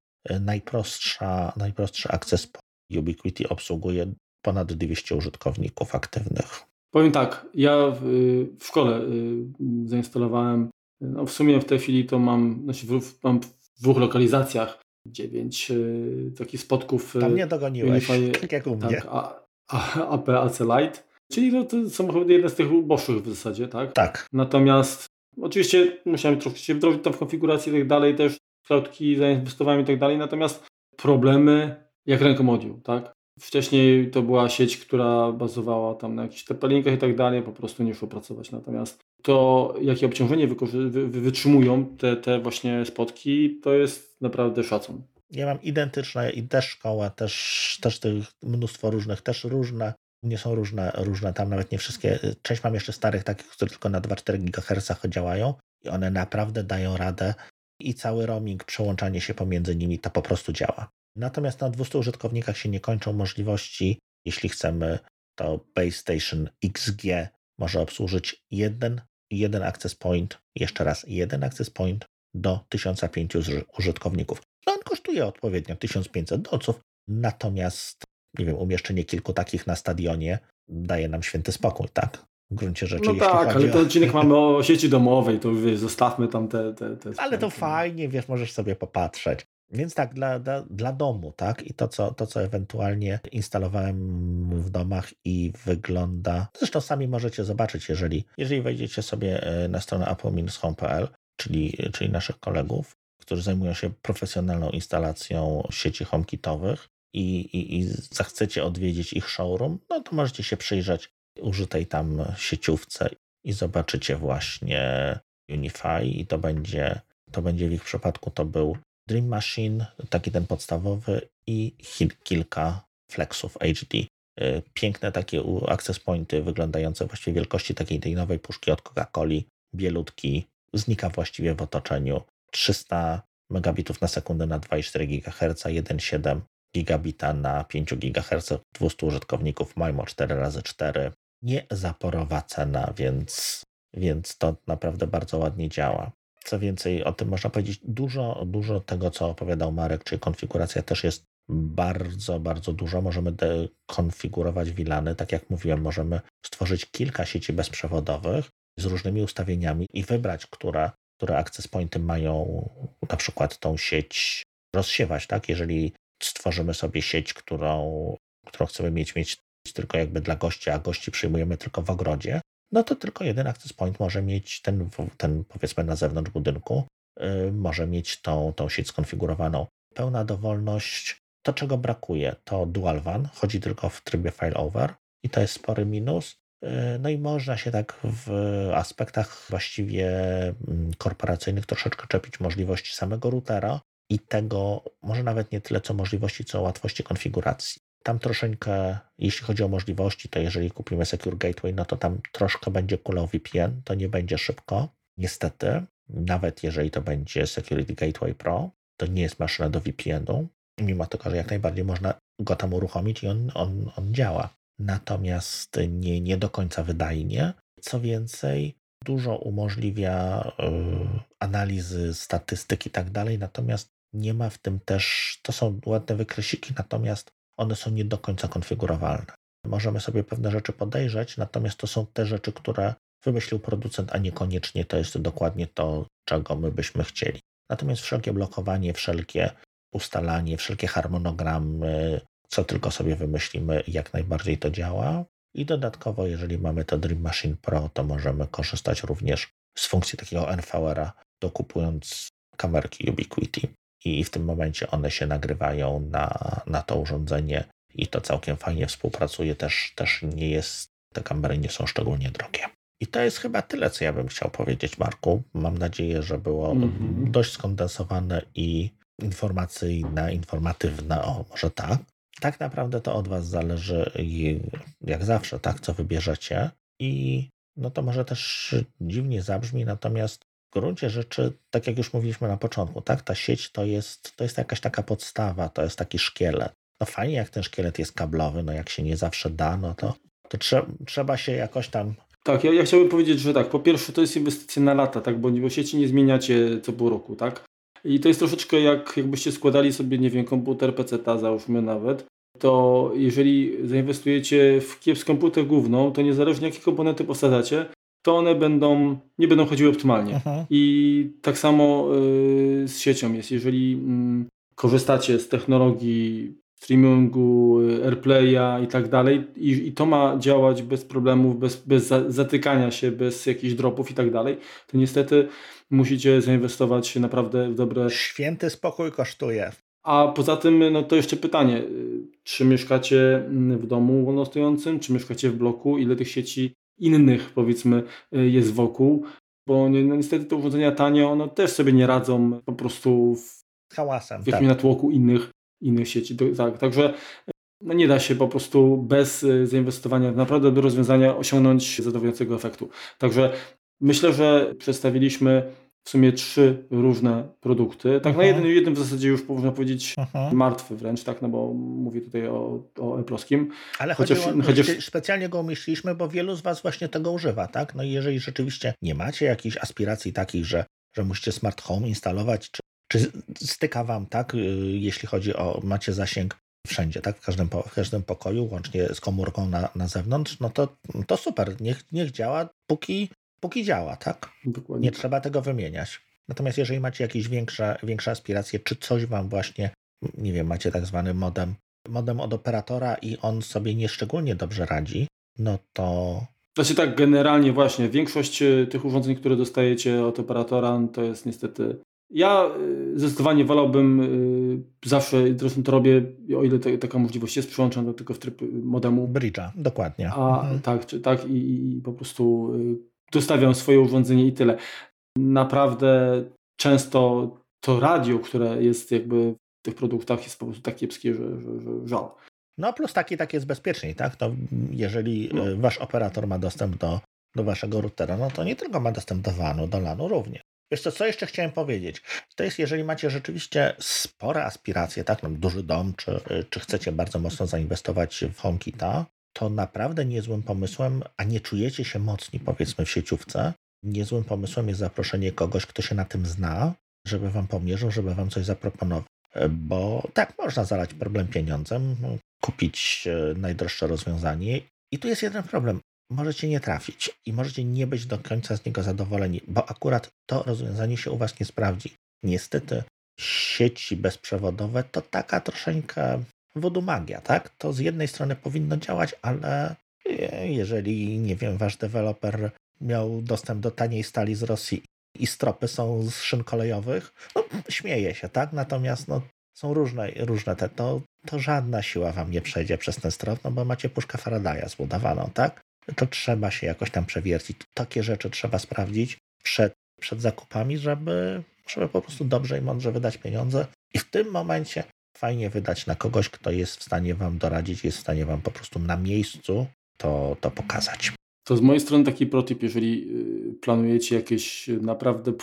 najprostszy access point Ubiquiti obsługuje ponad 200 użytkowników aktywnych. Powiem tak, ja w szkole zainstalowałem, no w sumie w tej chwili to mam w 2 lokalizacjach 9 takich spotków. Tam nie dogoniłeś, tak jak u mnie. AP AC Lite, czyli to są chyba jedne z tych uboższych w zasadzie, tak? Tak. Natomiast oczywiście musiałem troszkę się wdrożyć tam w konfigurację i tak dalej, też cloudki zainwestowałem i tak dalej, natomiast problemy jak ręką odjął, tak? Wcześniej to była sieć, która bazowała tam na jakichś TP-linkach i tak dalej, po prostu nie szło pracować. Natomiast to, jakie obciążenie wytrzymują te właśnie spotki, to jest naprawdę szacun. Ja mam identyczne i też szkoła, też tych mnóstwo różnych, też różne, nie są różne, tam nawet nie wszystkie. Część mam jeszcze starych takich, które tylko na 2,4 GHz działają i one naprawdę dają radę i cały roaming, przełączanie się pomiędzy nimi, to po prostu działa. Natomiast na 200 użytkownikach się nie kończą możliwości. Jeśli chcemy, to Base Station XG może obsłużyć jeden access point, jeszcze raz, jeden access point do 1500 użytkowników. No on kosztuje odpowiednio 1500 dolców, natomiast nie wiem, umieszczenie kilku takich na stadionie daje nam święty spokój, tak? W gruncie rzeczy. No tak, ale ten odcinek mamy o sieci domowej, to zostawmy tam te ale to fajnie, możesz sobie popatrzeć. Więc tak, dla domu, tak? I to, co ewentualnie instalowałem w domach i wygląda... Zresztą sami możecie zobaczyć, jeżeli wejdziecie sobie na stronę appleminus.home.pl, czyli naszych kolegów, którzy zajmują się profesjonalną instalacją sieci HomeKitowych i zechcecie odwiedzić ich showroom, no to możecie się przyjrzeć użytej tam sieciówce i zobaczycie właśnie Unify i to będzie w ich przypadku to był Dream Machine, taki ten podstawowy i kilka Flexów HD. Piękne takie access pointy wyglądające właściwie wielkości takiej tej nowej puszki od Coca-Coli, bielutki, znika właściwie w otoczeniu. 300 megabitów na sekundę na 2,4 GHz, 1,7 gigabita na 5 GHz, 200 użytkowników, MIMO 4x4. Niezaporowa cena, więc to naprawdę bardzo ładnie działa. Co więcej, o tym można powiedzieć, dużo tego, co opowiadał Marek, czyli konfiguracja też jest bardzo, bardzo dużo. Możemy konfigurować VLANy, tak jak mówiłem, możemy stworzyć kilka sieci bezprzewodowych z różnymi ustawieniami i wybrać, które access pointy mają na przykład tą sieć rozsiewać, tak? Jeżeli stworzymy sobie sieć, którą chcemy mieć tylko jakby dla gości, a gości przyjmujemy tylko w ogrodzie, no to tylko jeden access point może mieć ten powiedzmy na zewnątrz budynku, może mieć tą sieć skonfigurowaną. Pełna dowolność. To, czego brakuje, to dual WAN, chodzi tylko w trybie failover i to jest spory minus. No i można się tak w aspektach właściwie korporacyjnych troszeczkę czepić możliwości samego routera i tego, może nawet nie tyle co możliwości, co łatwości konfiguracji. Tam troszeczkę, jeśli chodzi o możliwości, to jeżeli kupimy Secure Gateway, no to tam troszkę będzie kulał VPN, to nie będzie szybko, niestety. Nawet jeżeli to będzie Security Gateway Pro, to nie jest maszyna do VPN-u, mimo tego, że jak najbardziej można go tam uruchomić i on działa. Natomiast nie do końca wydajnie. Co więcej, dużo umożliwia analizy, statystyk i tak dalej, natomiast nie ma w tym też, to są ładne wykresiki, natomiast one są nie do końca konfigurowalne. Możemy sobie pewne rzeczy podejrzeć, natomiast to są te rzeczy, które wymyślił producent, a niekoniecznie to jest dokładnie to, czego my byśmy chcieli. Natomiast wszelkie blokowanie, wszelkie ustalanie, wszelkie harmonogramy, co tylko sobie wymyślimy, jak najbardziej to działa. I dodatkowo, jeżeli mamy to Dream Machine Pro, to możemy korzystać również z funkcji takiego NVR-a, dokupując kamerki Ubiquiti. I w tym momencie one się nagrywają na to urządzenie i to całkiem fajnie współpracuje. Też nie jest, te kamery nie są szczególnie drogie. I to jest chyba tyle, co ja bym chciał powiedzieć, Marku. Mam nadzieję, że było dość skondensowane i informacyjne, informatywne, o może tak. Tak naprawdę to od was zależy, jak zawsze, tak, co wybierzecie. I no to może też dziwnie zabrzmi, natomiast w gruncie rzeczy, tak jak już mówiliśmy na początku, tak, ta sieć to jest jakaś taka podstawa, to jest taki szkielet. No fajnie, jak ten szkielet jest kablowy, no jak się nie zawsze da, no to trzeba się jakoś tam... Tak, ja chciałbym powiedzieć, że tak, po pierwsze to jest inwestycja na lata, tak, bo sieci nie zmieniacie co pół roku, tak? I to jest troszeczkę jakbyście składali sobie, nie wiem, komputer PC-ta, załóżmy nawet, to jeżeli zainwestujecie w kiepski komputer główną, to niezależnie jakie komponenty posadzacie, to one nie będą chodziły optymalnie. I tak samo z siecią jest. Jeżeli korzystacie z technologii streamingu, AirPlaya i tak dalej i to ma działać bez problemów, bez zatykania się, bez jakichś dropów i tak dalej, to niestety musicie zainwestować naprawdę w dobre... Święty spokój kosztuje. A poza tym, no to jeszcze pytanie, czy mieszkacie w domu wolnostojącym, czy mieszkacie w bloku, ile tych sieci innych, powiedzmy, jest wokół, bo niestety te urządzenia tanie, one też sobie nie radzą po prostu hałasem, w jakimś natłoku innych sieci. Tak, także no nie da się po prostu bez zainwestowania w naprawdę dobre rozwiązania osiągnąć zadowalającego efektu. Także myślę, że przedstawiliśmy w sumie 3 różne produkty. Tak na jeden w zasadzie już można powiedzieć martwy wręcz, tak, no bo mówię tutaj o Apple'owskim. Ale specjalnie go umieściliśmy, bo wielu z was właśnie tego używa, tak? No i jeżeli rzeczywiście nie macie jakichś aspiracji takich, że musicie smart home instalować, czy styka wam, tak, jeśli chodzi o, macie zasięg wszędzie, tak, w każdym pokoju, łącznie z komórką na zewnątrz, no to super, niech działa, póki działa, tak? Dokładnie. Nie trzeba tego wymieniać. Natomiast jeżeli macie jakieś większe aspiracje, czy coś wam właśnie, nie wiem, macie tak zwany modem od operatora i on sobie nieszczególnie dobrze radzi, no to... Znaczy tak, generalnie właśnie większość tych urządzeń, które dostajecie od operatora, to jest niestety... Ja zdecydowanie wolałbym zawsze, zresztą to robię, o ile taka możliwość jest, przyłączam do tylko w tryb modemu. Bridge'a, dokładnie. Tak, i po prostu dostawiam swoje urządzenie i tyle. Naprawdę często to radio, które jest jakby w tych produktach, jest po prostu tak kiepskie, że żal. No plus tak jest bezpieczniej, tak? To jeżeli wasz operator ma dostęp do waszego routera, no to nie tylko ma dostęp do WAN-u, do LAN-u również. Wiesz co jeszcze chciałem powiedzieć? To jest, jeżeli macie rzeczywiście spore aspiracje, tak, no, duży dom, czy chcecie bardzo mocno zainwestować w HomeKita, to naprawdę niezłym pomysłem, a nie czujecie się mocni, powiedzmy, w sieciówce, niezłym pomysłem jest zaproszenie kogoś, kto się na tym zna, żeby wam pomierzył, żeby wam coś zaproponował. Bo tak, można zalać problem pieniądzem, kupić najdroższe rozwiązanie i tu jest jeden problem. Możecie nie trafić i możecie nie być do końca z niego zadowoleni, bo akurat to rozwiązanie się u was nie sprawdzi. Niestety sieci bezprzewodowe to taka troszeczkę voodoo magia, tak? To z jednej strony powinno działać, ale jeżeli, nie wiem, wasz deweloper miał dostęp do taniej stali z Rosji i stropy są z szyn kolejowych, no śmieje się, tak? Natomiast no, są różne te, to żadna siła wam nie przejdzie przez ten strop, no bo macie puszkę Faradaya zbudowaną, tak? To trzeba się jakoś tam przewiercić. Takie rzeczy trzeba sprawdzić przed zakupami, żeby po prostu dobrze i mądrze wydać pieniądze. I w tym momencie fajnie wydać na kogoś, kto jest w stanie wam doradzić, jest w stanie wam po prostu na miejscu to pokazać. To z mojej strony taki protip, jeżeli planujecie jakiś naprawdę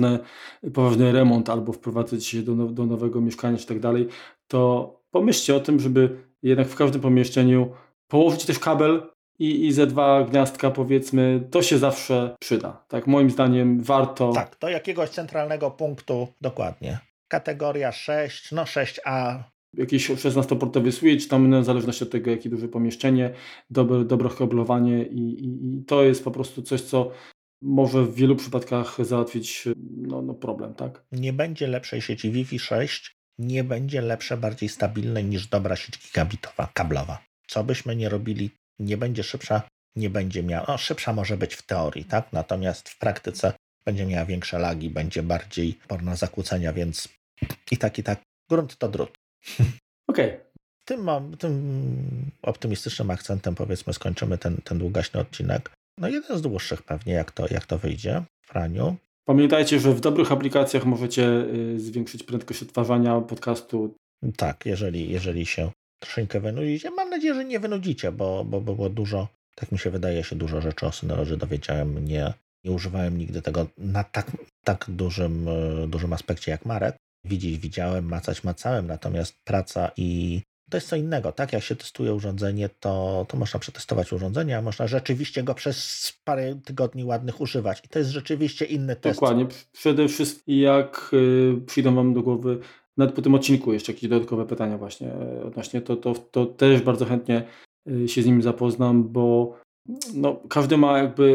poważny remont albo wprowadzać się do nowego mieszkania czy tak dalej, to pomyślcie o tym, żeby jednak w każdym pomieszczeniu położyć też kabel i ze 2 gniazdka, powiedzmy, to się zawsze przyda. Tak, moim zdaniem warto... Tak, do jakiegoś centralnego punktu, dokładnie. Kategoria 6, no 6A. Jakiś 16-portowy switch, tam w zależności od tego, jakie duże pomieszczenie, dobre kablowanie i to jest po prostu coś, co może w wielu przypadkach załatwić problem, tak? Nie będzie lepszej sieci Wi-Fi 6, nie będzie lepsze, bardziej stabilne niż dobra sieć gigabitowa, kablowa. Co byśmy nie robili, nie będzie szybsza nie będzie miała, szybsza może być w teorii, tak? Natomiast w praktyce będzie miała większe lagi, będzie bardziej odporna na zakłócenia, więc i tak, grunt to drut. Okej. Tym optymistycznym akcentem, powiedzmy, skończymy ten długaśny odcinek. No jeden z dłuższych pewnie, jak to wyjdzie, Franiu. Pamiętajcie, że w dobrych aplikacjach możecie zwiększyć prędkość odtwarzania podcastu. Tak, jeżeli się troszeczkę wynudzicie. Mam nadzieję, że nie wynudzicie, bo było dużo, tak mi się wydaje, się dużo rzeczy o Synology dowiedziałem. Nie używałem nigdy tego na tak dużym aspekcie jak Marek. Widziałem, macałem, natomiast praca i to jest co innego, tak? Jak się testuje urządzenie, to można przetestować urządzenie, a można rzeczywiście go przez parę tygodni ładnych używać. I to jest rzeczywiście inny test. Dokładnie. Przede wszystkim jak przyjdą wam do głowy, nawet po tym odcinku jeszcze jakieś dodatkowe pytania właśnie odnośnie, to też bardzo chętnie się z nim zapoznam, bo każdy ma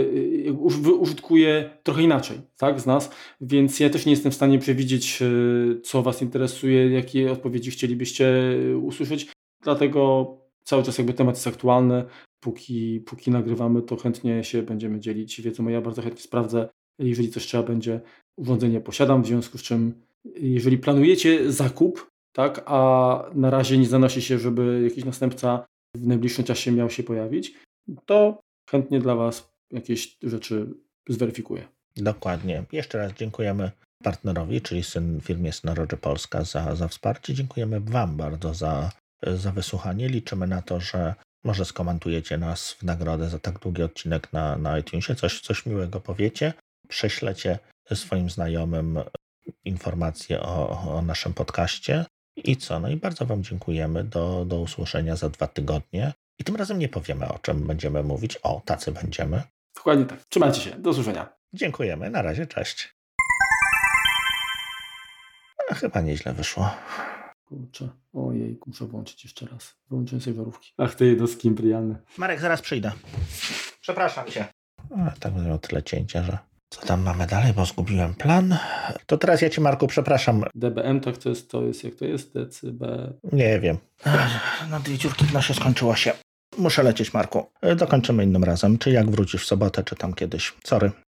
użytkuje trochę inaczej, tak, z nas, więc ja też nie jestem w stanie przewidzieć, co was interesuje, jakie odpowiedzi chcielibyście usłyszeć, dlatego cały czas temat jest aktualny, póki nagrywamy, to chętnie się będziemy dzielić wiedzą, ja bardzo chętnie sprawdzę, jeżeli coś trzeba będzie, urządzenie posiadam, w związku z czym jeżeli planujecie zakup, tak, a na razie nie zanosi się, żeby jakiś następca w najbliższym czasie miał się pojawić, to chętnie dla was jakieś rzeczy zweryfikuję. Dokładnie. Jeszcze raz dziękujemy partnerowi, czyli firmie Synology Polska za wsparcie. Dziękujemy wam bardzo za wysłuchanie. Liczymy na to, że może skomentujecie nas w nagrodę za tak długi odcinek na iTunesie, coś miłego powiecie, prześlecie swoim znajomym informacje o naszym podcaście i co? No i bardzo wam dziękujemy. Do usłyszenia za 2 tygodnie. I tym razem nie powiemy, o czym będziemy mówić. Tacy będziemy. Dokładnie tak. Trzymajcie się. Do usłyszenia. Dziękujemy. Na razie. Cześć. Chyba nieźle wyszło. Kurczę. Ojej, muszę włączyć jeszcze raz. Wyłączyłem sobie żarówki. Ach, ty jednostki imperialne. Marek, zaraz przyjdę. Przepraszam cię. Tak będę miał tyle cięcia, że... Co tam mamy dalej, bo zgubiłem plan. To teraz ja ci, Marku, przepraszam. DBM, tak to jest jak to jest? Decybel... Nie wiem. No 2 dziurki w nosie skończyło się. Muszę lecieć, Marku. Dokończymy innym razem. Czy jak wrócisz w sobotę, czy tam kiedyś. Sorry.